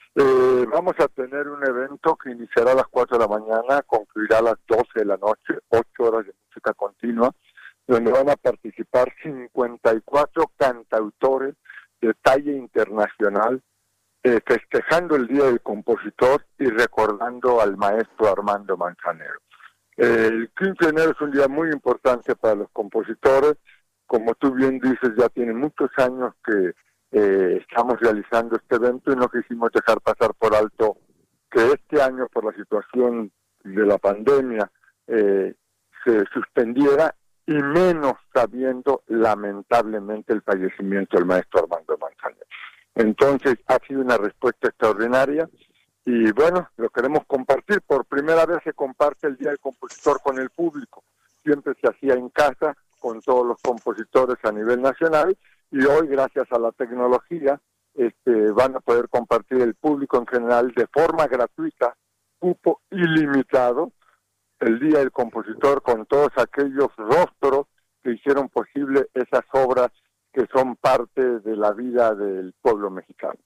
Eh, vamos a tener un evento que iniciará a las cuatro de la mañana, concluirá a las doce de la noche, ocho horas de música continua, donde van a participar cincuenta y cuatro cantautores de talla internacional, eh, festejando el Día del Compositor y recordando al maestro Armando Manzanero. Eh, el quince de enero es un día muy importante para los compositores. Como tú bien dices, ya tiene muchos años que Eh, estamos realizando este evento y no quisimos dejar pasar por alto que este año, por la situación de la pandemia, eh, se suspendiera, y menos sabiendo lamentablemente el fallecimiento del maestro Armando Manzanero. Entonces ha sido una respuesta extraordinaria y bueno, lo queremos compartir. Por primera vez se comparte el Día del Compositor con el público. Siempre se hacía en casa con todos los compositores a nivel nacional, y hoy, gracias a la tecnología, este, van a poder compartir el público en general de forma gratuita, cupo ilimitado, el Día del Compositor, con todos aquellos rostros que hicieron posible esas obras que son parte de la vida del pueblo mexicano.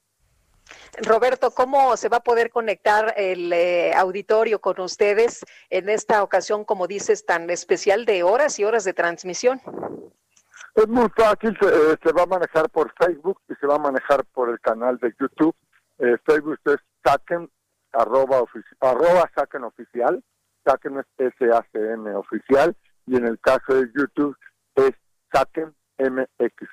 Roberto, ¿cómo se va a poder conectar el eh, auditorio con ustedes en esta ocasión, como dices, tan especial de horas y horas de transmisión? Es muy fácil, se, se va a manejar por Facebook y se va a manejar por el canal de YouTube. Eh, Facebook es Saquen, arroba, ofici, arroba Saquen Oficial, Saquen es S A C M Oficial, y en el caso de YouTube es Saquen M X.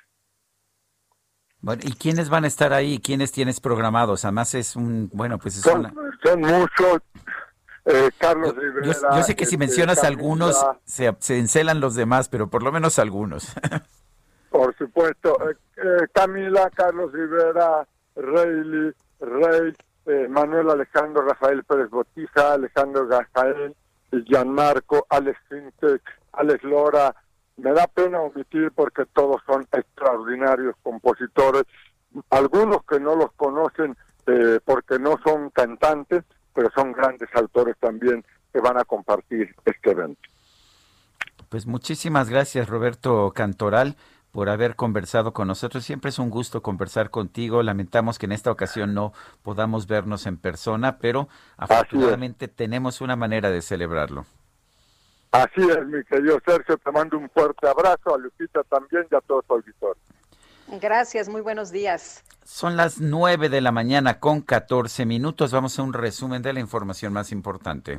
Bueno, ¿y quiénes van a estar ahí? ¿Quiénes tienes programados? Además es un, bueno, pues es son, una... son muchos. Eh, Carlos Rivera. Yo, yo sé que si este, mencionas Camila, algunos, se, se encelan los demás, pero por lo menos algunos. Por supuesto. Eh, eh, Camila, Carlos Rivera, Reilly, Rey, eh, Manuel Alejandro, Rafael Pérez Botija, Alejandro Gajael, Gianmarco, Alex Fintech, Alex Lora. Me da pena omitir porque todos son extraordinarios compositores. Algunos que no los conocen eh, porque no son cantantes, pero son grandes autores también que van a compartir este evento. Pues muchísimas gracias, Roberto Cantoral, por haber conversado con nosotros. Siempre es un gusto conversar contigo. Lamentamos que en esta ocasión no podamos vernos en persona, pero afortunadamente tenemos una manera de celebrarlo. Así es, mi querido Sergio, te mando un fuerte abrazo, a Lupita también y a todos los auditores. Gracias, muy buenos días. Son las nueve de la mañana con catorce minutos. Vamos a un resumen de la información más importante.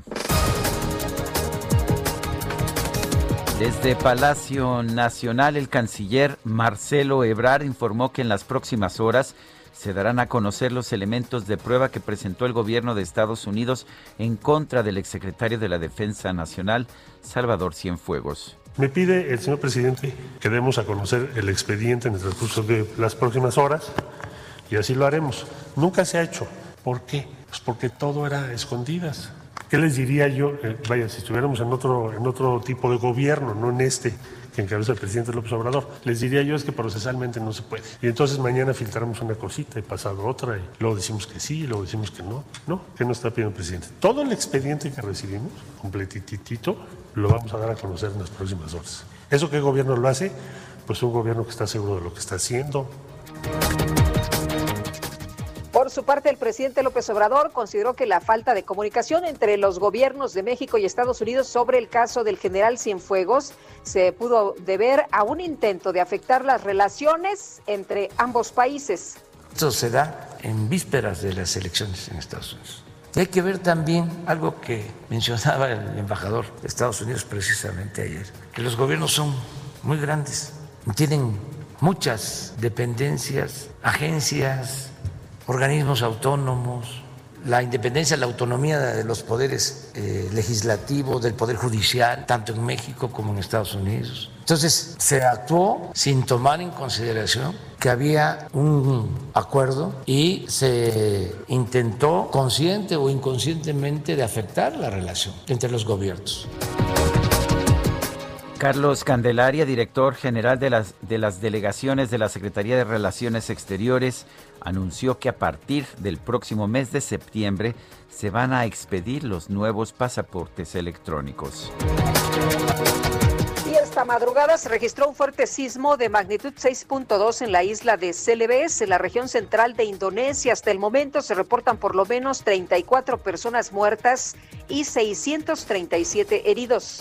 Desde Palacio Nacional, el canciller Marcelo Ebrard informó que en las próximas horas se darán a conocer los elementos de prueba que presentó el gobierno de Estados Unidos en contra del exsecretario de la Defensa Nacional, Salvador Cienfuegos. Me pide el señor presidente que demos a conocer el expediente en el transcurso de las próximas horas y así lo haremos. Nunca se ha hecho. ¿Por qué? Pues porque todo era a escondidas. ¿Qué les diría yo? Eh, vaya, si estuviéramos en otro, en otro tipo de gobierno, no en este que encabeza el presidente López Obrador, les diría yo es que procesalmente no se puede. Y entonces mañana filtramos una cosita y pasado otra y luego decimos que sí y luego decimos que no. No, ¿qué nos está pidiendo el presidente? Todo el expediente que recibimos, completitito, lo vamos a dar a conocer en las próximas horas. ¿Eso qué gobierno lo hace? Pues un gobierno que está seguro de lo que está haciendo. Por su parte, el presidente López Obrador consideró que la falta de comunicación entre los gobiernos de México y Estados Unidos sobre el caso del general Cienfuegos se pudo deber a un intento de afectar las relaciones entre ambos países. Esto se da en vísperas de las elecciones en Estados Unidos. Y hay que ver también algo que mencionaba el embajador de Estados Unidos precisamente ayer, que los gobiernos son muy grandes, tienen muchas dependencias, agencias, organismos autónomos, la independencia, la autonomía de los poderes eh, legislativos, del poder judicial, tanto en México como en Estados Unidos. Entonces, se actuó sin tomar en consideración que había un acuerdo y se intentó consciente o inconscientemente de afectar la relación entre los gobiernos. Carlos Candelaria, director general de las, de las delegaciones de la Secretaría de Relaciones Exteriores, anunció que a partir del próximo mes de septiembre se van a expedir los nuevos pasaportes electrónicos. Y esta madrugada se registró un fuerte sismo de magnitud seis punto dos en la isla de Celebes, en la región central de Indonesia. Hasta el momento se reportan por lo menos treinta y cuatro personas muertas y seiscientos treinta y siete heridos.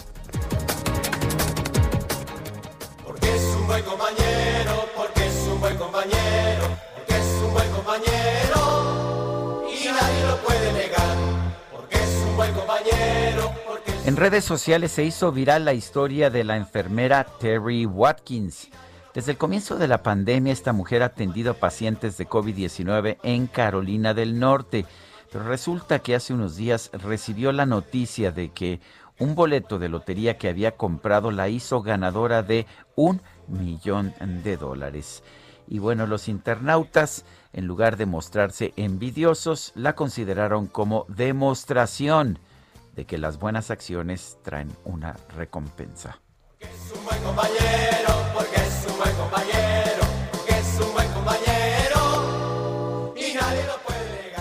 Porque es un buen compañero, porque es un buen compañero, porque es un buen compañero y nadie lo puede negar. Porque es un buen compañero, porque es... En redes sociales se hizo viral la historia de la enfermera Terry Watkins. Desde el comienzo de la pandemia, esta mujer ha atendido a pacientes de COVID diecinueve en Carolina del Norte. Pero resulta que hace unos días recibió la noticia de que un boleto de lotería que había comprado la hizo ganadora de un millón de dólares. Y bueno, los internautas, en lugar de mostrarse envidiosos, la consideraron como demostración de que las buenas acciones traen una recompensa. Porque es un buen compañero, porque es un buen compañero, porque es un buen compañero y nadie lo puede negar.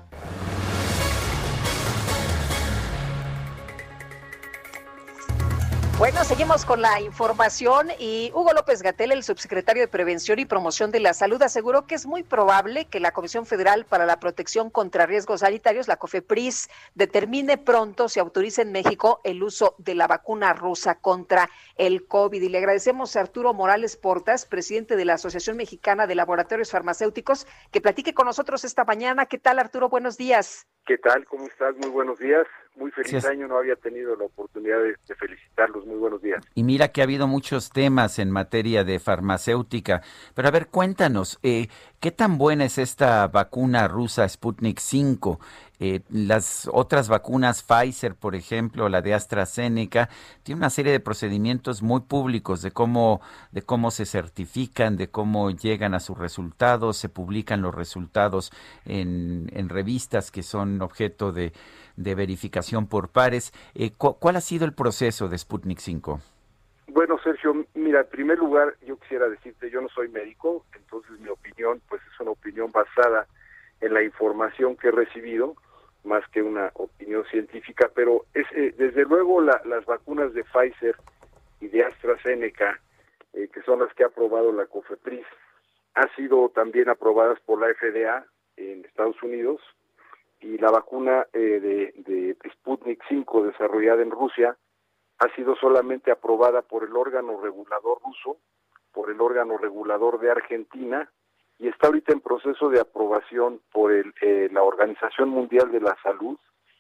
Bueno, seguimos con la información y Hugo López-Gatell, el subsecretario de Prevención y Promoción de la Salud, aseguró que es muy probable que la Comisión Federal para la Protección contra Riesgos Sanitarios, la COFEPRIS, determine pronto si autoriza en México el uso de la vacuna rusa contra el COVID. Y le agradecemos a Arturo Morales Portas, presidente de la Asociación Mexicana de Laboratorios Farmacéuticos, que platique con nosotros esta mañana. ¿Qué tal, Arturo? Buenos días. ¿Qué tal? ¿Cómo estás? Muy buenos días. muy feliz Sí, es... año, no había tenido la oportunidad de, de felicitarlos, muy buenos días. Y mira que ha habido muchos temas en materia de farmacéutica, pero a ver, cuéntanos, eh, ¿qué tan buena es esta vacuna rusa Sputnik cinco? Eh, las otras vacunas Pfizer, por ejemplo, la de AstraZeneca, tiene una serie de procedimientos muy públicos de cómo, de cómo se certifican, de cómo llegan a sus resultados, se publican los resultados en, en revistas que son objeto de, de verificación por pares. Eh, cu- ¿Cuál ha sido el proceso de Sputnik cinco? Bueno, Sergio, mira, en primer lugar, yo quisiera decirte, yo no soy médico, entonces mi opinión, pues es una opinión basada en la información que he recibido, más que una opinión científica, pero es eh, desde luego la, las vacunas de Pfizer y de AstraZeneca, eh, que son las que ha aprobado la COFEPRIS, han sido también aprobadas por la F D A en Estados Unidos, y la vacuna eh, de, de Sputnik cinco desarrollada en Rusia ha sido solamente aprobada por el órgano regulador ruso, por el órgano regulador de Argentina, y está ahorita en proceso de aprobación por el, eh, la Organización Mundial de la Salud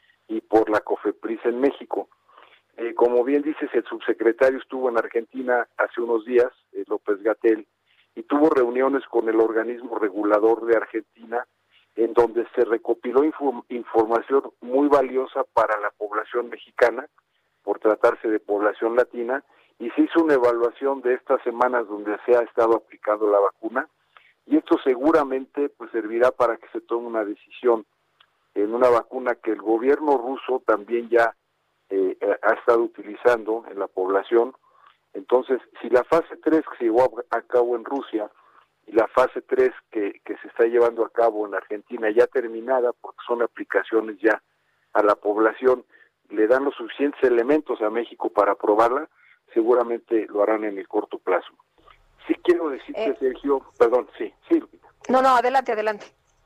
y por la COFEPRIS en México. Eh, como bien dices, el subsecretario estuvo en Argentina hace unos días, eh, López-Gatell, y tuvo reuniones con el organismo regulador de Argentina, en donde se recopiló inf- información muy valiosa para la población mexicana, por tratarse de población latina, y se hizo una evaluación de estas semanas donde se ha estado aplicando la vacuna, y esto seguramente pues servirá para que se tome una decisión en una vacuna que el gobierno ruso también ya eh, ha estado utilizando en la población. Entonces, si la fase tres que se llevó a cabo en Rusia y la fase tres que, que se está llevando a cabo en Argentina ya terminada, porque son aplicaciones ya a la población, le dan los suficientes elementos a México para aprobarla, seguramente lo harán en el corto plazo. Sí quiero decirte, eh, Sergio, perdón, sí, sí. No, no, adelante, adelante.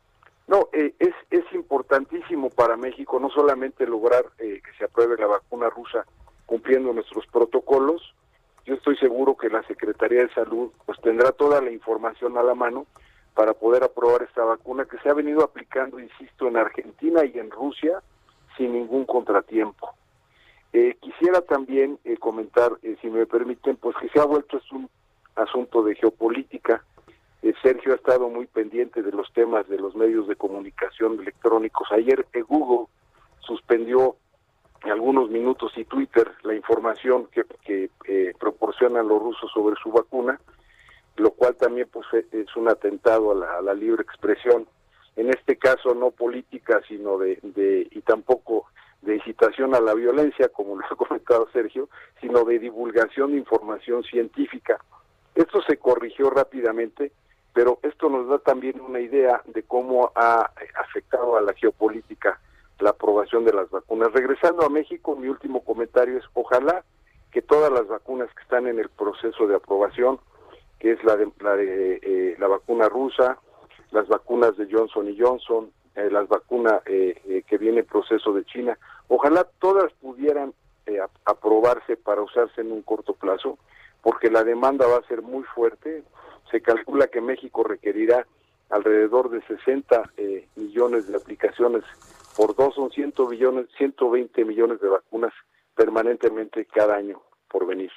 No, eh, es, es importantísimo para México no solamente lograr eh, que se apruebe la vacuna rusa cumpliendo nuestros protocolos. Yo estoy seguro que la Secretaría de Salud pues tendrá toda la información a la mano para poder aprobar esta vacuna que se ha venido aplicando, insisto, en Argentina y en Rusia sin ningún contratiempo. Eh, quisiera también eh, comentar, eh, si me permiten, pues que se ha vuelto es un asunto de geopolítica. Eh, Sergio ha estado muy pendiente de los temas de los medios de comunicación electrónicos. Ayer eh, Google suspendió algunos minutos y Twitter la información que, que eh, proporcionan los rusos sobre su vacuna, lo cual también pues es un atentado a la, a la libre expresión, en este caso no política, sino de, de y tampoco de incitación a la violencia, como lo ha comentado Sergio, sino de divulgación de información científica. Esto se corrigió rápidamente, pero esto nos da también una idea de cómo ha afectado a la geopolítica la aprobación de las vacunas. Regresando a México, mi último comentario es, ojalá que todas las vacunas que están en el proceso de aprobación, que es la de la, de, eh, la vacuna rusa, las vacunas de Johnson y Johnson, eh, las vacunas eh, eh, que viene en proceso de China, ojalá todas pudieran eh, aprobarse para usarse en un corto plazo, porque la demanda va a ser muy fuerte. Se calcula que México requerirá alrededor de sesenta eh, millones de aplicaciones, por dos son ciento veinte millones de vacunas permanentemente cada año por venir.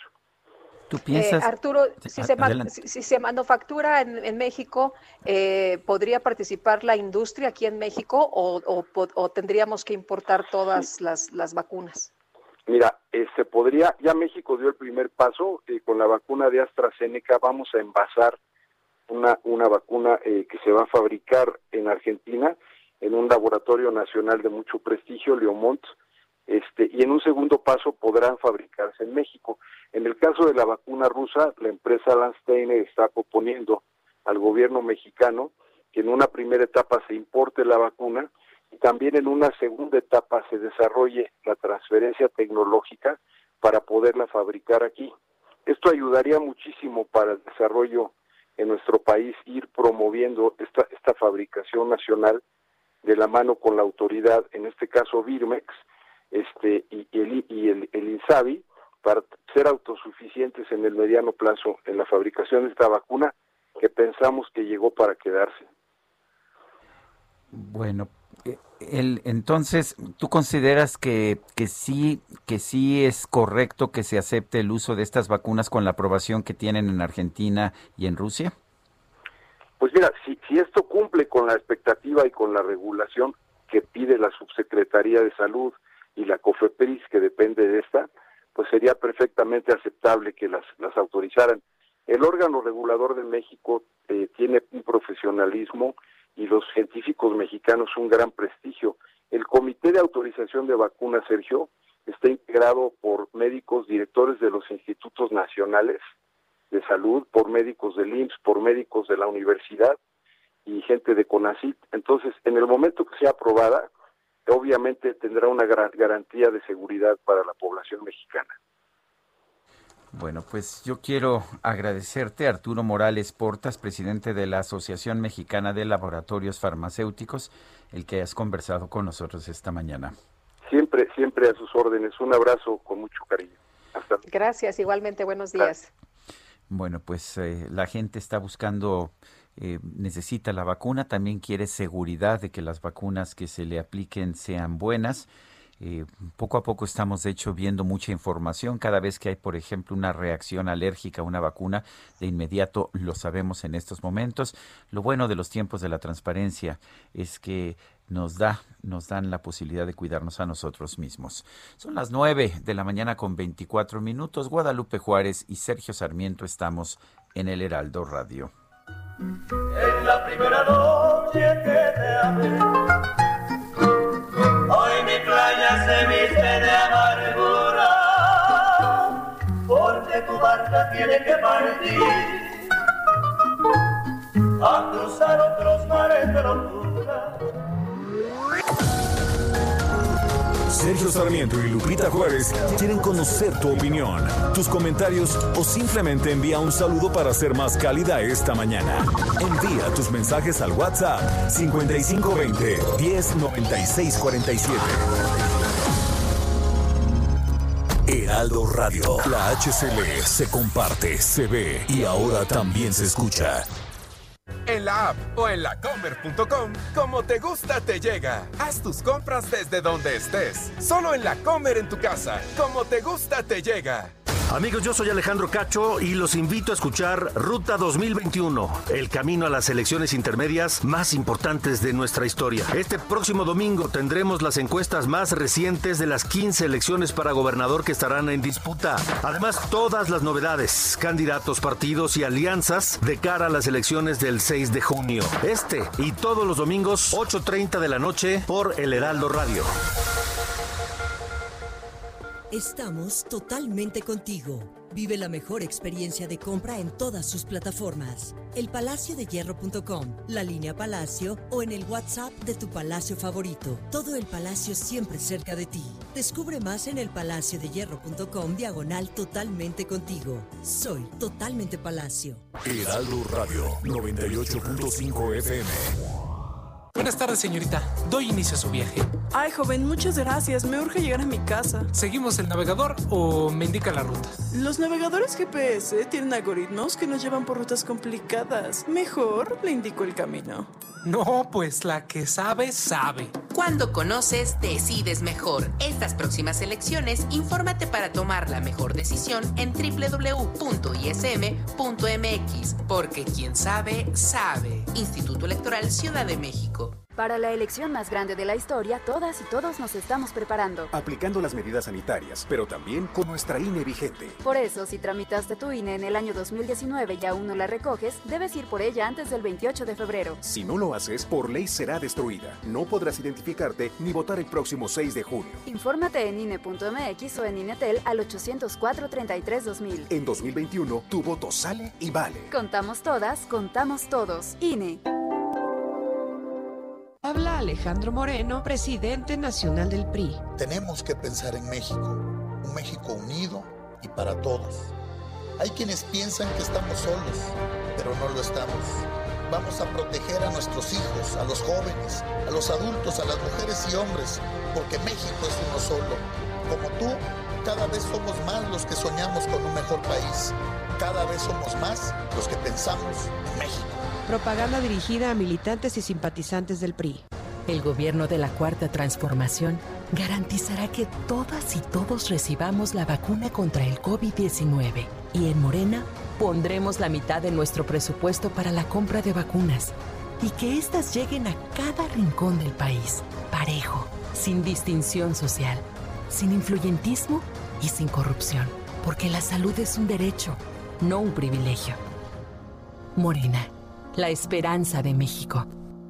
¿Tú piensas? Eh, Arturo, si se, si, si se manufactura en, en México, eh, ¿podría participar la industria aquí en México o, o, o tendríamos que importar todas sí. las, las vacunas? Mira, eh, se podría, ya México dio el primer paso, eh, con la vacuna de AstraZeneca vamos a envasar una, una vacuna eh, que se va a fabricar en Argentina, en un laboratorio nacional de mucho prestigio, Leomont, este, y en un segundo paso podrán fabricarse en México. En el caso de la vacuna rusa, la empresa Landsteiner está proponiendo al gobierno mexicano que en una primera etapa se importe la vacuna y también en una segunda etapa se desarrolle la transferencia tecnológica para poderla fabricar aquí. Esto ayudaría muchísimo para el desarrollo en nuestro país, ir promoviendo esta, esta fabricación nacional de la mano con la autoridad, en este caso Birmex, este y, y, el, y el, el INSABI, para ser autosuficientes en el mediano plazo en la fabricación de esta vacuna que pensamos que llegó para quedarse. Bueno, El, entonces, ¿tú consideras que, que sí que sí es correcto que se acepte el uso de estas vacunas con la aprobación que tienen en Argentina y en Rusia? Pues mira, si, si esto cumple con la expectativa y con la regulación que pide la Subsecretaría de Salud y la COFEPRIS, que depende de esta, pues sería perfectamente aceptable que las, las autorizaran. El órgano regulador de México eh, tiene un profesionalismo y los científicos mexicanos un gran prestigio. El Comité de Autorización de Vacunas, Sergio, está integrado por médicos directores de los institutos nacionales de salud, por médicos del I M S S, por médicos de la universidad y gente de CONACYT. Entonces, en el momento que sea aprobada, obviamente tendrá una gran garantía de seguridad para la población mexicana. Bueno, pues yo quiero agradecerte, Arturo Morales Portas, presidente de la Asociación Mexicana de Laboratorios Farmacéuticos, el que has conversado con nosotros esta mañana. Siempre, siempre a sus órdenes. Un abrazo con mucho cariño. Hasta luego. Gracias, igualmente, buenos días. Bueno, pues eh, la gente está buscando, eh, necesita la vacuna, también quiere seguridad de que las vacunas que se le apliquen sean buenas. Eh, poco a poco estamos, de hecho, viendo mucha información. Cada vez que hay, por ejemplo, una reacción alérgica a una vacuna, de inmediato lo sabemos en estos momentos. Lo bueno de los tiempos de la transparencia es que nos da, nos dan la posibilidad de cuidarnos a nosotros mismos. Son las nueve de la mañana con veinticuatro minutos. Guadalupe Juárez y Sergio Sarmiento estamos en el Heraldo Radio. En la primera noche que te amé, hoy mi playa se viste de amargura, porque tu barca tiene que partir a cruzar otros mares de locura. Sergio Sarmiento y Lupita Juárez quieren conocer tu opinión, tus comentarios o simplemente envía un saludo para ser más cálida esta mañana. Envía tus mensajes al WhatsApp cincuenta y cinco veinte, diez noventa y seis cuarenta y siete. Heraldo Radio, la H C L se comparte, se ve y ahora también se escucha. En la app o en la comer punto com, como te gusta te llega. Haz tus compras desde donde estés. Solo en La Comer en tu casa. Como te gusta te llega. Amigos, yo soy Alejandro Cacho y los invito a escuchar Ruta dos mil veintiuno, el camino a las elecciones intermedias más importantes de nuestra historia. Este próximo domingo tendremos las encuestas más recientes de las quince elecciones para gobernador que estarán en disputa. Además, todas las novedades, candidatos, partidos y alianzas de cara a las elecciones del seis de junio. Este y todos los domingos, ocho treinta de la noche por El Heraldo Radio. Estamos totalmente contigo. Vive la mejor experiencia de compra en todas sus plataformas. el palacio de hierro punto com, la línea Palacio o en el WhatsApp de tu palacio favorito. Todo el palacio siempre cerca de ti. Descubre más en el palacio de hierro punto com diagonal totalmente contigo. Soy Totalmente Palacio. Heraldo Radio noventa y ocho punto cinco F M. Buenas tardes, señorita. Doy inicio a su viaje. Ay, joven, muchas gracias. Me urge llegar a mi casa. ¿Seguimos el navegador o me indica la ruta? Los navegadores G P S tienen algoritmos que nos llevan por rutas complicadas. Mejor le indico el camino. No, pues la que sabe, sabe. Cuando conoces, decides mejor. Estas próximas elecciones, infórmate para tomar la mejor decisión en doble u doble u doble u punto i s m punto m x. Porque quien sabe, sabe. Instituto Electoral Ciudad de México. Para la elección más grande de la historia, todas y todos nos estamos preparando. Aplicando las medidas sanitarias, pero también con nuestra I N E vigente. Por eso, si tramitaste tu I N E en el año dos mil diecinueve y aún no la recoges, debes ir por ella antes del veintiocho de febrero. Si no lo haces, por ley será destruida. No podrás identificarte ni votar el próximo seis de junio. Infórmate en I N E punto m x o en INETEL al ochocientos cuatro, treinta y tres, dos mil. En dos mil veintiuno, tu voto sale y vale. Contamos todas, contamos todos. I N E. Habla Alejandro Moreno, presidente nacional del P R I. Tenemos que pensar en México, un México unido y para todos. Hay quienes piensan que estamos solos, pero no lo estamos. Vamos a proteger a nuestros hijos, a los jóvenes, a los adultos, a las mujeres y hombres, porque México es uno solo. Como tú, cada vez somos más los que soñamos con un mejor país. Cada vez somos más los que pensamos en México. Propaganda dirigida a militantes y simpatizantes del P R I. El gobierno de la Cuarta Transformación garantizará que todas y todos recibamos la vacuna contra el COVID diecinueve. Y en Morena pondremos la mitad de nuestro presupuesto para la compra de vacunas y que éstas lleguen a cada rincón del país, parejo, sin distinción social, sin influyentismo y sin corrupción, porque la salud es un derecho, no un privilegio. Morena, la esperanza de México.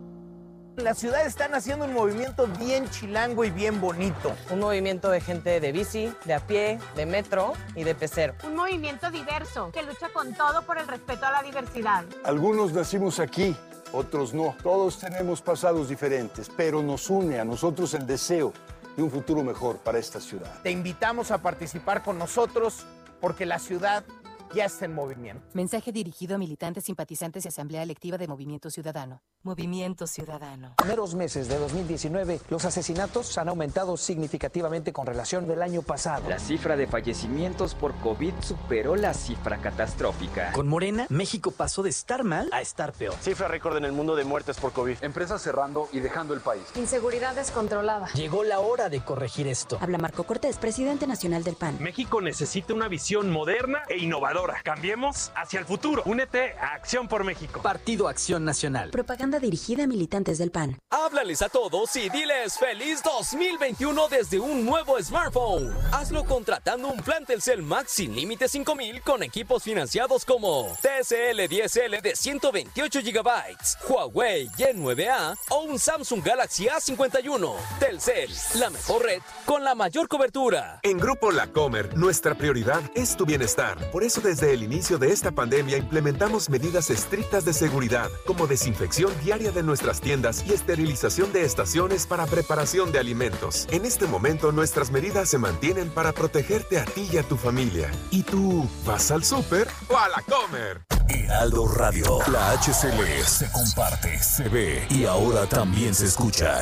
Las ciudades están haciendo un movimiento bien chilango y bien bonito. Un movimiento de gente de bici, de a pie, de metro y de pecero. Un movimiento diverso que lucha con todo por el respeto a la diversidad. Algunos nacimos aquí, otros no. Todos tenemos pasados diferentes, pero nos une a nosotros el deseo de un futuro mejor para esta ciudad. Te invitamos a participar con nosotros porque la ciudad ya está en movimiento. Mensaje dirigido a militantes, simpatizantes y Asamblea Electiva de Movimiento Ciudadano. Movimiento Ciudadano. En los primeros meses de dos mil diecinueve, los asesinatos han aumentado significativamente con relación del año pasado. La cifra de fallecimientos por COVID superó la cifra catastrófica. Con Morena, México pasó de estar mal a estar peor. Cifra récord en el mundo de muertes por COVID. Empresas cerrando y dejando el país. Inseguridad descontrolada. Llegó la hora de corregir esto. Habla Marco Cortés, presidente nacional del P A N. México necesita una visión moderna e innovadora. Cambiemos hacia el futuro. Únete a Acción por México. Partido Acción Nacional. Propaganda dirigida a militantes del P A N. Háblales a todos y diles feliz dos mil veintiuno desde un nuevo smartphone. Hazlo contratando un plan Telcel Max sin límite cinco mil con equipos financiados como T S L diez L de ciento veintiocho gigabytes, Huawei Y nueve A o un Samsung Galaxy A cincuenta y uno. Telcel, la mejor red con la mayor cobertura. En Grupo La Comer, nuestra prioridad es tu bienestar. Por eso desde el inicio de esta pandemia implementamos medidas estrictas de seguridad, como desinfección diaria de nuestras tiendas y esterilización de estaciones para preparación de alimentos. En este momento nuestras medidas se mantienen para protegerte a ti y a tu familia. ¿Y tú vas al súper o a La Comer? Heraldo Radio, la H C L se comparte, se ve y ahora también se escucha.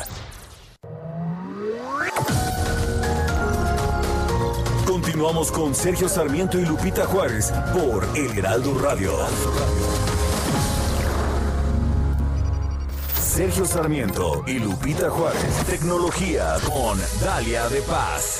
Continuamos con Sergio Sarmiento y Lupita Juárez por El Heraldo Radio. Sergio Sarmiento y Lupita Juárez. Tecnología con Dalia de Paz.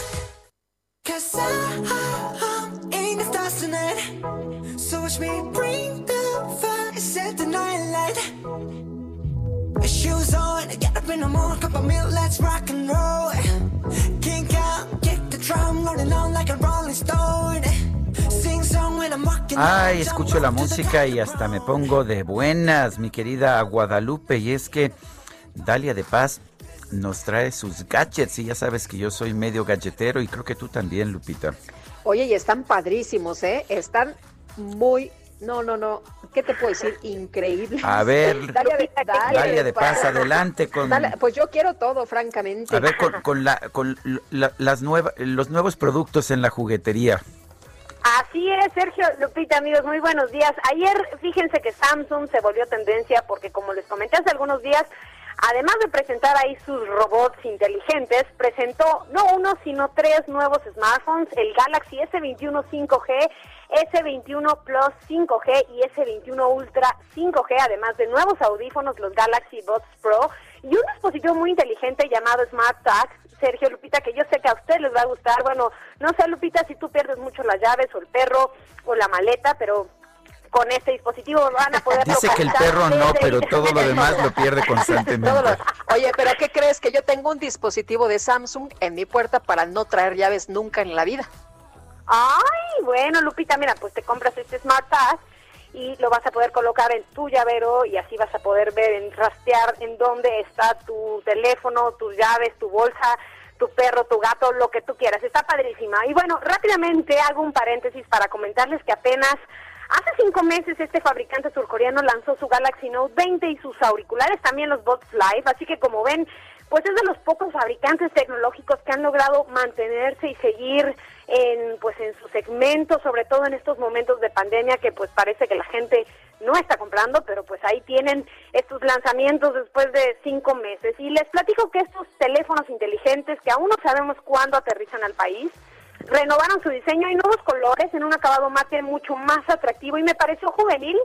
Shoes on, get up in the morning, cup of milk, let's rock and roll. Kink out, kick the drum, rolling on like a rolling stone. Sing song when I'm walking. Ay, escucho la música y hasta me pongo de buenas, mi querida Guadalupe. Y es que Dalia de Paz nos trae sus gadgets y ya sabes que yo soy medio galletero y creo que tú también, Lupita. Oye, y están padrísimos, ¿eh? Están muy... No, no, no. ¿Qué te puedo decir? Increíble. A ver, Dalia de, Dalia Dalia de Paz, adelante con. Dale, pues yo quiero todo, francamente. A ver, con, con la, con la, las nuevas, los nuevos productos en la juguetería. Así es, Sergio, Lupita, amigos, muy buenos días. Ayer, fíjense que Samsung se volvió tendencia porque, como les comenté hace algunos días, además de presentar ahí sus robots inteligentes, presentó no uno, sino tres nuevos smartphones, el Galaxy S veintiuno cinco G, S veintiuno Plus cinco G y S veintiuno Ultra cinco G, además de nuevos audífonos, los Galaxy Buds Pro, y un dispositivo muy inteligente llamado Smart Tag, Sergio, Lupita, que yo sé que a ustedes les va a gustar. Bueno, no sé, Lupita, si tú pierdes mucho las llaves o el perro o la maleta, pero con este dispositivo van a poder... Dice que el perro no, pero todo lo demás lo pierde constantemente. Lo... Oye, pero ¿qué crees? Que yo tengo un dispositivo de Samsung en mi puerta para no traer llaves nunca en la vida. Ay, bueno, Lupita, mira, pues te compras este Smart Tag y lo vas a poder colocar en tu llavero y así vas a poder ver, en rastrear en dónde está tu teléfono, tus llaves, tu bolsa, tu perro, tu gato, lo que tú quieras. Está padrísima. Y bueno, rápidamente hago un paréntesis para comentarles que apenas hace cinco meses este fabricante surcoreano lanzó su Galaxy Note veinte y sus auriculares, también los Buds Live, así que como ven, pues es de los pocos fabricantes tecnológicos que han logrado mantenerse y seguir en pues en su segmento, sobre todo en estos momentos de pandemia que pues parece que la gente no está comprando, pero pues ahí tienen estos lanzamientos después de cinco meses. Y les platico que estos teléfonos inteligentes, que aún no sabemos cuándo aterrizan al país, renovaron su diseño y nuevos colores en un acabado mate mucho más atractivo y me pareció juvenil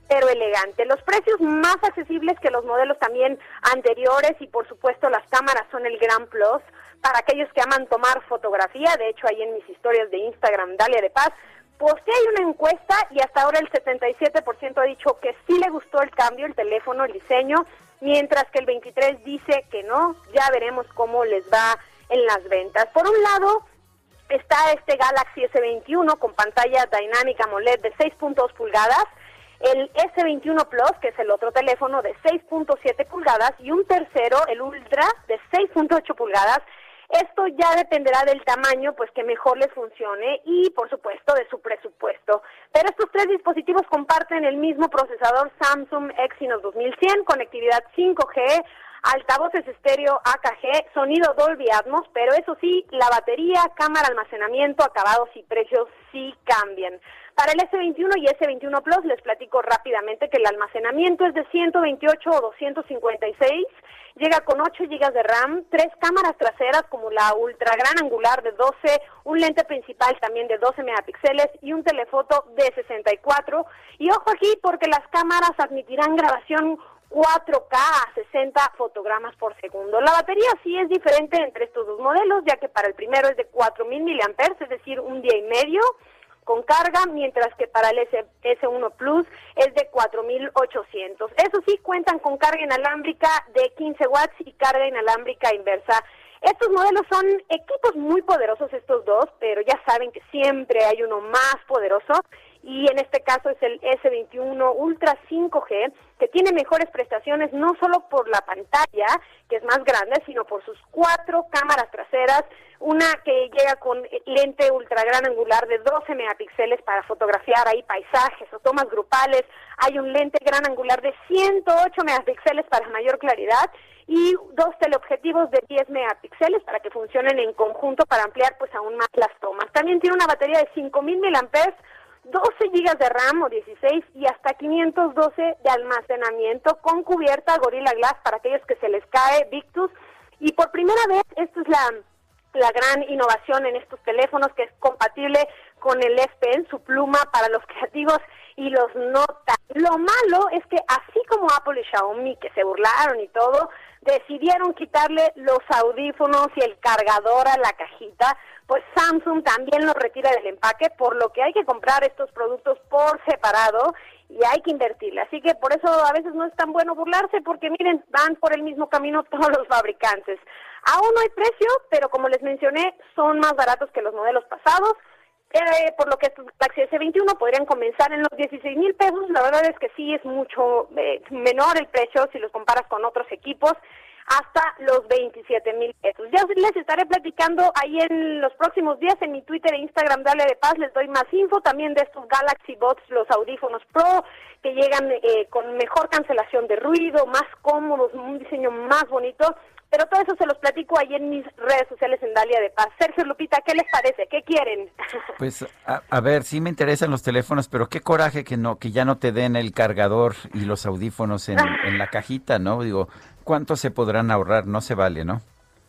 pero elegante. Los precios más accesibles que los modelos también anteriores y por supuesto las cámaras son el gran plus para aquellos que aman tomar fotografía. De hecho, ahí en mis historias de Instagram, Dalia de Paz, posteé una encuesta y hasta ahora el setenta y siete por ciento ha dicho que sí le gustó el cambio, el teléfono, el diseño, mientras que el veintitrés por ciento dice que no. Ya veremos cómo les va en las ventas. Por un lado está este Galaxy ese veintiuno con pantalla Dynamic AMOLED de seis punto dos pulgadas, el ese veintiuno Plus, que es el otro teléfono, de seis punto siete pulgadas, y un tercero, el Ultra, de seis punto ocho pulgadas. Esto ya dependerá del tamaño, pues que mejor les funcione y, por supuesto, de su presupuesto. Pero estos tres dispositivos comparten el mismo procesador Samsung Exynos dos mil cien, conectividad cinco G, altavoces estéreo A K G, sonido Dolby Atmos, pero eso sí, la batería, cámara, almacenamiento, acabados y precios sí cambian. Para el ese veintiuno y ese veintiuno Plus les platico rápidamente que el almacenamiento es de ciento veintiocho o doscientos cincuenta y seis, llega con ocho gigas de RAM, tres cámaras traseras como la ultra gran angular de doce, un lente principal también de doce megapíxeles y un telefoto de sesenta y cuatro. Y ojo aquí porque las cámaras admitirán grabación cuatro K a sesenta fotogramas por segundo. La batería sí es diferente entre estos dos modelos, ya que para el primero es de cuatro mil miliamperios hora, es decir, un día y medio con carga, mientras que para el ese uno Plus es de cuatro mil ochocientos. Eso sí, cuentan con carga inalámbrica de quince watts y carga inalámbrica inversa. Estos modelos son equipos muy poderosos estos dos, pero ya saben que siempre hay uno más poderoso, y en este caso es el ese veintiuno Ultra cinco G, que tiene mejores prestaciones no solo por la pantalla, que es más grande, sino por sus cuatro cámaras traseras, una que llega con lente ultra gran angular de doce megapíxeles para fotografiar ahí paisajes o tomas grupales, hay un lente gran angular de ciento ocho megapíxeles para mayor claridad, y dos teleobjetivos de diez megapíxeles para que funcionen en conjunto para ampliar pues aún más las tomas. También tiene una batería de cinco mil miliamperios hora, doce gigas de RAM o dieciséis y hasta quinientos doce de almacenamiento con cubierta Gorilla Glass para aquellos que se les cae Victus. Y por primera vez, esta es la, la gran innovación en estos teléfonos, que es compatible con el S Pen, su pluma para los creativos y los nota. Lo malo es que así como Apple y Xiaomi, que se burlaron y todo, decidieron quitarle los audífonos y el cargador a la cajita, pues Samsung también los retira del empaque, por lo que hay que comprar estos productos por separado y hay que invertirle. Así que por eso a veces no es tan bueno burlarse, porque miren, van por el mismo camino todos los fabricantes. Aún no hay precio, pero como les mencioné, son más baratos que los modelos pasados. Eh, por lo que estos Galaxy ese veintiuno podrían comenzar en los dieciséis mil pesos. La verdad es que sí es mucho eh, menor el precio si los comparas con otros equipos, hasta los veintisiete mil pesos. Ya les estaré platicando ahí en los próximos días en mi Twitter e Instagram, Dalia de Paz, les doy más info también de estos Galaxy Buds, los audífonos Pro, que llegan eh, con mejor cancelación de ruido, más cómodos, un diseño más bonito. Pero todo eso se los platico ahí en mis redes sociales en Dalia de Paz. Sergio, Lupita, ¿qué les parece? ¿Qué quieren? Pues, a, a ver, sí me interesan los teléfonos, pero qué coraje que no, que ya no te den el cargador y los audífonos en, en la cajita, ¿no? Digo, ¿cuánto se podrán ahorrar? No se vale, ¿no?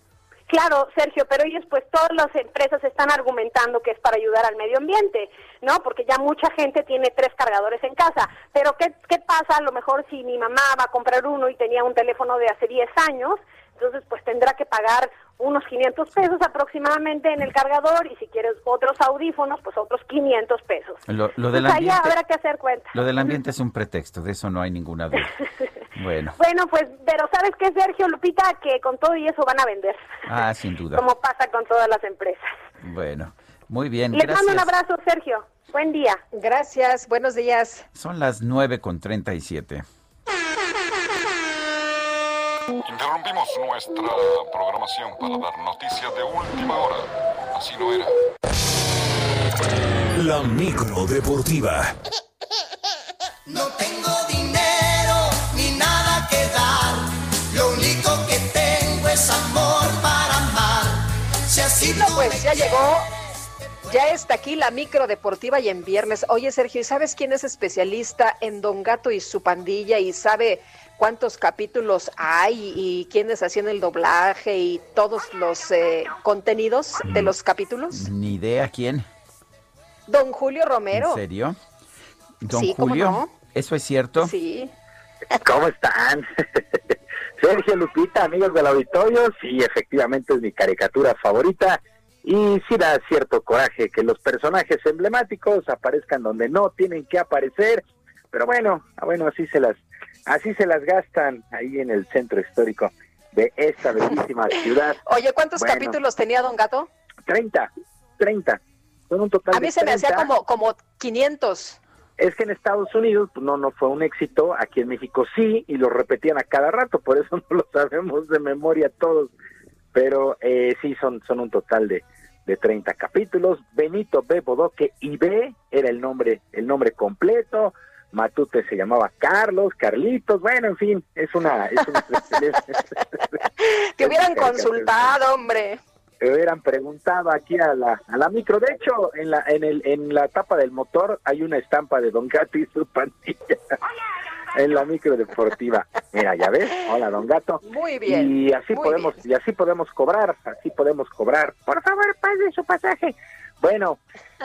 Claro, Sergio, pero ellos, pues todas las empresas están argumentando que es para ayudar al medio ambiente, ¿no? Porque ya mucha gente tiene tres cargadores en casa. Pero ¿qué, qué pasa? A lo mejor si mi mamá va a comprar uno y tenía un teléfono de hace diez años, entonces pues tendrá que pagar unos quinientos pesos aproximadamente en el cargador, y si quieres otros audífonos, pues otros quinientos pesos. Lo, lo del pues ambiente, ahí habrá que hacer cuenta. Lo del ambiente es un pretexto, de eso no hay ninguna duda. Bueno. Bueno, pues, pero ¿sabes qué, Sergio, Lupita? Que con todo y eso van a vender. Ah, sin duda. Como pasa con todas las empresas. Bueno, muy bien, Les gracias. mando un abrazo, Sergio. Buen día. Gracias, buenos días. Son las nueve con treinta y siete. Interrumpimos nuestra programación para dar noticias de última hora. Así no era. La micro deportiva. No tengo dinero ni nada que dar. Lo único que tengo es amor para amar. Si así no, pues ya llegó. Ya está aquí la micro deportiva y en viernes. Oye, Sergio, ¿y sabes quién es especialista en Don Gato y su pandilla y sabe cuántos capítulos hay y quiénes hacían el doblaje y todos los eh, contenidos de los capítulos? Ni idea quién. Don Julio Romero. ¿En serio? Don sí, Julio. ¿cómo no? ¿Eso es cierto? Sí. ¿Cómo están? Sergio, Lupita, amigos del auditorio, sí, efectivamente es mi caricatura favorita y sí da cierto coraje que los personajes emblemáticos aparezcan donde no tienen que aparecer, pero bueno, bueno, así se las, así se las gastan ahí en el centro histórico de esta bellísima ciudad. Oye, ¿cuántos bueno, capítulos tenía Don Gato? treinta, treinta, son un total A mí de se me treinta. hacía como, como quinientos. Es que en Estados Unidos pues, no no fue un éxito, aquí en México sí, y lo repetían a cada rato, por eso no lo sabemos de memoria todos, pero eh, sí, son, son un total de, de treinta capítulos. Benito B. Bodoque y B era el nombre, el nombre completo. Matute se llamaba Carlos, Carlitos, bueno, en fin, es una... Es una Te hubieran consultado, hombre. Te hubieran preguntado aquí a la a la micro. De hecho, en la en el en la tapa del motor hay una estampa de Don Gato y su pandilla. En la micro deportiva. Mira, ya ves, hola Don Gato. Muy bien. Y así muy podemos bien. y así podemos cobrar, así podemos cobrar. Por favor, pague su pasaje. Bueno,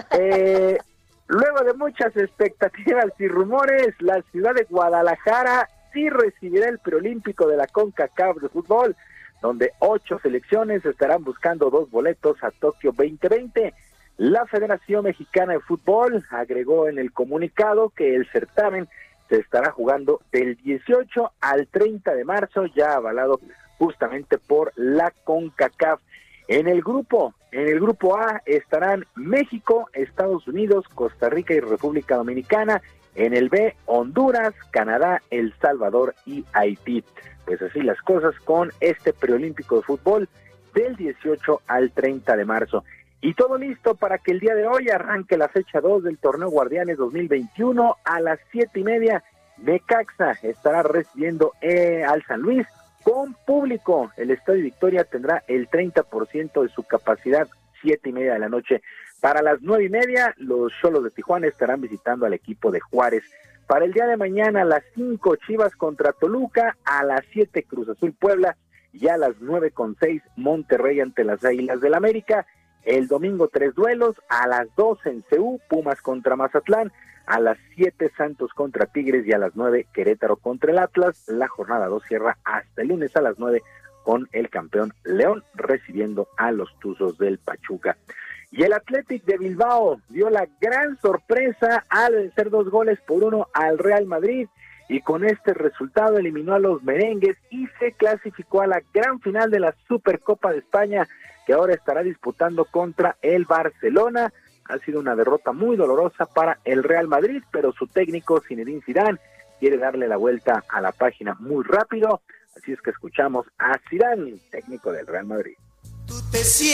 eh, luego de muchas expectativas y rumores, la ciudad de Guadalajara sí recibirá el preolímpico de la CONCACAF de fútbol, donde ocho selecciones estarán buscando dos boletos a Tokio veinte veinte. La Federación Mexicana de Fútbol agregó en el comunicado que el certamen se estará jugando del dieciocho al treinta de marzo, ya avalado justamente por la CONCACAF. En el grupo, en el grupo A estarán México, Estados Unidos, Costa Rica y República Dominicana. En el B, Honduras, Canadá, El Salvador y Haití. Pues así las cosas con este preolímpico de fútbol del dieciocho al treinta de marzo. Y todo listo para que el día de hoy arranque la fecha dos del Torneo Guardianes dos mil veintiuno a las siete y media. Necaxa estará recibiendo eh, al San Luis con público. El Estadio Victoria tendrá el treinta por ciento de su capacidad, siete y media de la noche. Para las nueve y media, los Xolos de Tijuana estarán visitando al equipo de Juárez. Para el día de mañana, a las cinco, Chivas contra Toluca, a las siete, Cruz Azul Puebla, y a las nueve con seis, Monterrey ante las Águilas del América. El domingo, tres duelos, a las doce en C U, Pumas contra Mazatlán, a las siete, Santos contra Tigres, y a las nueve, Querétaro contra el Atlas. La jornada dos cierra hasta el lunes a las nueve con el campeón León recibiendo a los Tuzos del Pachuca. Y el Athletic de Bilbao dio la gran sorpresa al vencer dos goles por uno al Real Madrid, y con este resultado eliminó a los merengues y se clasificó a la gran final de la Supercopa de España, que ahora estará disputando contra el Barcelona. Ha sido una derrota muy dolorosa para el Real Madrid, pero su técnico Zinedine Zidane quiere darle la vuelta a la página muy rápido, así es que escuchamos a Zidane, técnico del Real Madrid. Tú te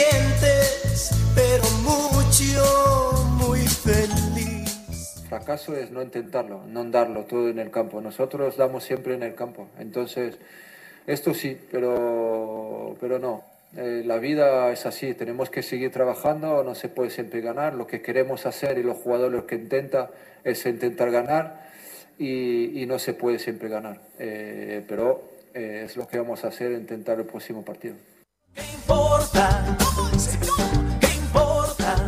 sientes, pero mucho, muy feliz. Fracaso es no intentarlo, no darlo todo en el campo. Nosotros damos siempre en el campo. Entonces, esto sí, pero, pero no. Eh, la vida es así, tenemos que seguir trabajando, no se puede siempre ganar. Lo que queremos hacer y los jugadores que intentan es intentar ganar y, y no se puede siempre ganar. Eh, pero eh, es lo que vamos a hacer, intentar el próximo partido. ¿Qué importa? ¿Qué importa?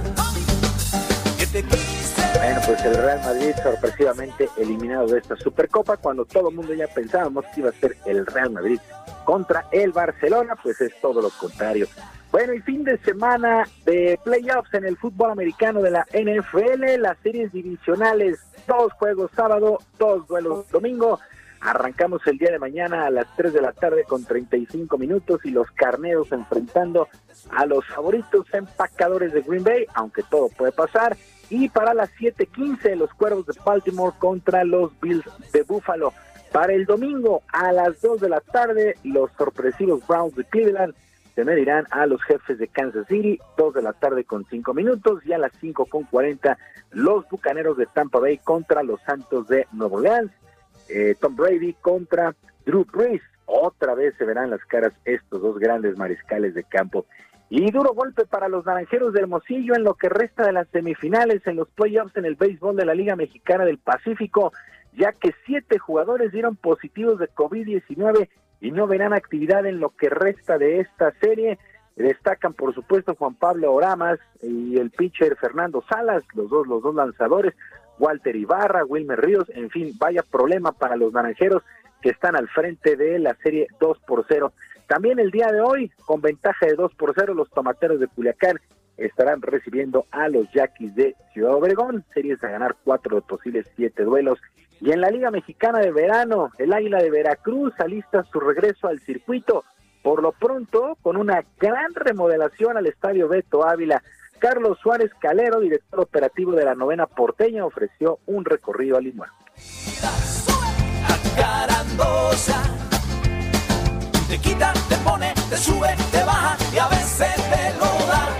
Que te quise. Bueno, pues el Real Madrid sorpresivamente eliminado de esta Supercopa, cuando todo el mundo ya pensábamos que iba a ser el Real Madrid contra el Barcelona, pues es todo lo contrario. Bueno, y fin de semana de playoffs en el fútbol americano de la N F L, las series divisionales, dos juegos sábado, dos duelos domingo. Arrancamos el día de mañana a las tres de la tarde con treinta y cinco minutos y los Carneros enfrentando a los favoritos empacadores de Green Bay, aunque todo puede pasar. Y para las siete quince, los Cuervos de Baltimore contra los Bills de Buffalo. Para el domingo a las dos de la tarde, los sorpresivos Browns de Cleveland se medirán a los Jefes de Kansas City, dos de la tarde con cinco minutos, y a las cinco con cuarenta, los Bucaneros de Tampa Bay contra los Santos de Nueva Orleans. Eh, Tom Brady contra Drew Brees. Otra vez se verán las caras estos dos grandes mariscales de campo. Y duro golpe para los Naranjeros de Hermosillo en lo que resta de las semifinales en los playoffs en el béisbol de la Liga Mexicana del Pacífico, ya que siete jugadores dieron positivos de COVID diecinueve y no verán actividad en lo que resta de esta serie. Destacan, por supuesto, Juan Pablo Oramas y el pitcher Fernando Salas, los dos, los dos lanzadores. Walter Ibarra, Wilmer Ríos, en fin, vaya problema para los naranjeros que están al frente de la serie dos por cero. También el día de hoy, con ventaja de dos por cero, los tomateros de Culiacán estarán recibiendo a los Yaquis de Ciudad Obregón, series a ganar cuatro de posibles siete duelos. Y en la Liga Mexicana de Verano, el Águila de Veracruz alista su regreso al circuito, por lo pronto con una gran remodelación al Estadio Beto Ávila. Carlos Suárez Calero, director operativo de la Novena Porteña, ofreció un recorrido al inmueble. Te quita, te pone, te sube, te baja y a veces te lo da.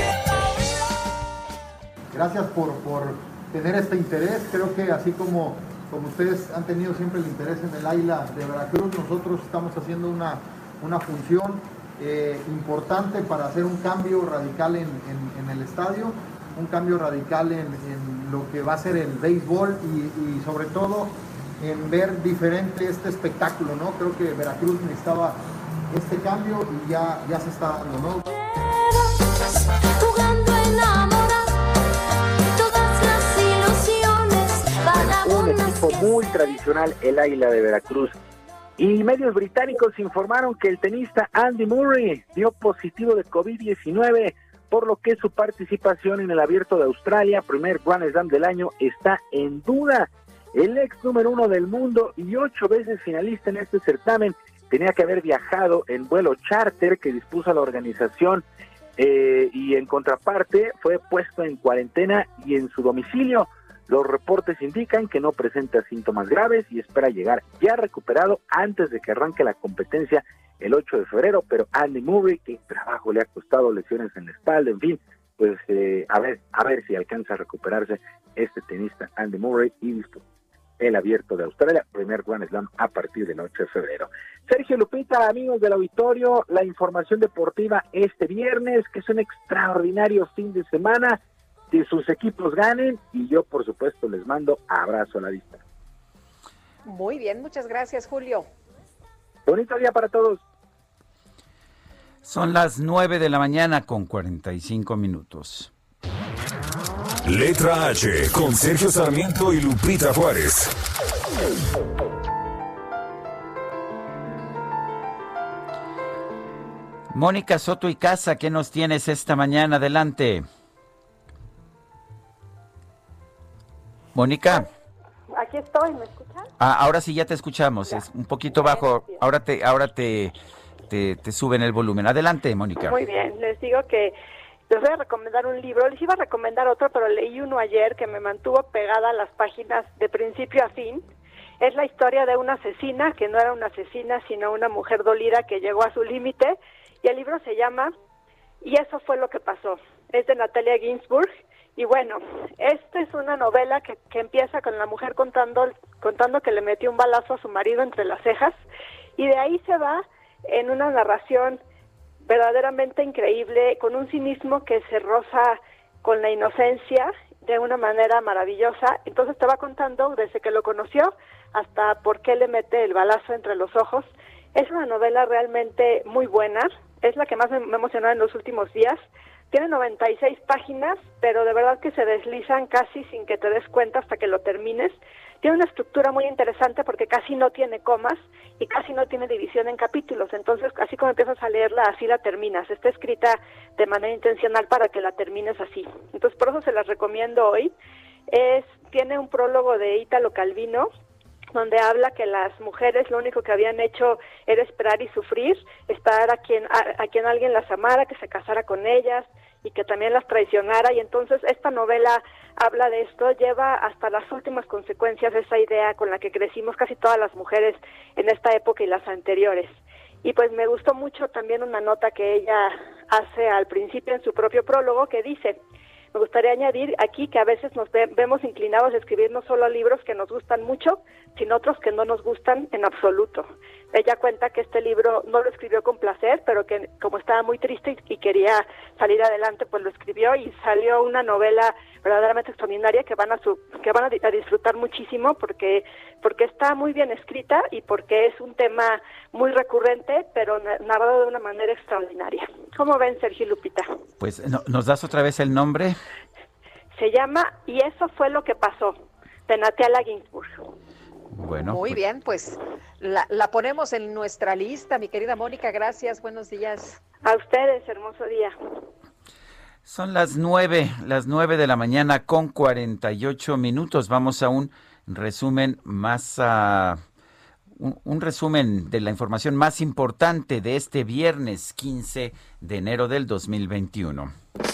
Gracias por, por tener este interés. Creo que así como, como ustedes han tenido siempre el interés en el Águila de Veracruz, nosotros estamos haciendo una, una función eh, importante para hacer un cambio radical en, en, en el estadio, un cambio radical en, en lo que va a ser el béisbol y, y sobre todo en ver diferente este espectáculo, ¿no? Creo que Veracruz necesitaba este cambio y ya, ya se está dando, ¿no? Jugando enamora, todas las ilusiones van un equipo muy tradicional, el Águila de Veracruz. Y medios británicos informaron que el tenista Andy Murray dio positivo de COVID diecinueve, por lo que su participación en el Abierto de Australia, primer Grand Slam del año, está en duda. El ex número uno del mundo y ocho veces finalista en este certamen tenía que haber viajado en vuelo charter que dispuso la organización eh, y en contraparte fue puesto en cuarentena y en su domicilio. Los reportes indican que no presenta síntomas graves y espera llegar ya recuperado antes de que arranque la competencia el ocho de febrero, pero Andy Murray, que trabajo le ha costado lesiones en la espalda, en fin, pues eh, a ver, a ver si alcanza a recuperarse este tenista Andy Murray y disputa el Abierto de Australia, primer Grand Slam a partir del ocho de febrero. Sergio, Lupita, amigos del auditorio, la información deportiva este viernes, que es un extraordinario fin de semana, que sus equipos ganen y yo, por supuesto, les mando abrazo a la vista. Muy bien, muchas gracias, Julio. Bonito día para todos. Son las nueve de la mañana con cuarenta y cinco minutos. Letra H, con Sergio Sarmiento y Lupita Juárez. Mónica Soto y Casa, ¿qué nos tienes esta mañana? Adelante. Mónica. Aquí estoy, ¿me escuchan? Ah, ahora sí ya te escuchamos, ya. Es un poquito bajo, ahora te ahora te, te, te suben el volumen. Adelante, Mónica. Muy bien, les digo que les voy a recomendar un libro, les iba a recomendar otro, pero leí uno ayer que me mantuvo pegada a las páginas de principio a fin. Es la historia de una asesina, que no era una asesina, sino una mujer dolida que llegó a su límite, y el libro se llama Y eso fue lo que pasó. Es de Natalia Ginsburg, y bueno, esta es una novela que, que empieza con la mujer contando, contando que le metió un balazo a su marido entre las cejas, y de ahí se va en una narración verdaderamente increíble, con un cinismo que se roza con la inocencia de una manera maravillosa. Entonces te va contando desde que lo conoció hasta por qué le mete el balazo entre los ojos. Es una novela realmente muy buena, es la que más me, me emocionó en los últimos días. Tiene noventa y seis páginas, pero de verdad que se deslizan casi sin que te des cuenta hasta que lo termines. Tiene una estructura muy interesante porque casi no tiene comas y casi no tiene división en capítulos. Entonces, así como empiezas a leerla, así la terminas. Está escrita de manera intencional para que la termines así. Entonces, por eso se las recomiendo hoy. Es, tiene un prólogo de Ítalo Calvino, donde habla que las mujeres lo único que habían hecho era esperar y sufrir, esperar a quien a, a quien alguien las amara, que se casara con ellas y que también las traicionara, y entonces esta novela habla de esto, lleva hasta las últimas consecuencias de esa idea con la que crecimos casi todas las mujeres en esta época y las anteriores. Y pues me gustó mucho también una nota que ella hace al principio en su propio prólogo que dice: me gustaría añadir aquí que a veces nos ve, vemos inclinados a escribir no solo libros que nos gustan mucho, sino otros que no nos gustan en absoluto. Ella cuenta que este libro no lo escribió con placer, pero que como estaba muy triste y, y quería salir adelante, pues lo escribió y salió una novela verdaderamente extraordinaria que van a su, que van a, a disfrutar muchísimo porque porque está muy bien escrita y porque es un tema muy recurrente, pero narrado de una manera extraordinaria. ¿Cómo ven, Sergio y Lupita? Pues, no, ¿nos das otra vez el nombre? Se llama Y eso fue lo que pasó. Penatiala Ginsburg. Bueno, muy pues, bien, pues la, la ponemos en nuestra lista, mi querida Mónica, gracias, buenos días. A ustedes, hermoso día. Son las nueve, las nueve de la mañana con cuarenta y ocho minutos. Vamos a un resumen más, uh, un, un resumen de la información más importante de este viernes quince de enero del dos mil veintiuno.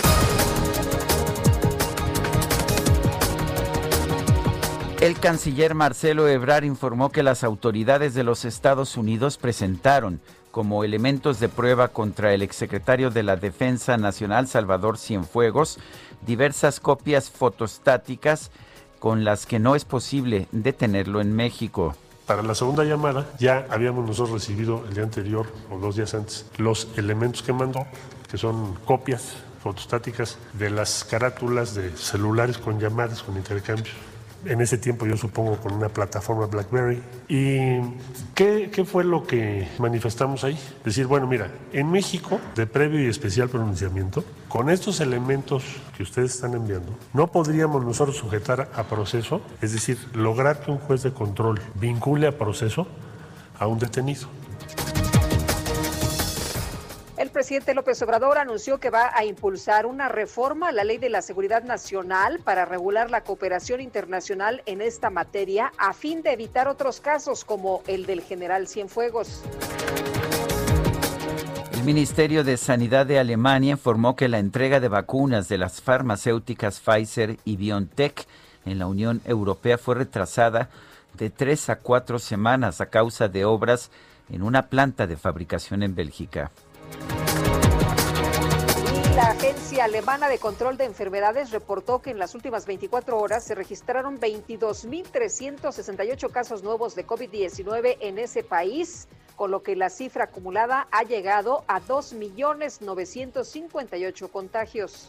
El canciller Marcelo Ebrard informó que las autoridades de los Estados Unidos presentaron como elementos de prueba contra el exsecretario de la Defensa Nacional, Salvador Cienfuegos, diversas copias fotostáticas con las que no es posible detenerlo en México. Para la segunda llamada ya habíamos nosotros recibido el día anterior o dos días antes los elementos que mandó, que son copias fotostáticas de las carátulas de celulares con llamadas, con intercambios. En ese tiempo yo supongo con una plataforma BlackBerry. ¿Y qué, qué fue lo que manifestamos ahí? Decir, bueno, mira, en México, de previo y especial pronunciamiento, con estos elementos que ustedes están enviando, no podríamos nosotros sujetar a proceso, es decir, lograr que un juez de control vincule a proceso a un detenido. El presidente López Obrador anunció que va a impulsar una reforma a la Ley de la Seguridad Nacional para regular la cooperación internacional en esta materia a fin de evitar otros casos como el del general Cienfuegos. El Ministerio de Sanidad de Alemania informó que la entrega de vacunas de las farmacéuticas Pfizer y BioNTech en la Unión Europea fue retrasada de tres a cuatro semanas a causa de obras en una planta de fabricación en Bélgica. La Agencia Alemana de Control de Enfermedades reportó que en las últimas veinticuatro horas se registraron veintidós mil trescientos sesenta y ocho casos nuevos de COVID diecinueve en ese país, con lo que la cifra acumulada ha llegado a dos millones novecientos cincuenta y ocho contagios.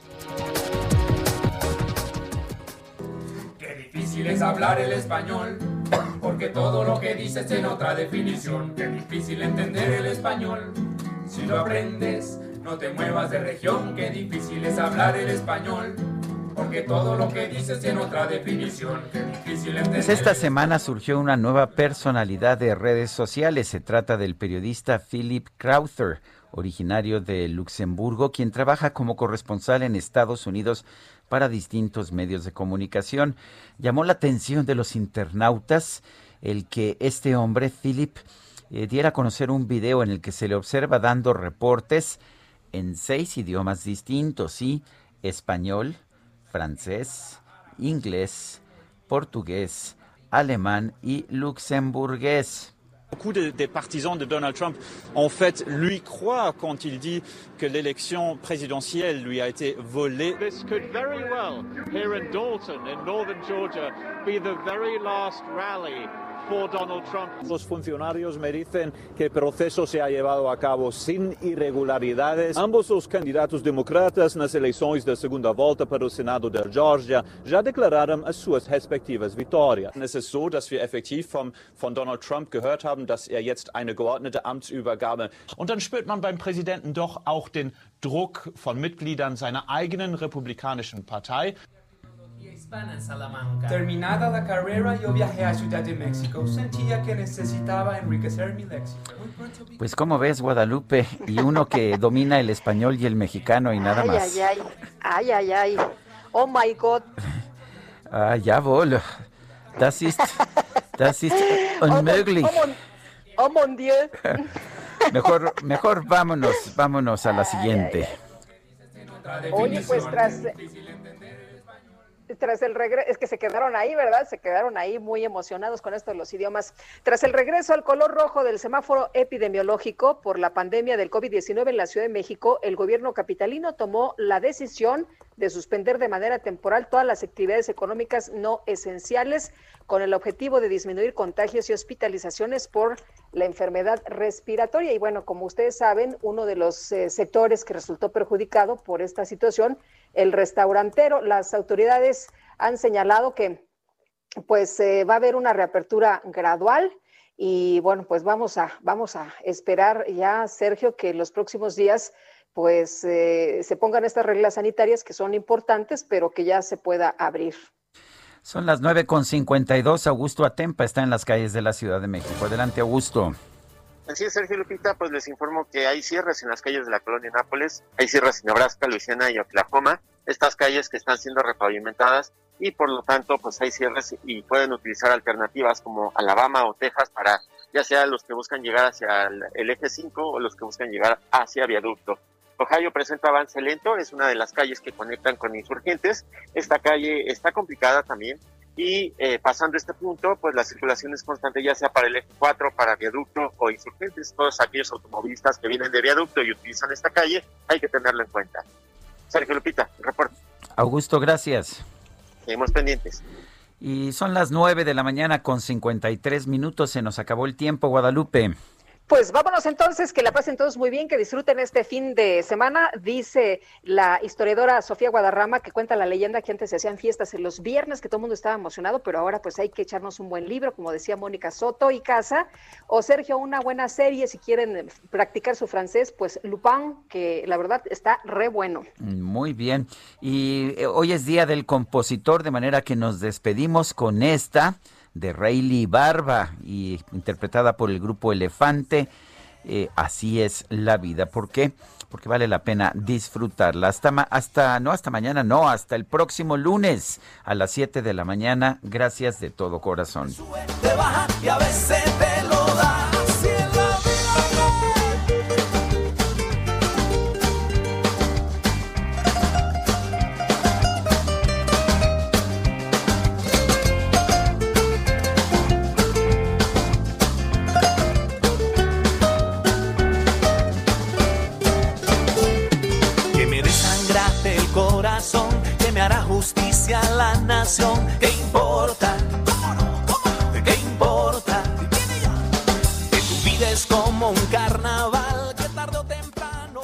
Qué difícil es hablar el español, porque todo lo que dices tiene otra definición. Qué difícil entender el español, si lo aprendes no te muevas de región. Qué difícil es hablar el español, porque todo lo que dices tiene otra definición. Qué difícil entender. Pues esta semana surgió una nueva personalidad de redes sociales. Se trata del periodista Philip Crowther, originario de Luxemburgo, quien trabaja como corresponsal en Estados Unidos para distintos medios de comunicación. Llamó la atención de los internautas el que este hombre, Philip, eh, diera a conocer un video en el que se le observa dando reportes en seis idiomas distintos, ¿sí? Español, francés, inglés, portugués, alemán y luxemburgués. Beaucoup de, de partisans de Donald Trump, en fait, lui croient quand il dit que l'élection présidentielle lui a été volée. This could very well, here in Dalton, in northern Georgia, be the very last rally for Donald Trump. Los funcionarios me dicen que el proceso se ha llevado a cabo sin irregularidades. Ambos los candidatos democratas nas eleições da segunda volta para o Senado de Georgia já declararam as suas respectivas vitórias. Es ist so, dass wir effektiv vom, von Donald Trump gehört haben, dass er jetzt eine geordnete Amtsübergabe. Und dann spürt man beim Präsidenten doch auch den Druck von Mitgliedern seiner eigenen republikanischen Partei. En Salamanca. Terminada la carrera, yo viajé a Ciudad de México. Sentía que necesitaba enriquecer mi léxico. Pues como ves, Guadalupe, y uno que domina el español y el mexicano y nada ay, más. Ay, ay, ay, ay, ay. Oh my God. Ah, jawohl. Das ist, das ist unmöglich. Oh, mon, oh, mon Dieu. Mejor, mejor vámonos, vámonos a la siguiente. Ay, ay. Oye, pues tras... Tras el regreso, es que se quedaron ahí, ¿verdad? Se quedaron ahí muy emocionados con esto de los idiomas. Tras el regreso al color rojo del semáforo epidemiológico por la pandemia del COVID diecinueve en la Ciudad de México, el gobierno capitalino tomó la decisión de suspender de manera temporal todas las actividades económicas no esenciales con el objetivo de disminuir contagios y hospitalizaciones por la enfermedad respiratoria. Y bueno, como ustedes saben, uno de los eh, sectores que resultó perjudicado por esta situación, el restaurantero. Las autoridades han señalado que pues eh, va a haber una reapertura gradual y bueno, pues vamos a vamos a esperar ya, Sergio, que en los próximos días pues eh, se pongan estas reglas sanitarias que son importantes, pero que ya se pueda abrir. Son las nueve con cincuenta y dos. Augusto Atempa está en las calles de la Ciudad de México. Adelante, Augusto. Así es, Sergio Lupita, pues les informo que hay cierres en las calles de la colonia Nápoles, hay cierres en Nebraska, Luisiana y Oklahoma, estas calles que están siendo repavimentadas y por lo tanto pues hay cierres y pueden utilizar alternativas como Alabama o Texas para ya sea los que buscan llegar hacia el, el eje cinco o los que buscan llegar hacia Viaducto. Ohio presenta avance lento, es una de las calles que conectan con Insurgentes, esta calle está complicada también. Y eh, pasando este punto, pues la circulación es constante, ya sea para el eje cuatro, para Viaducto o Insurgentes. Todos aquellos automovilistas que vienen de Viaducto y utilizan esta calle, hay que tenerlo en cuenta. Sergio Lupita, reporte. Augusto, gracias. Seguimos pendientes. Y son las nueve de la mañana con cincuenta y tres minutos. Se nos acabó el tiempo, Guadalupe. Pues vámonos entonces, que la pasen todos muy bien, que disfruten este fin de semana. Dice la historiadora Sofía Guadarrama, que cuenta la leyenda que antes se hacían fiestas en los viernes, que todo el mundo estaba emocionado, pero ahora pues hay que echarnos un buen libro, como decía Mónica Soto y Casa, o Sergio, una buena serie, si quieren practicar su francés, pues Lupin, que la verdad está re bueno. Muy bien, y hoy es Día del Compositor, de manera que nos despedimos con esta de Rayleigh Barba, y interpretada por el grupo Elefante, eh, Así es la vida. ¿Por qué? Porque vale la pena disfrutarla. Hasta, ma- hasta, no hasta mañana, no, hasta el próximo lunes a las siete de la mañana. Gracias de todo corazón. Te baja y a veces te lo da. Así es la corazón, que me hará justicia a la nación. ¿Qué importa? ¿Qué importa? Que tu vida es como un carnaval que tarde o temprano.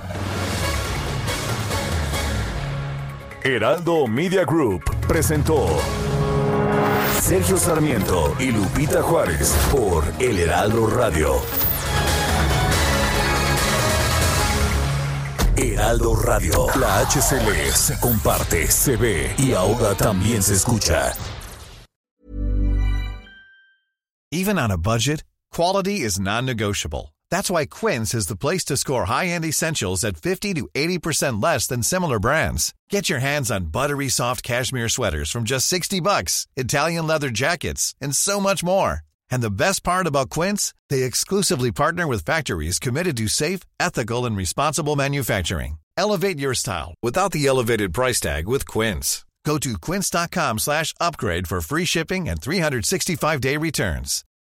Heraldo Media Group presentó Sergio Sarmiento y Lupita Juárez por El Heraldo Radio. Heraldo Radio. La H C L se comparte, se ve y ahora también se escucha. Even on a budget, quality is non-negotiable. That's why Quince is the place to score high-end essentials at fifty to eighty percent less than similar brands. Get your hands on buttery soft cashmere sweaters from just sixty bucks, Italian leather jackets, and so much more. And the best part about Quince, they exclusively partner with factories committed to safe, ethical, and responsible manufacturing. Elevate your style without the elevated price tag with Quince. Go to quince.com slash upgrade for free shipping and three sixty-five day returns.